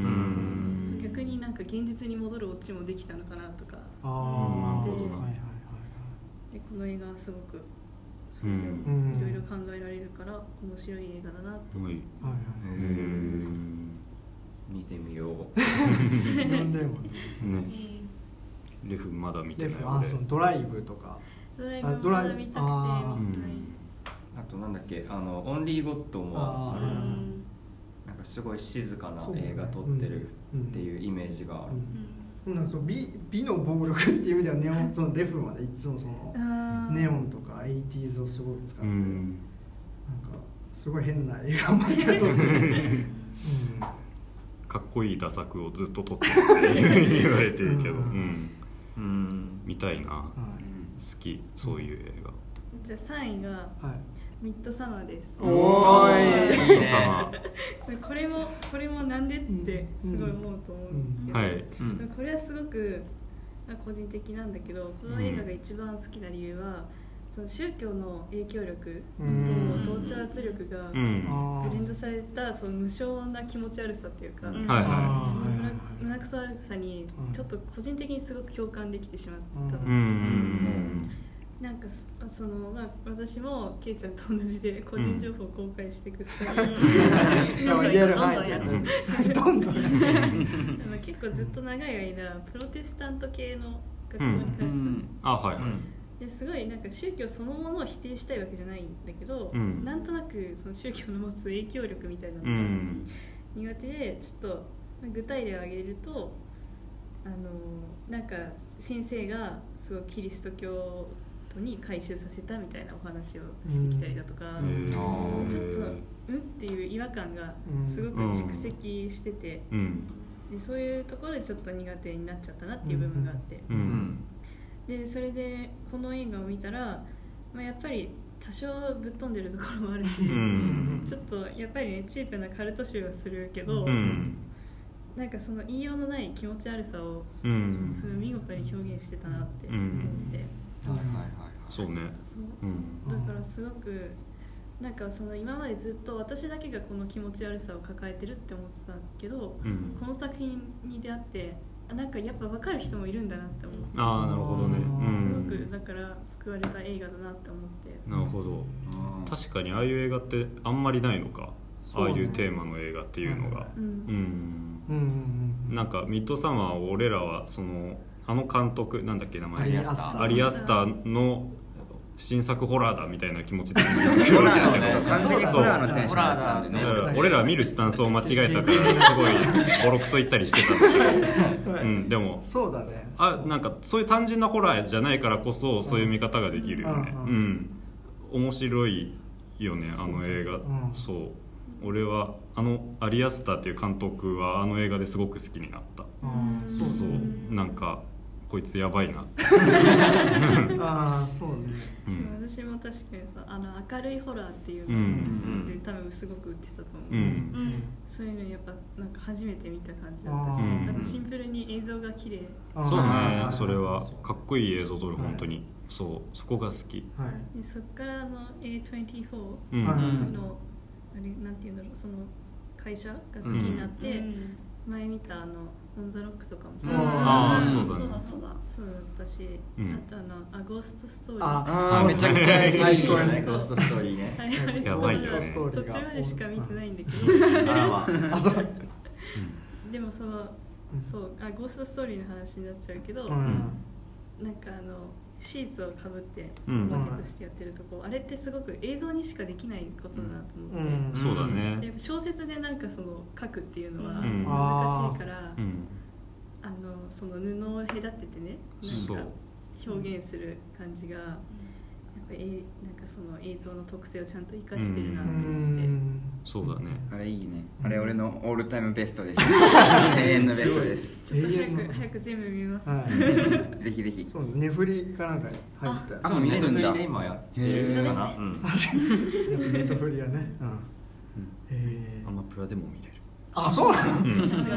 逆になんか現実に戻るオチもできたのかなとか思って、でこの映画はすごくそれをいろいろ考えられるから面白い映画だなと思いました。 見てみよう。 ネオンデーモンね。レフまだ見てない。レフあそのドライブとか。 ドライブまだ見たくて。あ, あとなんだっけあのオンリーゴッドもある。なんかすごい静かな映画撮ってるっていうイメージがある。 うんうん、なんかその 美, 美の暴力っていう意味ではネオンそのレフまでいつもそのネオンとかエイティーズをすごく使って、うん、なんかすごい変な映画を毎回撮ってる。うんかっこいいダ作をずっと撮ってるって言われてるけど、うんうん、見たいな、はい、好きそういう映画。 じゃあさんいが、はい、ミッドサマーです。 おーいミッドサマーこれもこれもなんでってすごい思うと思うんですけど、うんはいうん、これはすごく個人的なんだけど、この映画が一番好きな理由は、その宗教の影響力と同調圧力がブレンドされたその無償な気持ち悪さっていうか、うん、その胸くそ悪さにちょっと個人的にすごく共感できてしまったので、うん、なんかその、まあ、私もケイちゃんと同じで個人情報を公開していくスタイル、 どんどんやってどんどん結構ずっと長い間プロテスタント系の学校に通ってた、うん、 あはいはい、 ですごいなんか宗教そのものを否定したいわけじゃないんだけど、うん、なんとなくその宗教の持つ影響力みたいなのが苦手で、ちょっと具体例を挙げると、あのなんか先生がすごいキリスト教徒に改宗させたみたいなお話をしてきたりだとか、うん、ちょっとうんっていう違和感がすごく蓄積してて、うん、でそういうところでちょっと苦手になっちゃったなっていう部分があって、うんうんでそれでこの映画を見たら、まあ、やっぱり多少ぶっ飛んでるところもあるし、うん、ちょっとやっぱりねチープなカルト集はするけど、うん、なんかその言いようのない気持ち悪さを、うん、すごい見事に表現してたなって思って、うん、 そうねそう、うん、だからすごくなんかその今までずっと私だけがこの気持ち悪さを抱えてるって思ってたけど、うん、この作品に出会ってなんかやっぱ分かる人もいるんだなって思って、 ああなるほどね、 うん、すごくだから救われた映画だなって思って。 なるほど、確かにああいう映画ってあんまりないのか、ね、ああいうテーマの映画っていうのが、うん、うん、なんかミッドサマーを俺らはそのあの監督なんだっけ名前、 アリアスターアリアスターの新作ホラーだみたいな気持ちでホラーのね完璧ホラーのテンションだったんでね、 俺ら見るスタンスを間違えたからすごいボロクソ言ったりしてたんだけど、うん、でもそうだね、 あなんかそういう単純なホラーじゃないからこそそういう見方ができるよね、うん、うん、面白いよねあの映画、うん、そう俺はあのアリアスターっていう監督はあの映画ですごく好きになった、うん、そうそうなんかこいつやばいなああそうね、 うん、私も確かにさあの明るいホラーっていうので、うん、多分すごく売ってたと思う、うん、そういうのやっぱなんか初めて見た感じだったし、うん、あとシンプルに映像が綺麗、 そうねそれはかっこいい映像撮る本当に、はい、そうそこが好き、はい、 でそっからの エーにじゅうよんうん、 の、あれなんていうんだろうその会社が好きになって、うん、前見たあのオンザロックとかもそうだああそうだねそうだそうだそうだったし、うん、あとあのアゴーストストーリーああめちゃくちゃ最高ですゴーストストーリーねはいあれやばいよね途中までしか見てないんだけどあそうでもそのそうあゴーストストーリーの話になっちゃうけど、うん、なんかあのシーツをかぶってロケとしてやってるとこ、うん、あれってすごく映像にしかできないことだなと思って、 うんうん、そうだねやっぱ小説でなんかその書くっていうのはうん難しいから、 うん、 あのその布を隔ててねなんか表現する感じがやっぱりなんかその映像の特性をちゃんと生かしてるなと思って、うん、 そうだねあれいいねあれ俺のオールタイムベストです永遠のベストですちょっと早く早く全部見ます、はい、ぜひぜひそうネフリかなんかに入ってあそう見れるんだ今やってるかな、うん、 ネットフリはね、うん、 へアマプラでも見れるあそうなの、うん、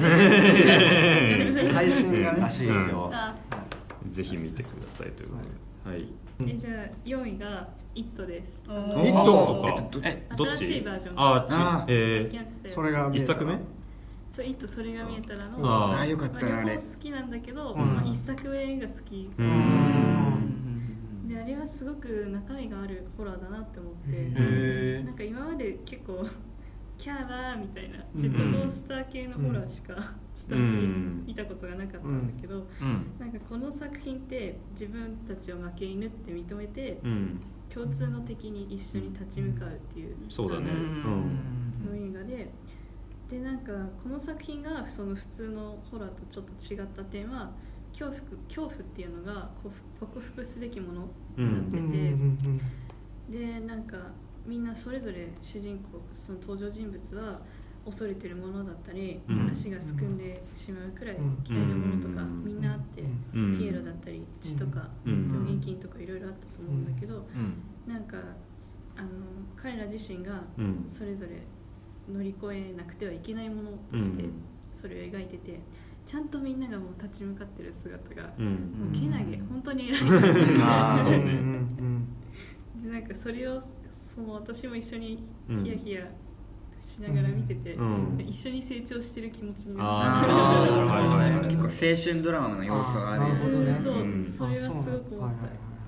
配信がねらしいですよ、 うん、ぜひ見てくださいということで、はい、 えじゃあよんいが「イット!」です。 イットとかえどっち新しいバージョンああえー、それが見えたら一作目そう、イットそれが見えたらのああよかったなあれ好きなんだけど、うんまあ、一作目が好きうんであれはすごく中身があるホラーだなって思ってなんか今まで結構キャーバーみたいなジェットコースター系のホラーしか、うん、スタッフ見たことがなかったんだけど、うん、なんかこの作品って自分たちを負け犬って認めて、うん、共通の敵に一緒に立ち向かうっていうスタンスの映画で、でなんかこの作品がその普通のホラーとちょっと違った点は恐怖、恐怖っていうのが克服すべきものになってて、でなんかみんなそれぞれ主人公その登場人物は恐れてるものだったり、うん、足がすくんでしまうくらい嫌いなものとか、うん、みんなあって、うん、ピエロだったり血とか病原菌とかいろいろあったと思うんだけど、うん、なんかあの彼ら自身がそれぞれ乗り越えなくてはいけないものとしてそれを描いてて、ちゃんとみんながもう立ち向かってる姿が、うん、もうけなげ本当に偉いそうねでなんかそれをその私も一緒にヒヤヒヤしながら見てて、うん、一緒に成長してる気持ちになって、 結構青春ドラマの要素があるよね。 そう、うん、それはすごく思った。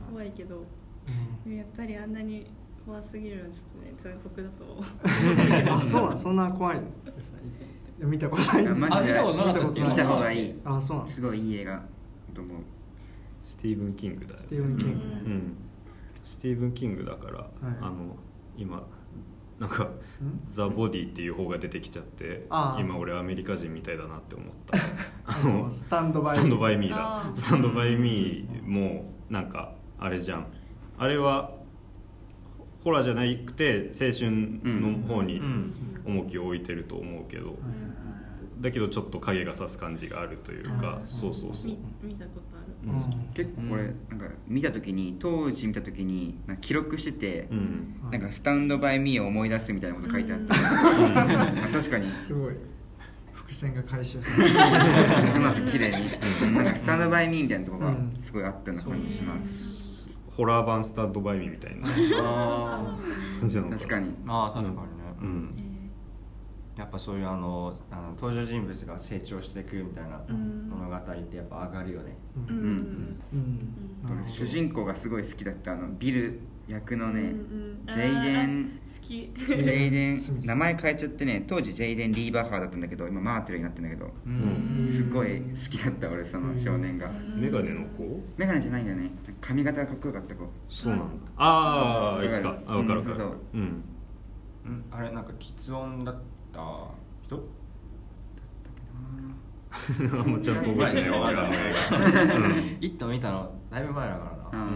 怖いけど、うん、やっぱりあんなに怖すぎるのはちょっとね残酷だと思う。 あ、そうなん、そんな怖いですね。見たことない。 マジで見た方がいい。 あ、そうなん。 すごいいい映画と思う。 スティーブン・キングだよ。 スティーブン・キングね。 うん。スティーブン・キングだから、はい、あの今なんかザ・ボディっていう方が出てきちゃって今俺アメリカ人みたいだなって思ったあのスタンドバイスタンドバイミーだスタンドバイミーもなんかあれじゃんあれはホラーじゃなくて青春の方に重きを置いてると思うけど、だけどちょっと影が差す感じがあるというか、そうそうそう見たことある、 うん、結構これなんか見た時に当時見た時になんか記録してて、うん、なんかスタンドバイミーを思い出すみたいなこと書いてあって、うん、確かにすごい伏線が回収されてうまく綺麗になんかスタンドバイミーみたいなところがすごいあったような感じします、 うん、ホラー版スタンドバイミーみたいな感じなのか確かにああ確かにね、うんやっぱそういうあのあの登場人物が成長していくみたいな物語ってやっぱ上がるよね、 うんうんうん、主人公がすごい好きだったあのビル役のね、 うんうん、 ジェイデン好きジェイデン名前変えちゃってね、当時ジェイデン・リーバーハーだったんだけど今マーテルになってるんだけど、うん、すごい好きだった俺その少年が。 メガネの子？ メガネじゃないんだよね、髪型がかっこよかった子。 そうなんだ。あああいつか。あ分かる分かる。うん、 うん、あれなんか喫音だった人だったけどな。もうちゃんと覚えてないわ。 一頭見たのだいぶ前だからな。うん、うん、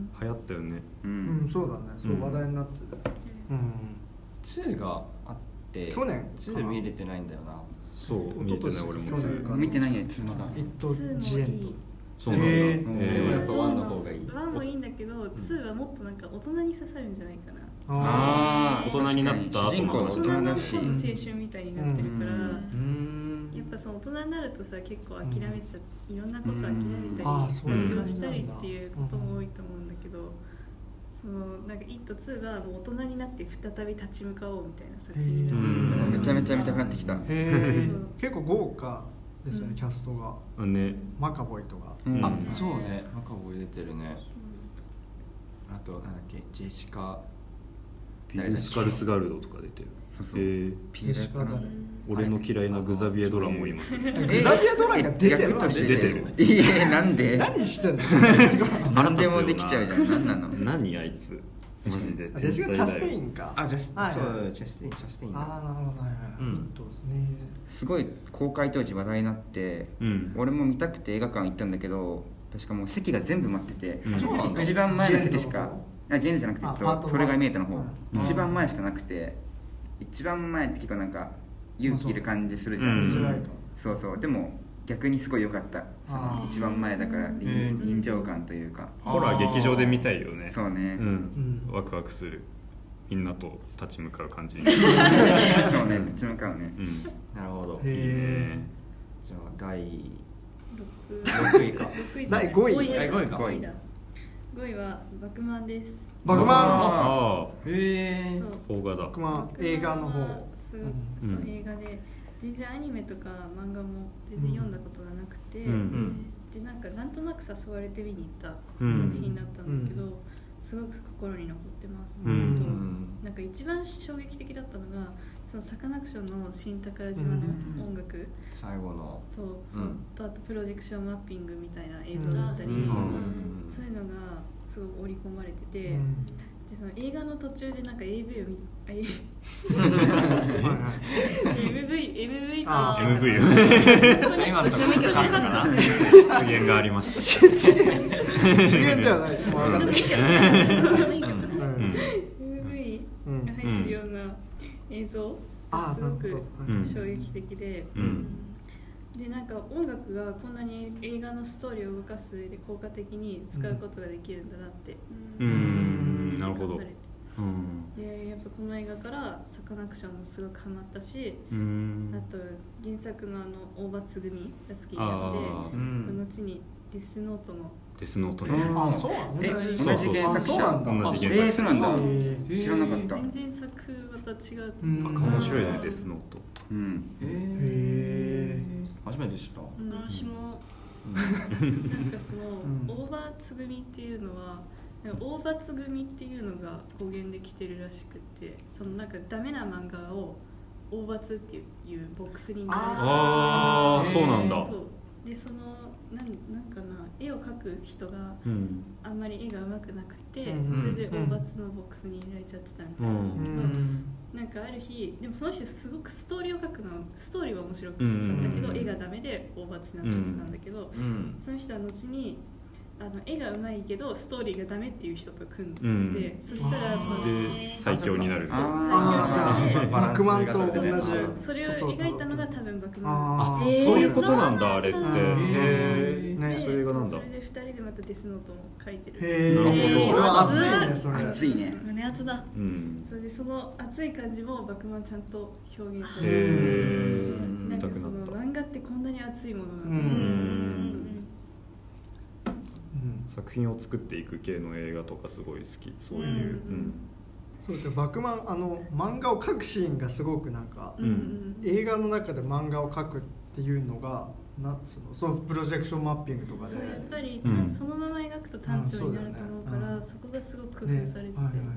流行ったよね。 うん、うん、そうだね。そう話題になってた。うん。 ツーがあって去年ツー見れてないんだよな。 そう見てない俺も。 見てないやつまだ。 一等ジエンド。 そうなんだ。ええ。やっぱワンの方がいい。 ワンもいいんだけど、ツーはもっとなんか大人に刺さるんじゃないかな。 ああ大人になった主人公の大人だし。 青春みたいになってるから。やっぱその大人になるとさ結構諦めちゃっていろんなこと諦めたりとかしたりっていうことも多いと思うんだけど。そのなんかイットツーはもう大人になって再び立ち向かおうみたいな作品になってめちゃめちゃ見たくなってきた。 へ結構豪華ですよね、キャストがね。 マカボイとか、 あそうね、マカボイ出てるね。あとなんだっけ、ジェシカピースカルスガルドとか出てる。えピースカルド俺の嫌いなグザビエドランもいます。 グザビエドランが出てる。 出てる。 いやなんで？ 何してんの？ 何でもできちゃうじゃん。何なの？ 何あいつ？マジで。 ジェシカ・チャステインか。 あ、ジャステイン。そうチャステイン、チャステイン。 ああなるほどね。うんそうですね。 すごい公開当時話題になって、俺も見たくて映画館行ったんだけど、確かもう席が全部埋まってて、一番前の席しか、あジェンじゃなくてそれが見えたの方、一番前しかなくて、一番前って結構なんか勇気いる感じするじゃん。そうそう。でも逆にすごい良かった。一番前だから臨場感というか。 ホラー劇場で見たいよね。 そうね。 ワクワクする。みんなと立ち向かう感じ。 そうね、立ち向かうね。 なるほど。 いいね。 じゃあだいろくいか。 だいごい。 ごいか。ごいだ。ごいはバクマンです。 バクマン。 ああ。 へえ。 邦画だ。 バクマン映画の方。 そう映画で。全然アニメとか漫画も全然読んだことがなくて、うん、でなんかなんとなく誘われて見に行った作品だったんだけど、うん、すごく心に残ってます、うん、となんか一番衝撃的だったのがそのサカナクションの新宝島の音楽、うん、 最後のそうそう、うん、とあとプロジェクションマッピングみたいな映像だったり、うん、そういうのがすごく織り込まれてて、うん、でその映画の途中でなんか エーブイ を見あ エムブイ エムブイ とあ エムブイ今のちょっとかかったかな出現がありました出現ではないでもいいけどね エムブイ が入ってるような映像がすごく衝撃的で、でなんか音楽がこんなに映画のストーリーを動かす上で効果的に使うことができるんだなってうんなるほど。 うん、でやっぱこの映画からサカナクションもすごくハマったし、うんあと原作のあの大場つぐみが好きになって、うん、後にデスノートのデスノートね。 あそうなんだ。 同じ原作者。 同じ原作者。 えー、そうなんだ。知らなかった。 全然作風また違うと思う。面白いねデスノート。 うん。 へえ。初めて知った。 私も。 なんかその大場つぐみっていうのは。大場つぐみっていうのが語源で来てるらしくて、そのなんかダメな漫画を大場つっていうボックスに並べちゃう。 ああそうなんだ。 そうでそのなんなんかな絵を描く人があんまり絵が上手くなくて、うん、それで大場つのボックスに入れられちゃってたみたいな、うん、なんかある日でもその人すごくストーリーを描くのストーリーは面白かったけど、うん、絵がダメで大場つになっちゃってたんだけど、うん、その人は後にあの絵が上手いけどストーリーがダメっていう人と組んで、うん、そしたらで最強になる。 最強にバクマンと同じそれを描いたのが多分バクマン。 あ、そういうことなんだあれって。へえ。それがなんだ。 それでふたりでまたデスノートも書いてる。 へえ。なるほど。熱いねそれ。 熱いね。 胸熱だ。 うん。それでその熱い感じもバクマンちゃんと表現する。 へえ。 なんかその漫画ってこんなに熱いものなんだ。 作品を作っていく系の映画とかすごい好き。そういう、うん、 そうでバクマンあの漫画を描くシーンがすごくなんか、うん、映画の中で漫画を描くっていうのがなんつうのそのプロジェクションマッピングとかでそうやっぱり、うん、そのまま描くと単調になると思うから、うん そ, ね、そこがすごく工夫されてて、ねはいはいはい、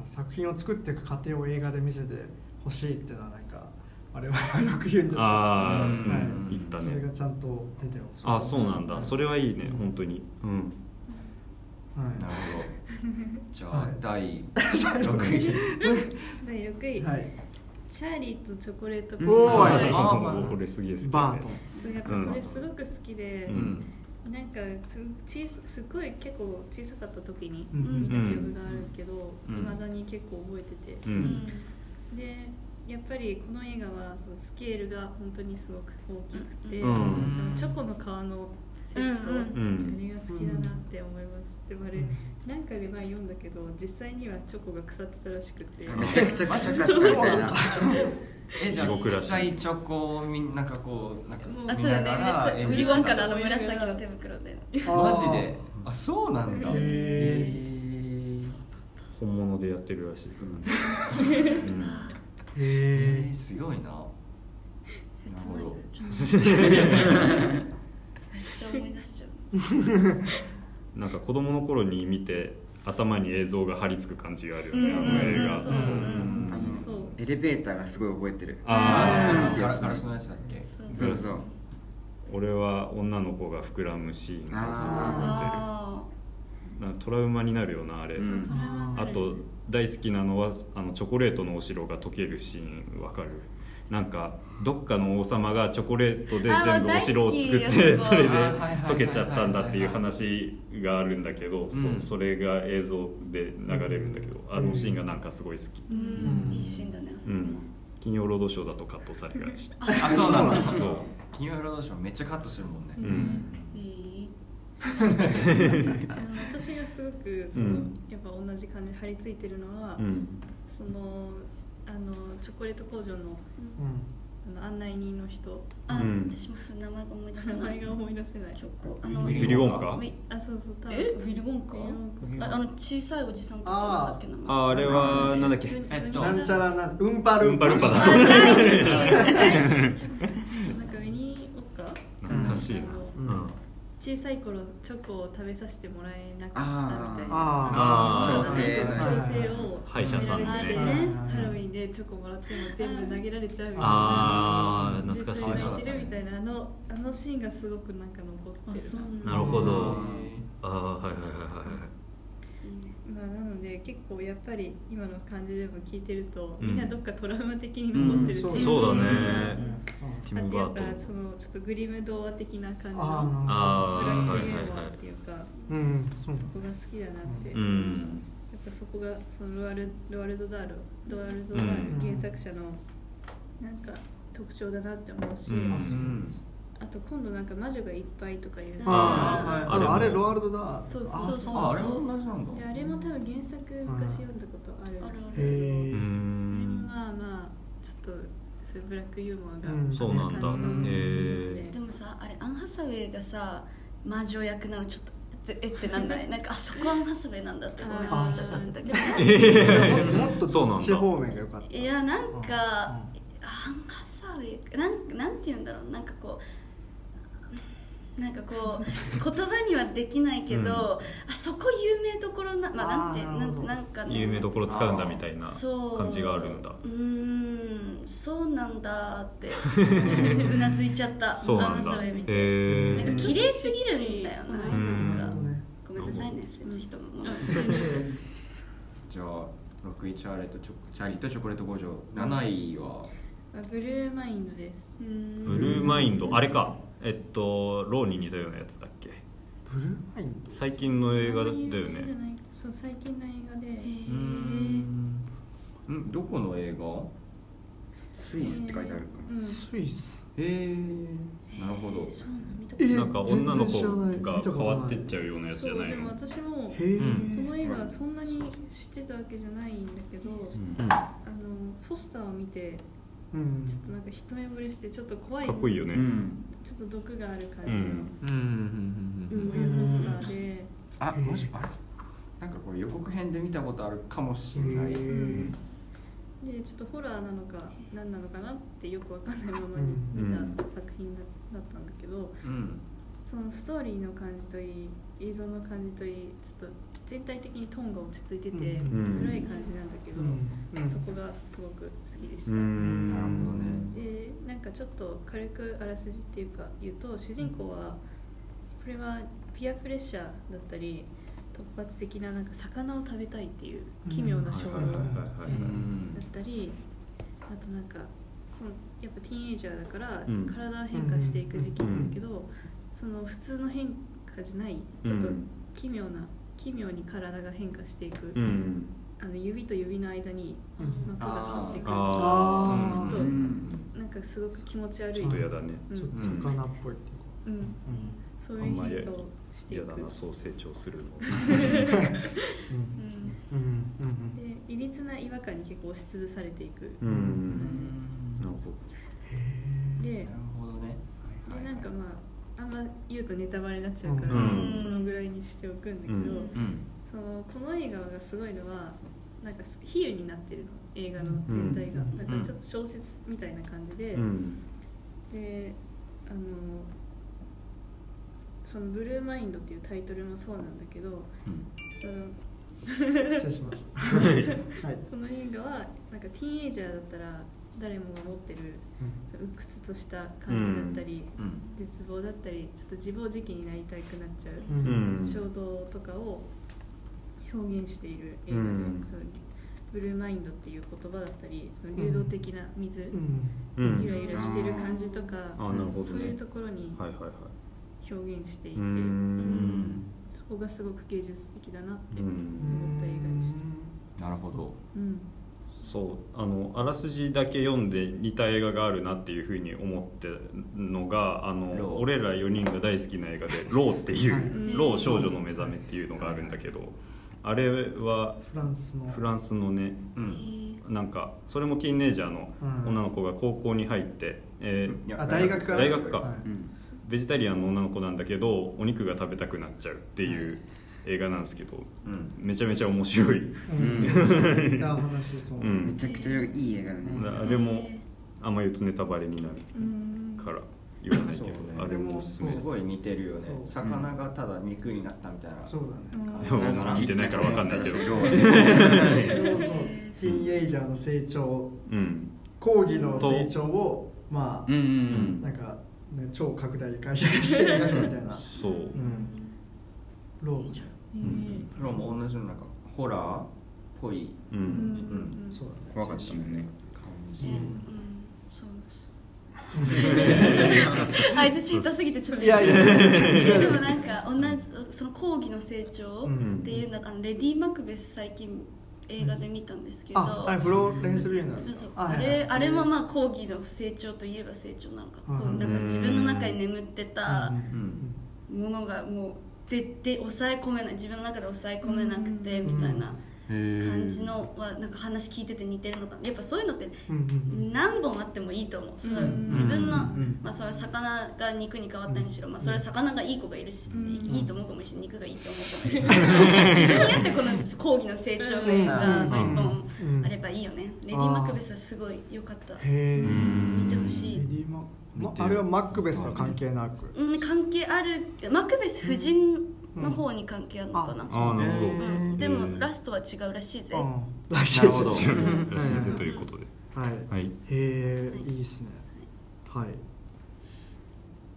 作品を作っていく過程を映画で見せてほしいっていうのはなんか我々はよく言うんですけど、あ、はいうん言ったね、 それがちゃんと出てほしい。 あ、そうなんだ、それはいいね、うん、本当に、うん、 はい、なるほどじゃあ、はい、だいろくいだいろくい、はい、チャーリーとチョコレート工場、うん、あ、まあ、これすげえ好き、ね、 バートそうやっぱこれすごく好きで、うん、なんか す, 小すごい結構小さかった時に見た記憶があるけど、いま、うん、だに結構覚えてて、うん、でやっぱりこの映画はそのスケールが本当にすごく大きくて、うん、チョコの皮のセット、うん、あれが好きだなって思います、うん、でもあれなんかで前読んだけど実際にはチョコが腐ってたらしくてめちゃくちゃ腐ってたみたいなえ、じゃあ実際チョコをみんなかこうなんかあ、そうだね、ウィリワンカのあの紫の手袋でマジで、あ、そうなんだ、 へー、本物でやってるらしいからね、うんへえ、すごいな。なるほど。めっちゃ思い出しちゃう。なんか子供の頃に見て頭に映像が張り付く感じがあるよね、あの映画。 エレベーターがすごい覚えてる。 ああ、ガラスのやつだっけ。 そうそう。 俺は女の子が膨らむシーンがすごい覚えてる。なんかトラウマになるよなあれ。あと大好きなのはあのチョコレートのお城が溶けるシーン、わかる？なんかどっかの王様がチョコレートで全部お城を作ってそれで溶けちゃったんだっていう話があるんだけど、そ, それが映像で流れるんだけど、あのシーンがなんかすごい好き。 うん、いいシーンだね、あそこも、うん、 金曜ロードショーだとカットされがち。 あ、そうなんだ。そう、金曜ロードショーめっちゃカットするもんね。うん、いい私がすごくその、うん、やっぱ同じ感じで張り付いてるのは、うん、そのあのチョコレート工場の、うん、あの案内人の人、 あ、うん、私もその名前が思い出せない。 名前が思い出せない。 チョコ、あのウィリウォンカ？ あ、そうそう、多分。 え、ウィリウォンカ？あ、あの小さいおじさんとかなんだっけな。 あ、あれはなんだっけ？ えっとなんちゃらなんウンパルンパルンパだ。 なんかウィニーオッカ？ 懐かしいな。 小さい頃チョコを食べさせてもらえなかったみたいな、 ああ、 強制を歯医者さんでね、 ハロウィンでチョコもらっても全部投げられちゃうみたいな、 ああ、懐かしいな。 みたいな、あのあのシーンがすごくなんか残ってる。 なるほど。ああ、はいはいはいはい。 まあ、なので結構やっぱり今の感じでも聞いてると、みんなどっかトラウマ的に残ってるし、うんうん、 そうだね、 ティム・バートン、あとやっぱそのちょっとグリム童話的な感じのブラックユーモアっていうか、そこが好きだなって思います。やっぱそこがそのロワルロワルド・ダールドワルド・ダール原作者のなんか特徴だなって思うし、うん、あと今度なんか魔女がいっぱいとかいう、 ああ、あれあれロワルドだ。 そうそうそうそう、 あれも同じなんだ。 であれも多分原作昔読んだことある。 あるある。 へえ。まあまあちょっとそういうブラックユーモアが、 うん、そうなんだ。へえ。でもさ、あれアン・ハサウェイがさ魔女役なのちょっとえってなんない。なんかあそこアン・ハサウェイなんだってごめん思っちゃったってだけど。 もっとそっち方面が良かった。 いやなんかアン・ハサウェイなんなんて言うんだろう、なんかこう。なんかこう言葉にはできないけど、うん、あそこ有名どころな、まあなんてなんなんかね、 有名どころ使うんだみたいな感じがあるんだ。 うーん、そうなんだってうなずいちゃった。 そうなんだ。 見てなんか綺麗すぎるんだよな。なんかごめんなさいね、人も。 じゃあろくいチャーリーとチョチャーリーとチョコレート工場、なないはブルーマインドです。 ブルーマインド、あれか。えっとローに似たようなやつだっけ。 ブルーマインド、 最近の映画だよね。 そう最近の映画で。 うん、んどこの映画？ スイスって書いてあるか、 うん、スイス。 へえ、なるほど。 なんか女の子が変わってっちゃうようなやつじゃないの？ でも私もこの映画そんなに知ってたわけじゃないんだけど、うん、あのポスターを見て。うん、ちょっとなんか一目惚れしてちょっと怖い、 かっこいいよね、うん、 ちょっと毒がある感じのこういうポスターで、 あ、もしあれなんかこれ予告編で見たことあるかもしれない。 でちょっとホラーなのか何なのかなってよくわかんないままに見た作品だったんだけど、うん、そのストーリーの感じといい映像の感じといいちょっと全体的にトーンが落ち着いてて、うん、暗い感じなんだけど、うん、そこがすごく好きでした。なるほどね。でなんかちょっと軽くあらすじっていうか言うと、主人公はこれはピアプレッシャーだったり突発的ななんか魚を食べたいっていう奇妙な衝動だったり、あとなんかこのやっぱティーンエイジャーだから体変化していく時期なんだけど、その普通の変化じゃないちょっと奇妙な奇妙に体が変化していく、あの指と指の間に膜が張ってくるとか、ちょっとなんかすごく気持ち悪い、 ちょっとやだね、 ちょっと魚っぽいっていうか、 そういう変化をしていく。 嫌だな、そう成長するの。 で、いびつな違和感に結構押しつぶされていく感じ。 なるほど。 で、 なるほどね。 でなんかまああんま言うとネタバレになっちゃうから、このぐらいにしておくんだけど、そのこの映画がすごいのはなんか比喩になってるの、映画の全体が、なんかちょっと小説みたいな感じで、で、あの。そのブルーマインドっていうタイトルもそうなんだけど、うん、その失礼しました、 はい、この映画はなんかティーンエイジャーだったら誰もが持ってる、うん、鬱屈とした感じだったり、うん、絶望だったりちょっと自暴自棄になりたくなっちゃう、うん、衝動とかを表現している映画で、うん、そのブルーマインドっていう言葉だったり流動的な水、うん、ゆらゆらしてる感じとか、うん、そういうところに、はいはいはい、表現していて、うん、そこがすごく芸術的だなって思った映画でした。 なるほど、 うん、そうあのあらすじだけ読んで似た映画があるなっていうふうに思ってるのがあの俺らよにんが大好きな映画で「ロー」っていう「ロー少女の目覚め」っていうのがあるんだけど、あれはフランスのフランスのね、うん、なんかそれもティーンエイジャーの女の子が高校に入って、えー、あ大学か大学か、はい、ベジタリアンの女の子なんだけどお肉が食べたくなっちゃうっていう映画なんですけど、うん、めちゃめちゃ面白い、うんうん、話そう、 うん、めちゃくちゃいい映画だね。 あれもあんま言うとネタバレになるから言わないけど、ね、あれもおすすめです。 すごい似てるよね。魚がただ肉になったみたいな。 そうだね。 でも見てないから分かんないけどティーンエイジャーの成長、うん、講義の成長をまあ、うんうん、なんかね、超拡大解釈してるみたいな。 そう、うん、 ローじゃん、 うん、ローも同じようななんかホラーっぽい、うんうんうん、そうだね、 怖かったもんね感じ、うんうん、そうですあいつ下手すぎてちょっといやいやでもなんか同じその講義の成長っていうの、うん、あのレディー・マクベス最近映画で見たんですけど、 ああれフローレンス・グリーンなんですか。あれあれもまあ講義の成長といえば成長なのか、こうなんか自分の中に眠ってたものがもうでで抑え込めない、自分の中で抑え込めなくてみたいな感じのはなんか話聞いてて似てるのかな。やっぱそういうのって何本あってもいいと思う。それ自分のまあそれ魚が肉に変わったにしろ、まあそれは魚がいい子がいるしいいと思うかもしれない、肉がいいと思うかもしれない自分にあってこの講義の成長の映画が一本あればいいよね。レディ・マクベスはすごい良かった。見てほしい。 レディマあれはマクベスと関係なく、 うん、関係ある。マクベス夫人の方に関係あるのかな、 ああなるほど、うん、 でもラストは違うらしいぜ、 らしいぜらしいぜということで、 はい、はい、へえ、いいですね。はい。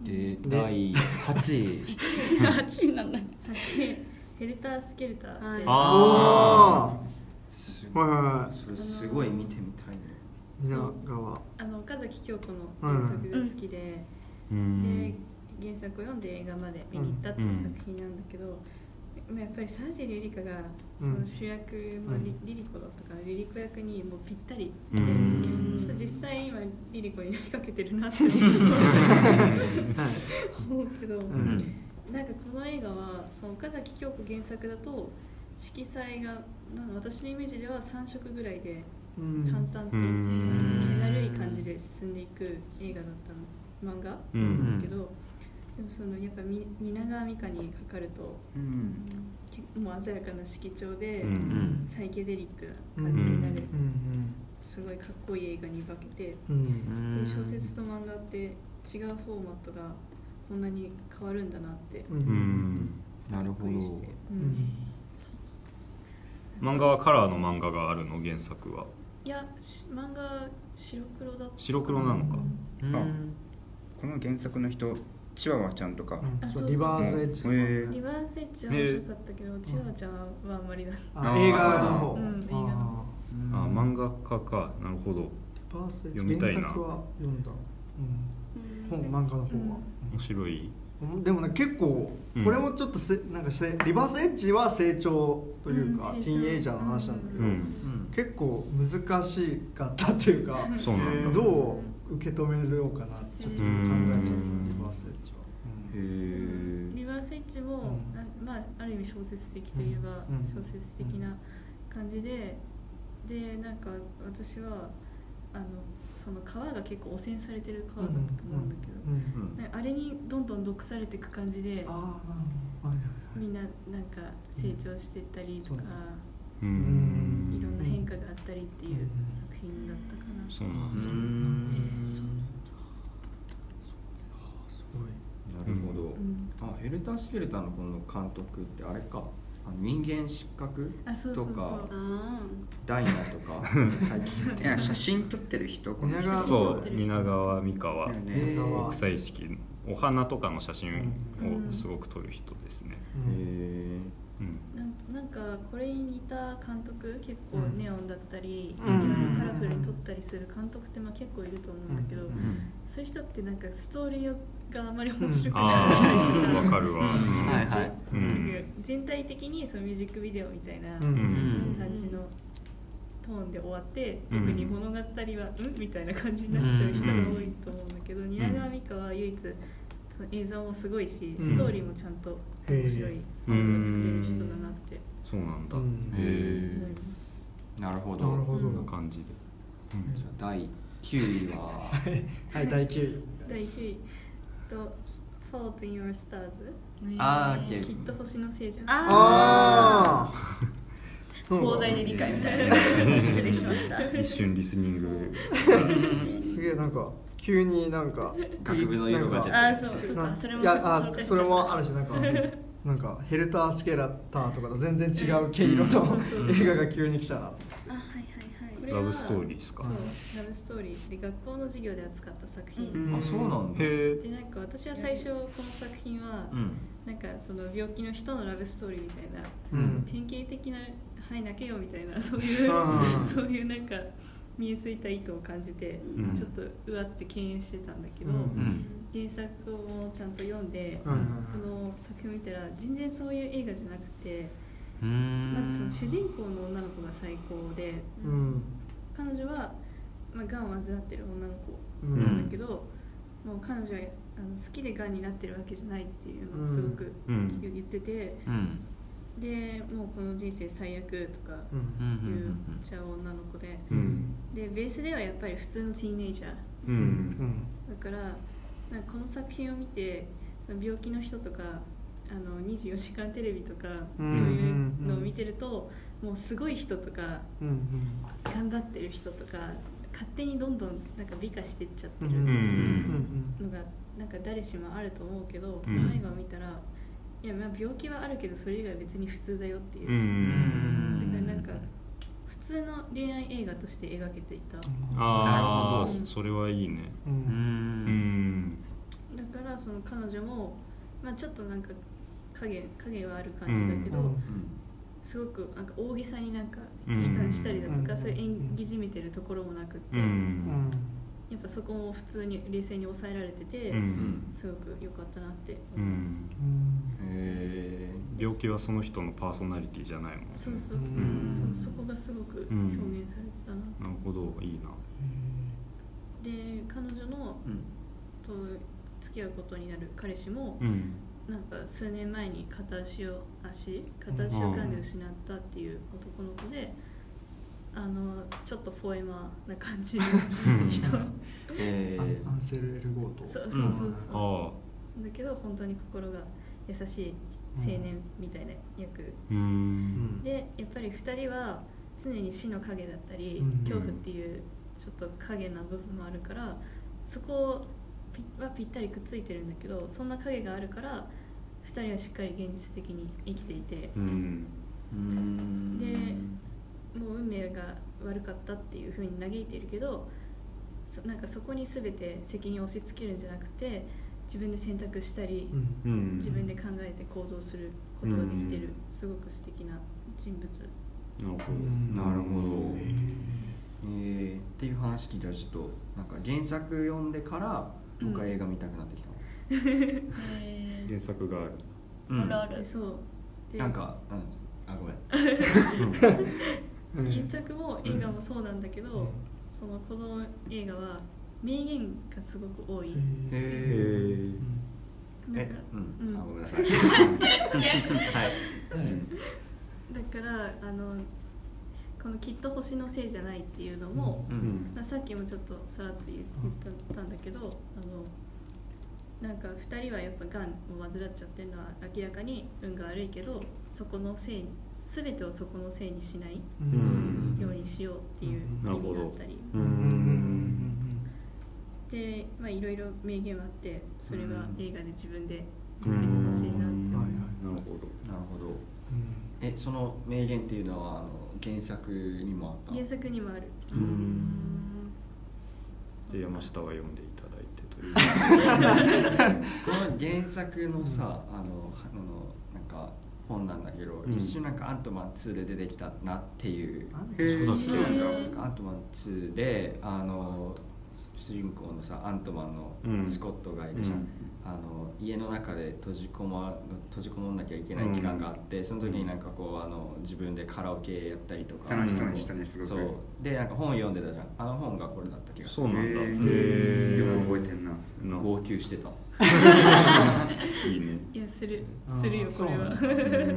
でだいはちいはちいなんだ。はちいヘルタースケルター、 はい、ああすごい、はい、それすごい見てみたいね。 蜷川あの岡崎京子の原作が好きで、うん、で原作を読んで映画まで見に行ったっていう作品なんだけど、うん、やっぱり沢尻エリカがその主役の リ,、うん、リリコだったからリリコ役にもうぴったりで、うん、ちょっと実際今リリコになりかけてるなって思うけど、うん、なんかこの映画はその岡崎京子原作だと色彩がなんか私のイメージではさん色ぐらいで淡々と気だるい感じで進んでいく映画だったの漫画なんだけど、 でもそのやっぱ蜷川実花にかかると、うん、もう鮮やかな色調で、うん、サイケデリックな感じになる、うん、すごいかっこいい映画に化けて、うん、小説と漫画って違うフォーマットがこんなに変わるんだなって、うん、 なるほど、うん、 漫画はカラーの漫画があるの原作は？ いや漫画白黒だった。 白黒なのか、うん、 あこの原作の人チワワちゃんとか、 うん、そうリバースエッジとか、えー、リバースエッジは面白かったけど、えー、チワワちゃんはあんまりだ。 あ映画の方、 うん、映画の方。 あ漫画家か、なるほど。 リバースエッジ読みたいな。原作は読んだ、うん、本漫画の方は、うん、 面白い。 でもね結構これもちょっとせ、うん、なんかせリバースエッジは成長というか、うん、ティーンエイジャーの話なんだけど、うん、結構難しかったっていうか、 そうなんだ、 どう受け止めようかなってちょっと考えちゃう、リバースエッジは。 へー、リバースエッジも、うん、まあ、ある意味小説的といえば小説的な感じで、でなんか私はあのその川が結構汚染されてる川だったと思うんだけど、うんうん、あれにどんどん毒されていく感じで、あ、みんななんか成長していったりとか、うん、いろんな変化があったりっていう作品だったかな。 そうなんですね。 すごい。なるほど。うん、あ、ヘルター・スケルターのこの監督ってあれか。人間失格とかダイナとか最近いや写真撮ってる人この人そう蜷川実花は国際意識お花とかの写真をすごく撮る人ですね。 うんへうん、な, なんかこれに似た監督結構ネオンだったり、うん、カラフルに撮ったりする監督ってまあ結構いると思うんだけど、うん、そういう人ってなんかストーリーがあまり面白くない。 わかるわ、うんはいはいうん、全体的にそのミュージックビデオみたいな感じのトーンで終わって、うん、特に物語はうんみたいな感じになっちゃう人が多いと思うんだけど、蜷川実花は唯一その映像もすごいし、ストーリーもちゃんと面白い映画を作れる人だなって。 そうなんだ。へえ。なるほど。 なるほど。 な感じで。 うん、じゃあだいきゅういははいだいきゅうい。 だいきゅういと Fault in Your Stars。 ああ、きっと星のせいじゃん。 ああ。広大な理解みたいな。失礼しました。 一瞬リスニング。 すげえなんか。急になんか学部の色が出てああそうそうかそれもいやあそれもあるしなんかなんかヘルター・スケラターとかと全然違う毛色の映画が急に来たな。あはいはいはい。 ラブストーリーですか。 そうラブストーリーで学校の授業で扱った作品。 うん、あそうなんだ。 でなんか私は最初この作品は、うん、なんかその病気の人のラブストーリーみたいな、うん、典型的なはい泣けよみたいなそういうそういうなんか。見えついた意図を感じて、うん、ちょっとうわって敬遠してたんだけど、うん、原作をちゃんと読んで、うん、この作品を見たら全然そういう映画じゃなくて、うん、まずその主人公の女の子が最高で、うん、彼女は、まあ、がんを患ってる女の子なんだけど、うん、もう彼女はあの好きでがんになってるわけじゃないっていうのをすごく言ってて、うんうんでもうこの人生最悪とか言っちゃう女の子で、うん、でベースではやっぱり普通のティーンエイジャー、うん、だからなんかこの作品を見て病気の人とかあのにじゅうよじかんテレビとか、うん、そういうのを見てるともうすごい人とか、うん、頑張ってる人とか勝手にどんどんなんか美化していっちゃってるのがなんか誰しもあると思うけど、この映画を見たらいやまあ病気はあるけどそれ以外別に普通だよっていう、うんだからなんか普通の恋愛映画として描けていた。 ああ、うん、それはいいね。うん、 だからその彼女も、まあ、ちょっとなんか影影はある感じだけど、うん、すごくなんか大げさになんか悲観したりだとか、うん、そういう演技じみてるところもなくって、うん、やっぱそこも普通に冷静に抑えられてて、うん、すごく良かったなって思う、うんへー病気はその人のパーソナリティじゃないもんね。 そうそうそう、うん、そ, そこがすごく表現されてたな、 うん、なるほどいいな。 で彼女の、うん、と付き合うことになる彼氏も、うん、なんか数年前に片足を足片足を癌で失ったっていう男の子で、あのちょっとフォエマーな感じの人、 えー、アンセル・エルゴート。 そうそうそうそう、 だけど本当に心が優しい青年みたいな役、 うん、 でやっぱりふたりは常に死の影だったり、うん、恐怖っていうちょっと影な部分もあるからそこはぴったりくっついてるんだけどそんな影があるからふたりはしっかり現実的に生きていて、うん、でもう運命が悪かったっていうふうに嘆いているけどそなんかそこに全て責任を押し付けるんじゃなくて自分で選択したり、うん、自分で考えて行動することができている、うん、すごく素敵な人物。 なるほど、なるほど。えー、っていう話聞いたらちょっとなんか原作読んでから僕は映画見たくなってきたの、 うん、原作がある、 うん、あるある。そうでなんかなんですあごめん原作も映画もそうなんだけど、うん、そのこの映画は名言がすごく多い。へえ。え、うん、うん、あごめんなさい。はい。だからあのこのきっと星のせいじゃないっていうのも、うんまあ、さっきもちょっとさらっと言ったんだけど、あのなんかふたりはやっぱがんを患っちゃってるのは明らかに運が悪いけどそこのせい全てをそこのせいにしないようにしようっていう意味だったり。で、まあいろいろ名言はあってそれは映画で自分で見つけてほしいなって。なるほど、なるほど。え、その名言っていうのはあの原作にもあった？ 原作にもある。うーんで山下は読んでいただいてという。 この原作のさ、あのあのなんか本なんだけど、うん、一瞬なんかアントマンツーで出てきたなっていう。そうなんだ。アントマンツーであの主人公のさアントマンのスコットがいるじゃん、うん、あの家の中で閉じこま閉じこもんなきゃいけない期間があって、うん、その時になんかこうあの自分でカラオケやったりとか楽しそうにしたねすごく。 そうでなんか本読んでたじゃん。あの本がこれだった気がする。 そうなんだ。へえよく覚えてんな。 号泣してた。 いいね。 いやするするよこれは。なるほど。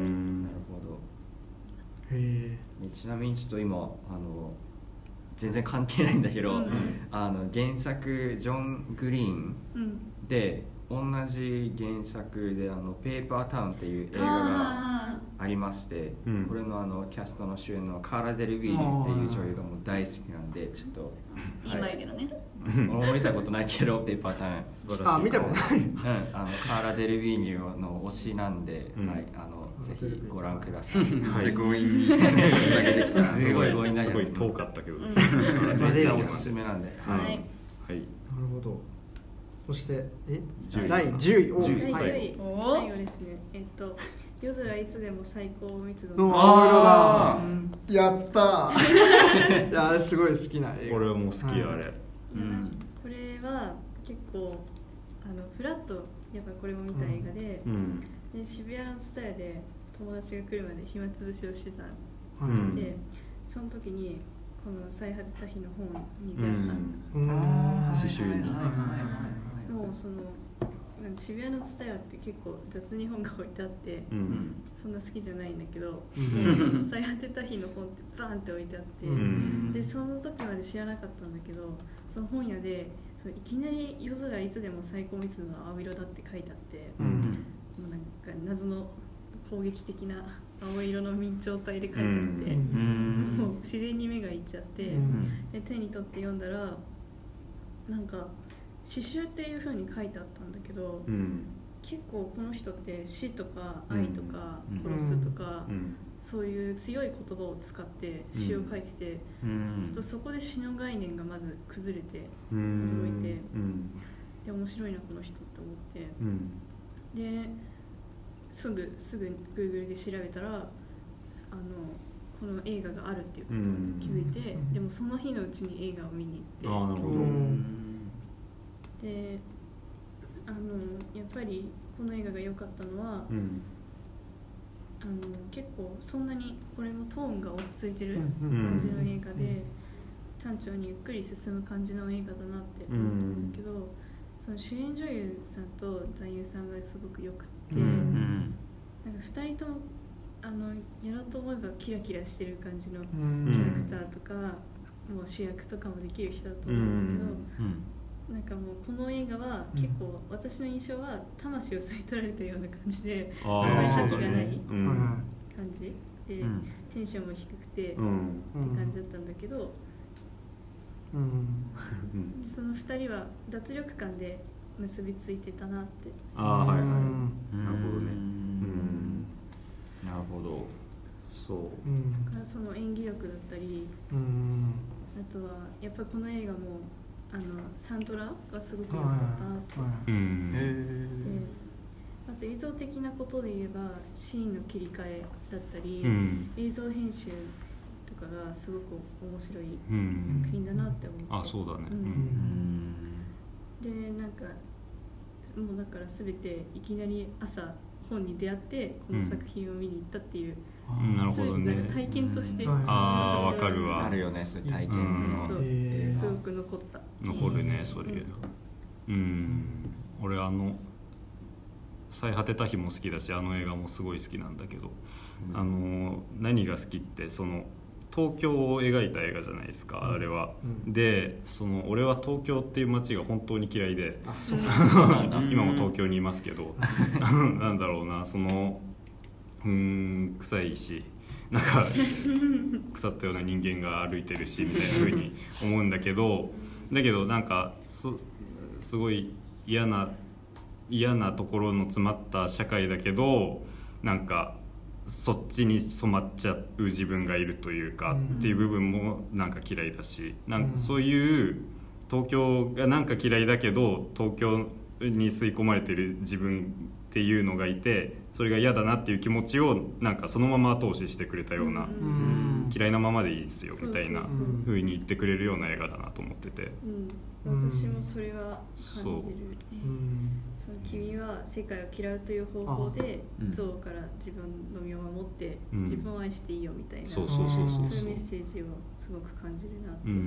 へえ。ちなみにちょっと今あの全然関係ないんだけど、うん、あの原作ジョン・グリーンで、うん、同じ原作であのペーパータウンっていう映画がありまして、うん、これのあのキャストの主演のカーラ・デルビーニっていう女優がもう大好きなんでちょっといい眉毛のね。 俺も見たことないけどペーパータウン素晴らしい。 あ見たことない。うん、 あのカーラ・デルビーニの推しなんで、うん、はいあのぜひご覧ください。 はい、強引にすごい強引だけどすごい遠かったけど、うん、 めっちゃおすすめなんで。 はい。はい。 なるほど。そしてえだいじゅうい。 じゅうい。はい。最後ですね。えっと夜空いつでも最高密度の。ああ。やったー。いやあれすごい好きな映画。 俺も好きあれ。 うん。これは結構あのフラットやっぱこれも見た映画で。うんで渋谷のツタヤで友達が来るまで暇つぶしをしてたので、うん、その時にこの最果てた日の本に出会ったの。 刺繍に。 もうその渋谷のツタヤって結構雑に本が置いてあって、うん、そんな好きじゃないんだけど、うん、最果てた日の本ってバーンって置いてあって、うん、でその時まで知らなかったんだけどその本屋でそのいきなり夜空いつでも最高密度の青色だって書いてあって、うんなんか謎の攻撃的な青色の明朝体で書いてあって、うん、もう自然に目がいっちゃって、うん、で手に取って読んだらなんか詩集っていう風に書いてあったんだけど、うん、結構この人って死とか愛とか殺すとか、うん、そういう強い言葉を使って詩を書いてて、うん、ちょっとそこで詩の概念がまず崩れて驚いて、で面白いなこの人って思って。ですぐすぐ Google で調べたらあのこの映画があるっていうことに気づいて、うん、でもその日のうちに映画を見に行って、 あなるほど。 であのやっぱりこの映画が良かったのは、うん、あの結構そんなにこれもトーンが落ち着いてる感じの映画で、うん、単調にゆっくり進む感じの映画だなって思ったんだけど、うん、その主演女優さんと男優さんがすごくよくて、うん、なんかふたりともあのやろうと思えばキラキラしてる感じのキャラクターとか、うん、もう主役とかもできる人だと思うんだけど、うん、 なんかもうこの映画は結構私の印象は魂を吸い取られたような感じで、あんまり覇気がない感じで、うん、テンションも低くて、うん、って感じだったんだけど、うん、そのふたりは脱力感で結びついてたなって。 ああ、はいはい、なるほどね。うんなるほど。そう、 うん、だからその演技力だったり、うん、あとはやっぱりこの映画もあのサントラがすごく良かったなと、うん、であと映像的なことで言えばシーンの切り替えだったり、うん、映像編集とかがすごく面白い作品だなって思って、うん、 あ、そうだね、うんうん、でなんかもうだから全ていきなり朝本に出会ってこの作品を見に行ったっていう、 うん、なるほどね、 体験として、 うん、ああ、わかるわ。 あるよね、そういう体験として、 うん、すごく残った残るね、それ、うん、うん、俺あの最果てた日も好きだし、あの映画もすごい好きなんだけど、うん、あの何が好きってその東京を描いた映画じゃないですか、うん、あれは、うん、でその俺は東京っていう街が本当に嫌いで、あ、そう今も東京にいますけどなんだろうな、そのうーん臭いし、なんか腐ったような人間が歩いてるしみたいな風に思うんだけどだけどなんか そすごい嫌な嫌なところの詰まった社会だけど、なんかそっちに染まっちゃう自分がいるというか、うん、っていう部分もなんか嫌いだし、なんかそういう東京がなんか嫌いだけど東京に吸い込まれてる自分っていうのがいて、それが嫌だなっていう気持ちをなんかそのまま後押ししてくれたような、うん、嫌いなままでいいですよみたいな風に言ってくれるような映画だなと思ってて、 うん、私もそれは感じる、うん、その君は世界を嫌うという方法で憎悪から自分の身を守って自分を愛していいよみたいな、そういうメッセージをすごく感じるなって、うん、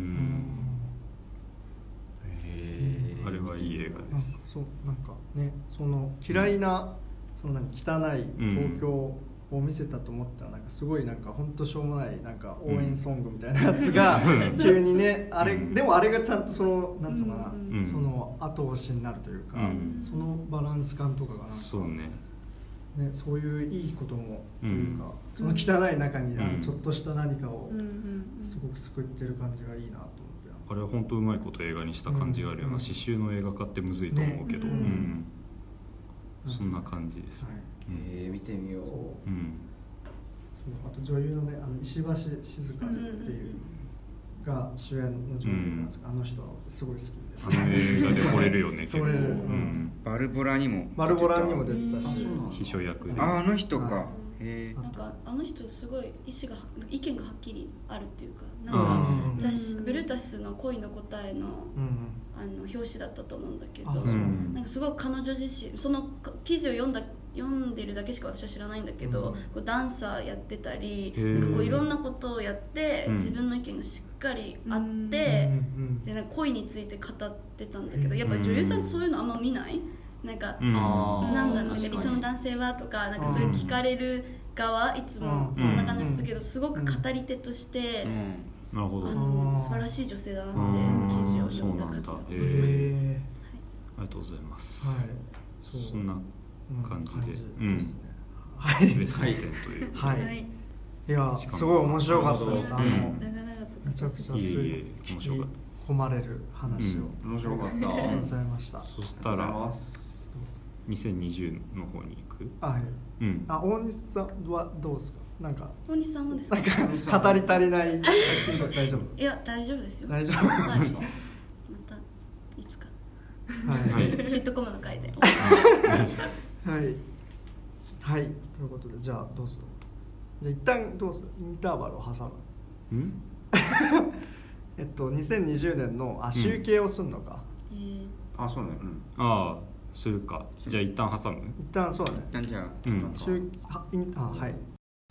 へー、あれはいい映画です。 そう、なんかね、その嫌いな、うん、その何汚い東京を見せたと思ったら、なんかすごいなんか本当しょうもないなんか応援ソングみたいなやつが急にね、あれでもあれがちゃんとそのなんつうのかな、うん、その後押しになるというか、うん、そのバランス感とかがなんかそうね。 ね、そういういいこともというか、うん、その汚い中にあるちょっとした何かをすごく救ってる感じがいいなと思って、 あれは本当うまいこと映画にした感じがあるような、刺繍の映画化ってむずいと思うけど、ね、うんうん、そんな感じです、はい、 えー、見てみよう。うん、 あと女優のね、あの石橋静香っていうが主演の女優なんですが、うん、あの人すごい好きです。 あの映画で惚れるよね結構、うん、 バルボラにもバルボラにも出てたし、 秘書役で、 ああの人か、はい、 へなんかあの人すごい意思が意見がはっきりあるっていうか、なんか雑誌ブルータスの恋の答えの、うん、あの表紙だったと思うんだけど、うん、なんかすごい彼女自身その記事を読んだ読んでるだけしか私は知らないんだけど、うん、こうダンサーやってたり、なんかこういろんなことをやって、うん、自分の意見がしっかりあって、うん、でなんか恋について語ってたんだけど、やっぱり女優さんってそういうのあんま見ない？なんか、うん、なんだろう、理想の男性はとか、なんかそういう聞かれる側、いつもそんな感じですけど、すごく語り手として、 うん、なるほど、 あの素晴らしい女性だなって記事を読んだ方がいます。ありがとうございます。はい、そう、そんな感じで、うん、ですね。はい、ベストテンという。 はい。いや、すごい面白かったです。あの、めちゃくちゃ吸い込まれる話を、 面白かった。ありがとうございました。 そしたらにせんにじゅうの方に行く。 はい。うん。あ、大西さんはどうですか。なんか。 大西さんもですか。 なんか語り足りない。大丈夫。 いや、大丈夫ですよ。 大丈夫。はい。またいつか。 はい。 シットコムの回で。 お願いします。はい。はい。ということで、じゃあどうする。じゃあ一旦どうする。インターバルを挟む。ん？えっとにせんにじゅうねんのあ集計をするのか。 うん、あ、そうね。うん。 ああ、するか。じゃあ一旦挟む。 一旦そうだね。 一旦じゃあ。 うん。 集はインあはい。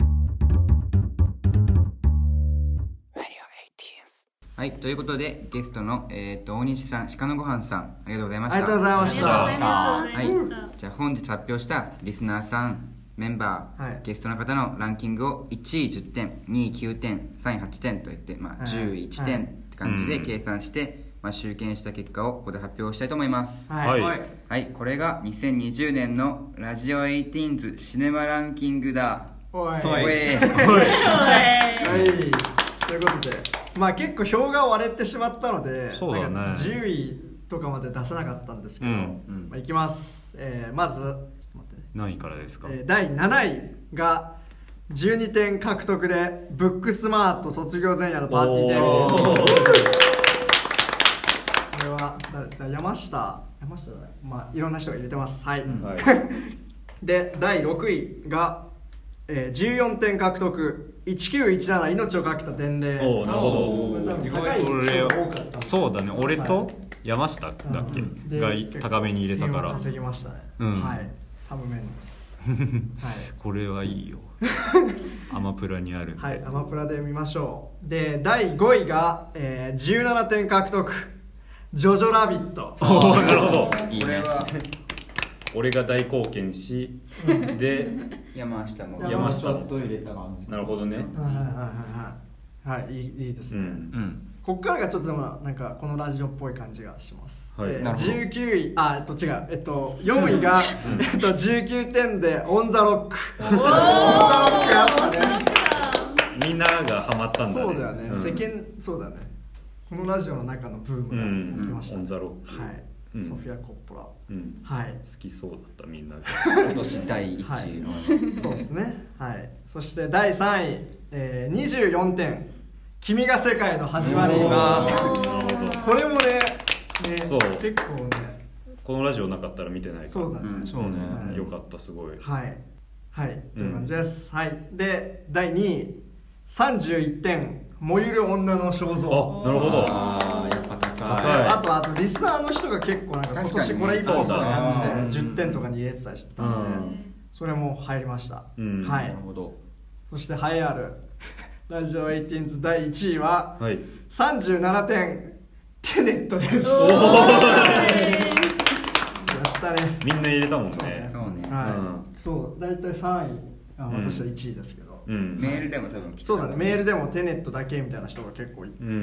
はい、ということでゲストの、えー、と大西さん、鹿のごはんさん、ありがとうございました。 ありがとうございました。 はい、 じゃあ本日発表したリスナーさん、メンバー、はい、ゲストの方のランキングをいちいじゅってん、にいきゅうてん、さんいはちてんといって、まあ、じゅういちてんって感じで計算してまあ、集計した結果をここで発表したいと思います。 はい、 はい、これがにせんにじゅうねんのラジオエイティーンズシネマランキングだ。 おいおいおいはいということで、まあ結構票が割れてしまったので、 そうだね、 なんかじゅういとかまで出せなかったんですけど、うんまあ、いきます、えー、まずちょっと待ってね、 何位からですか。 えー、だいなないがじゅうにてん獲得でブックスマート卒業前夜のパーティーデビュー。これは誰だ、山下山下だね、まあいろんな人が入れてます。はい、うんはい、でだいろくいが、えー、じゅうよんてん獲得いちきゅういちなな命をかけた伝令。 おお、なるほど。 高い人が多かった。 そうだね、俺と山下だっけ、うんうん、が高めに入れたから稼ぎましたね、うん、はい、サムメンですはい、 これはいいよアマプラにあるんで、 はい、アマプラで見ましょう。でだいごいが、えー、じゅうななてん獲得ジョジョラビット。 おお、なるほど、 いいね。俺が大貢献しで山下も山下も入れた感じ。 なるほどね、はいはいはいはい、はい、いい、いいですね、うんうん、ここからがちょっとでもなんかこのラジオっぽい感じがします、はい、えー、じゅうきゅうい、あ、えっと違う、えっとよんいが、えっとじゅうきゅうてんでオンザロック。オンザロックやっぱね、 みんながハマったんだね。 そうだよね、うん、世間そうだね、このラジオの中のブームが起きました、ね、 うん、オンザロック、 はい、うん、ソフィア・コッポラ、 うん、 はい、 好きそうだったみんなが今年だいいちいの、はい、 そうですね、はい、そしてだいさんい、えー、にじゅうよんてん君が世界の始まり。これもね、ね、そう結構ね、 このラジオなかったら見てないから。 そうだね、うん、 そうね、はい、よかった、すごい。 はいはいという感じです、うん、はい。でだいにいさんじゅういってん燃ゆる女の肖像。 あ、なるほど。 あー、やっぱ高い。 あとあとリスナーの人が結構なんか今年これ以降みたいな感じでじゅってんとかに入れてたりしてたので、うん、それも入りました、うん、はい。なるほど。そして栄えあるラジオエイティーンズだいいちいは、はい、さんじゅうななてんテネットです。おーやったね。 みんな入れたもんね。 そうね、 はい、うん、そうだいたいさんい、あ、私は、うん、いちいですけど、 うん、メールでも多分来てた、 そうだね、メールでもテネットだけみたいな人が結構いて、うん、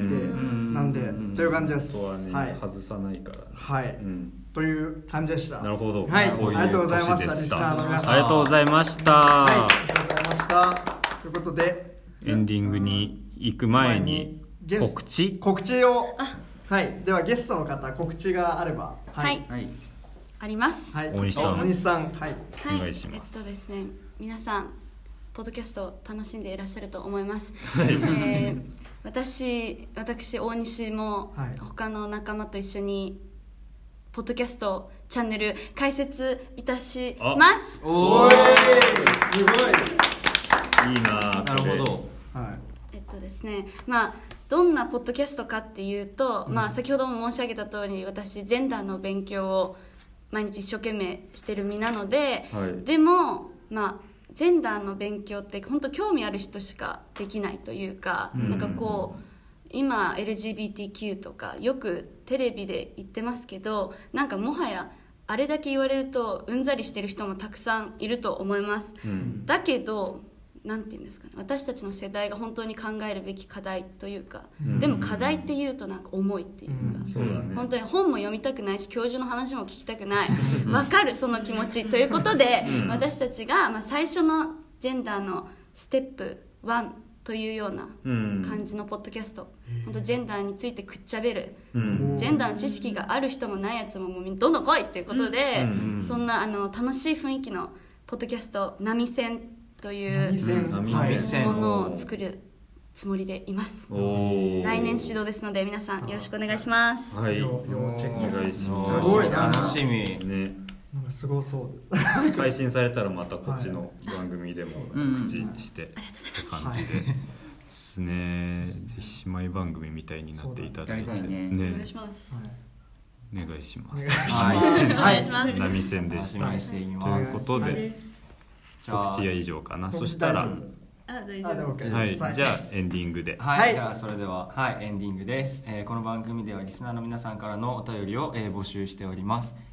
なんで、うん、という感じです。 本当はね、はい、外さないから、ね、 はい、うん、という感じでした。 なるほど、 はい、ありがとうございました。リスナーの皆さん、 ありがとうございました。 はい、ありがとうございました。ということでエンディングに行く前に告知告知を、はい、ではゲストの方告知があれば、 はい、はい、あります。 はい、 大西さん、 大西さん、はい、 はい、 お願いします。 えっとですね、皆さんポッドキャストを楽しんでいらっしゃると思います。はい、えー、私私大西も他の仲間と一緒にポッドキャストチャンネル開設いたします。 おーい、すごい。 いいな。 なるほど。 はい、 えっとですね、まあどんなポッドキャストかっていうと、うん、まあ先ほども申し上げた通り、私ジェンダーの勉強を毎日一生懸命してる身なので、はい、でもまあジェンダーの勉強って本当興味ある人しかできないというか、うん、なんかこう今 エルジービーティーキュー とかよくテレビで言ってますけど、なんかもはやあれだけ言われるとうんざりしてる人もたくさんいると思います、うん、だけどなんていうんですかね、私たちの世代が本当に考えるべき課題というか、うん、でも課題っていうとなんか重いっていうか、うんそうだね、本当に本も読みたくないし教授の話も聞きたくないわかるその気持ちということで、うん、私たちが、まあ、最初のジェンダーのステップワンというような感じのポッドキャスト、うん、本当ジェンダーについてくっちゃべる、うん、ジェンダーの知識がある人もないやつももうどんどん来いっていうことで、うんうん、そんなあの楽しい雰囲気のポッドキャスト波線というものを作るつもりでいます。来年始動ですので皆さんよろしくお願いします。 はい、 要チェックお願いします。 すごい楽しみね。 なんかすごそうです。 配信されたらまたこっちの番組でも口してって感じでですね。ぜひ姉妹番組みたいになっていただいてね。お願いします。 お願いします。 お願いします。 波線でした。ということで。告知は以上かな。そしたら、 あ、大丈夫。 はい、じゃあエンディングで。 はい、じゃあそれでは、はい、エンディングです。えー、この番組ではリスナーの皆さんからのお便りを、えー、募集しております。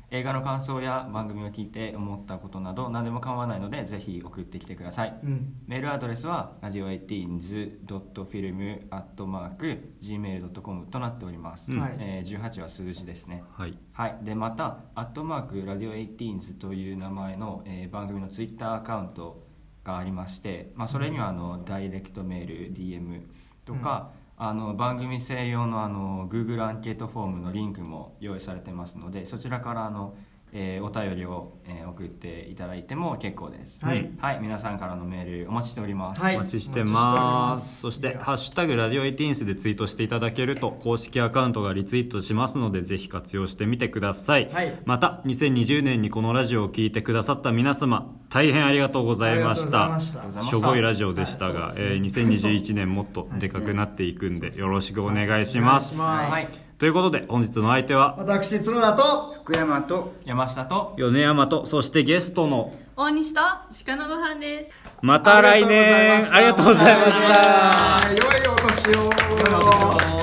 映画の感想や番組を聞いて思ったことなど何でも構わないのでぜひ送ってきてください、うん、メールアドレスは ラジオエイティーンズドットフィルムアットマークジーメールドットコム となっております、うんえー、じゅうはちは数字ですね、はいはい、でまたアットマークラジオエイティーンズという名前の、えー、番組のツイッターアカウントがありまして、まあ、それにはあのダイレクトメール ディーエム とか、うん、あの番組専用のあの Google アンケートフォームのリンクも用意されてますのでそちらからあのえー、お便りを、えー、送っていただいても結構です、はい、はい、皆さんからのメールお待ちしております、 はい、お待ちしてます。そしてハッシュタグラジオエイティーンスでツイートしていただけると公式アカウントがリツイートしますのでぜひ活用してみてください、はい、またにせんにじゅうねんにこのラジオを聞いてくださった皆様大変ありがとうございました。しょぼいラジオでしたが、はい、えー、にせんにじゅういちねんもっとでかくなっていくんでよろしくお願いします、はい、ということで本日の相手は私角田と福山と山下と米山とそしてゲストの大西と鹿のご飯です。 また来年ありがとうございました。 良いお年を。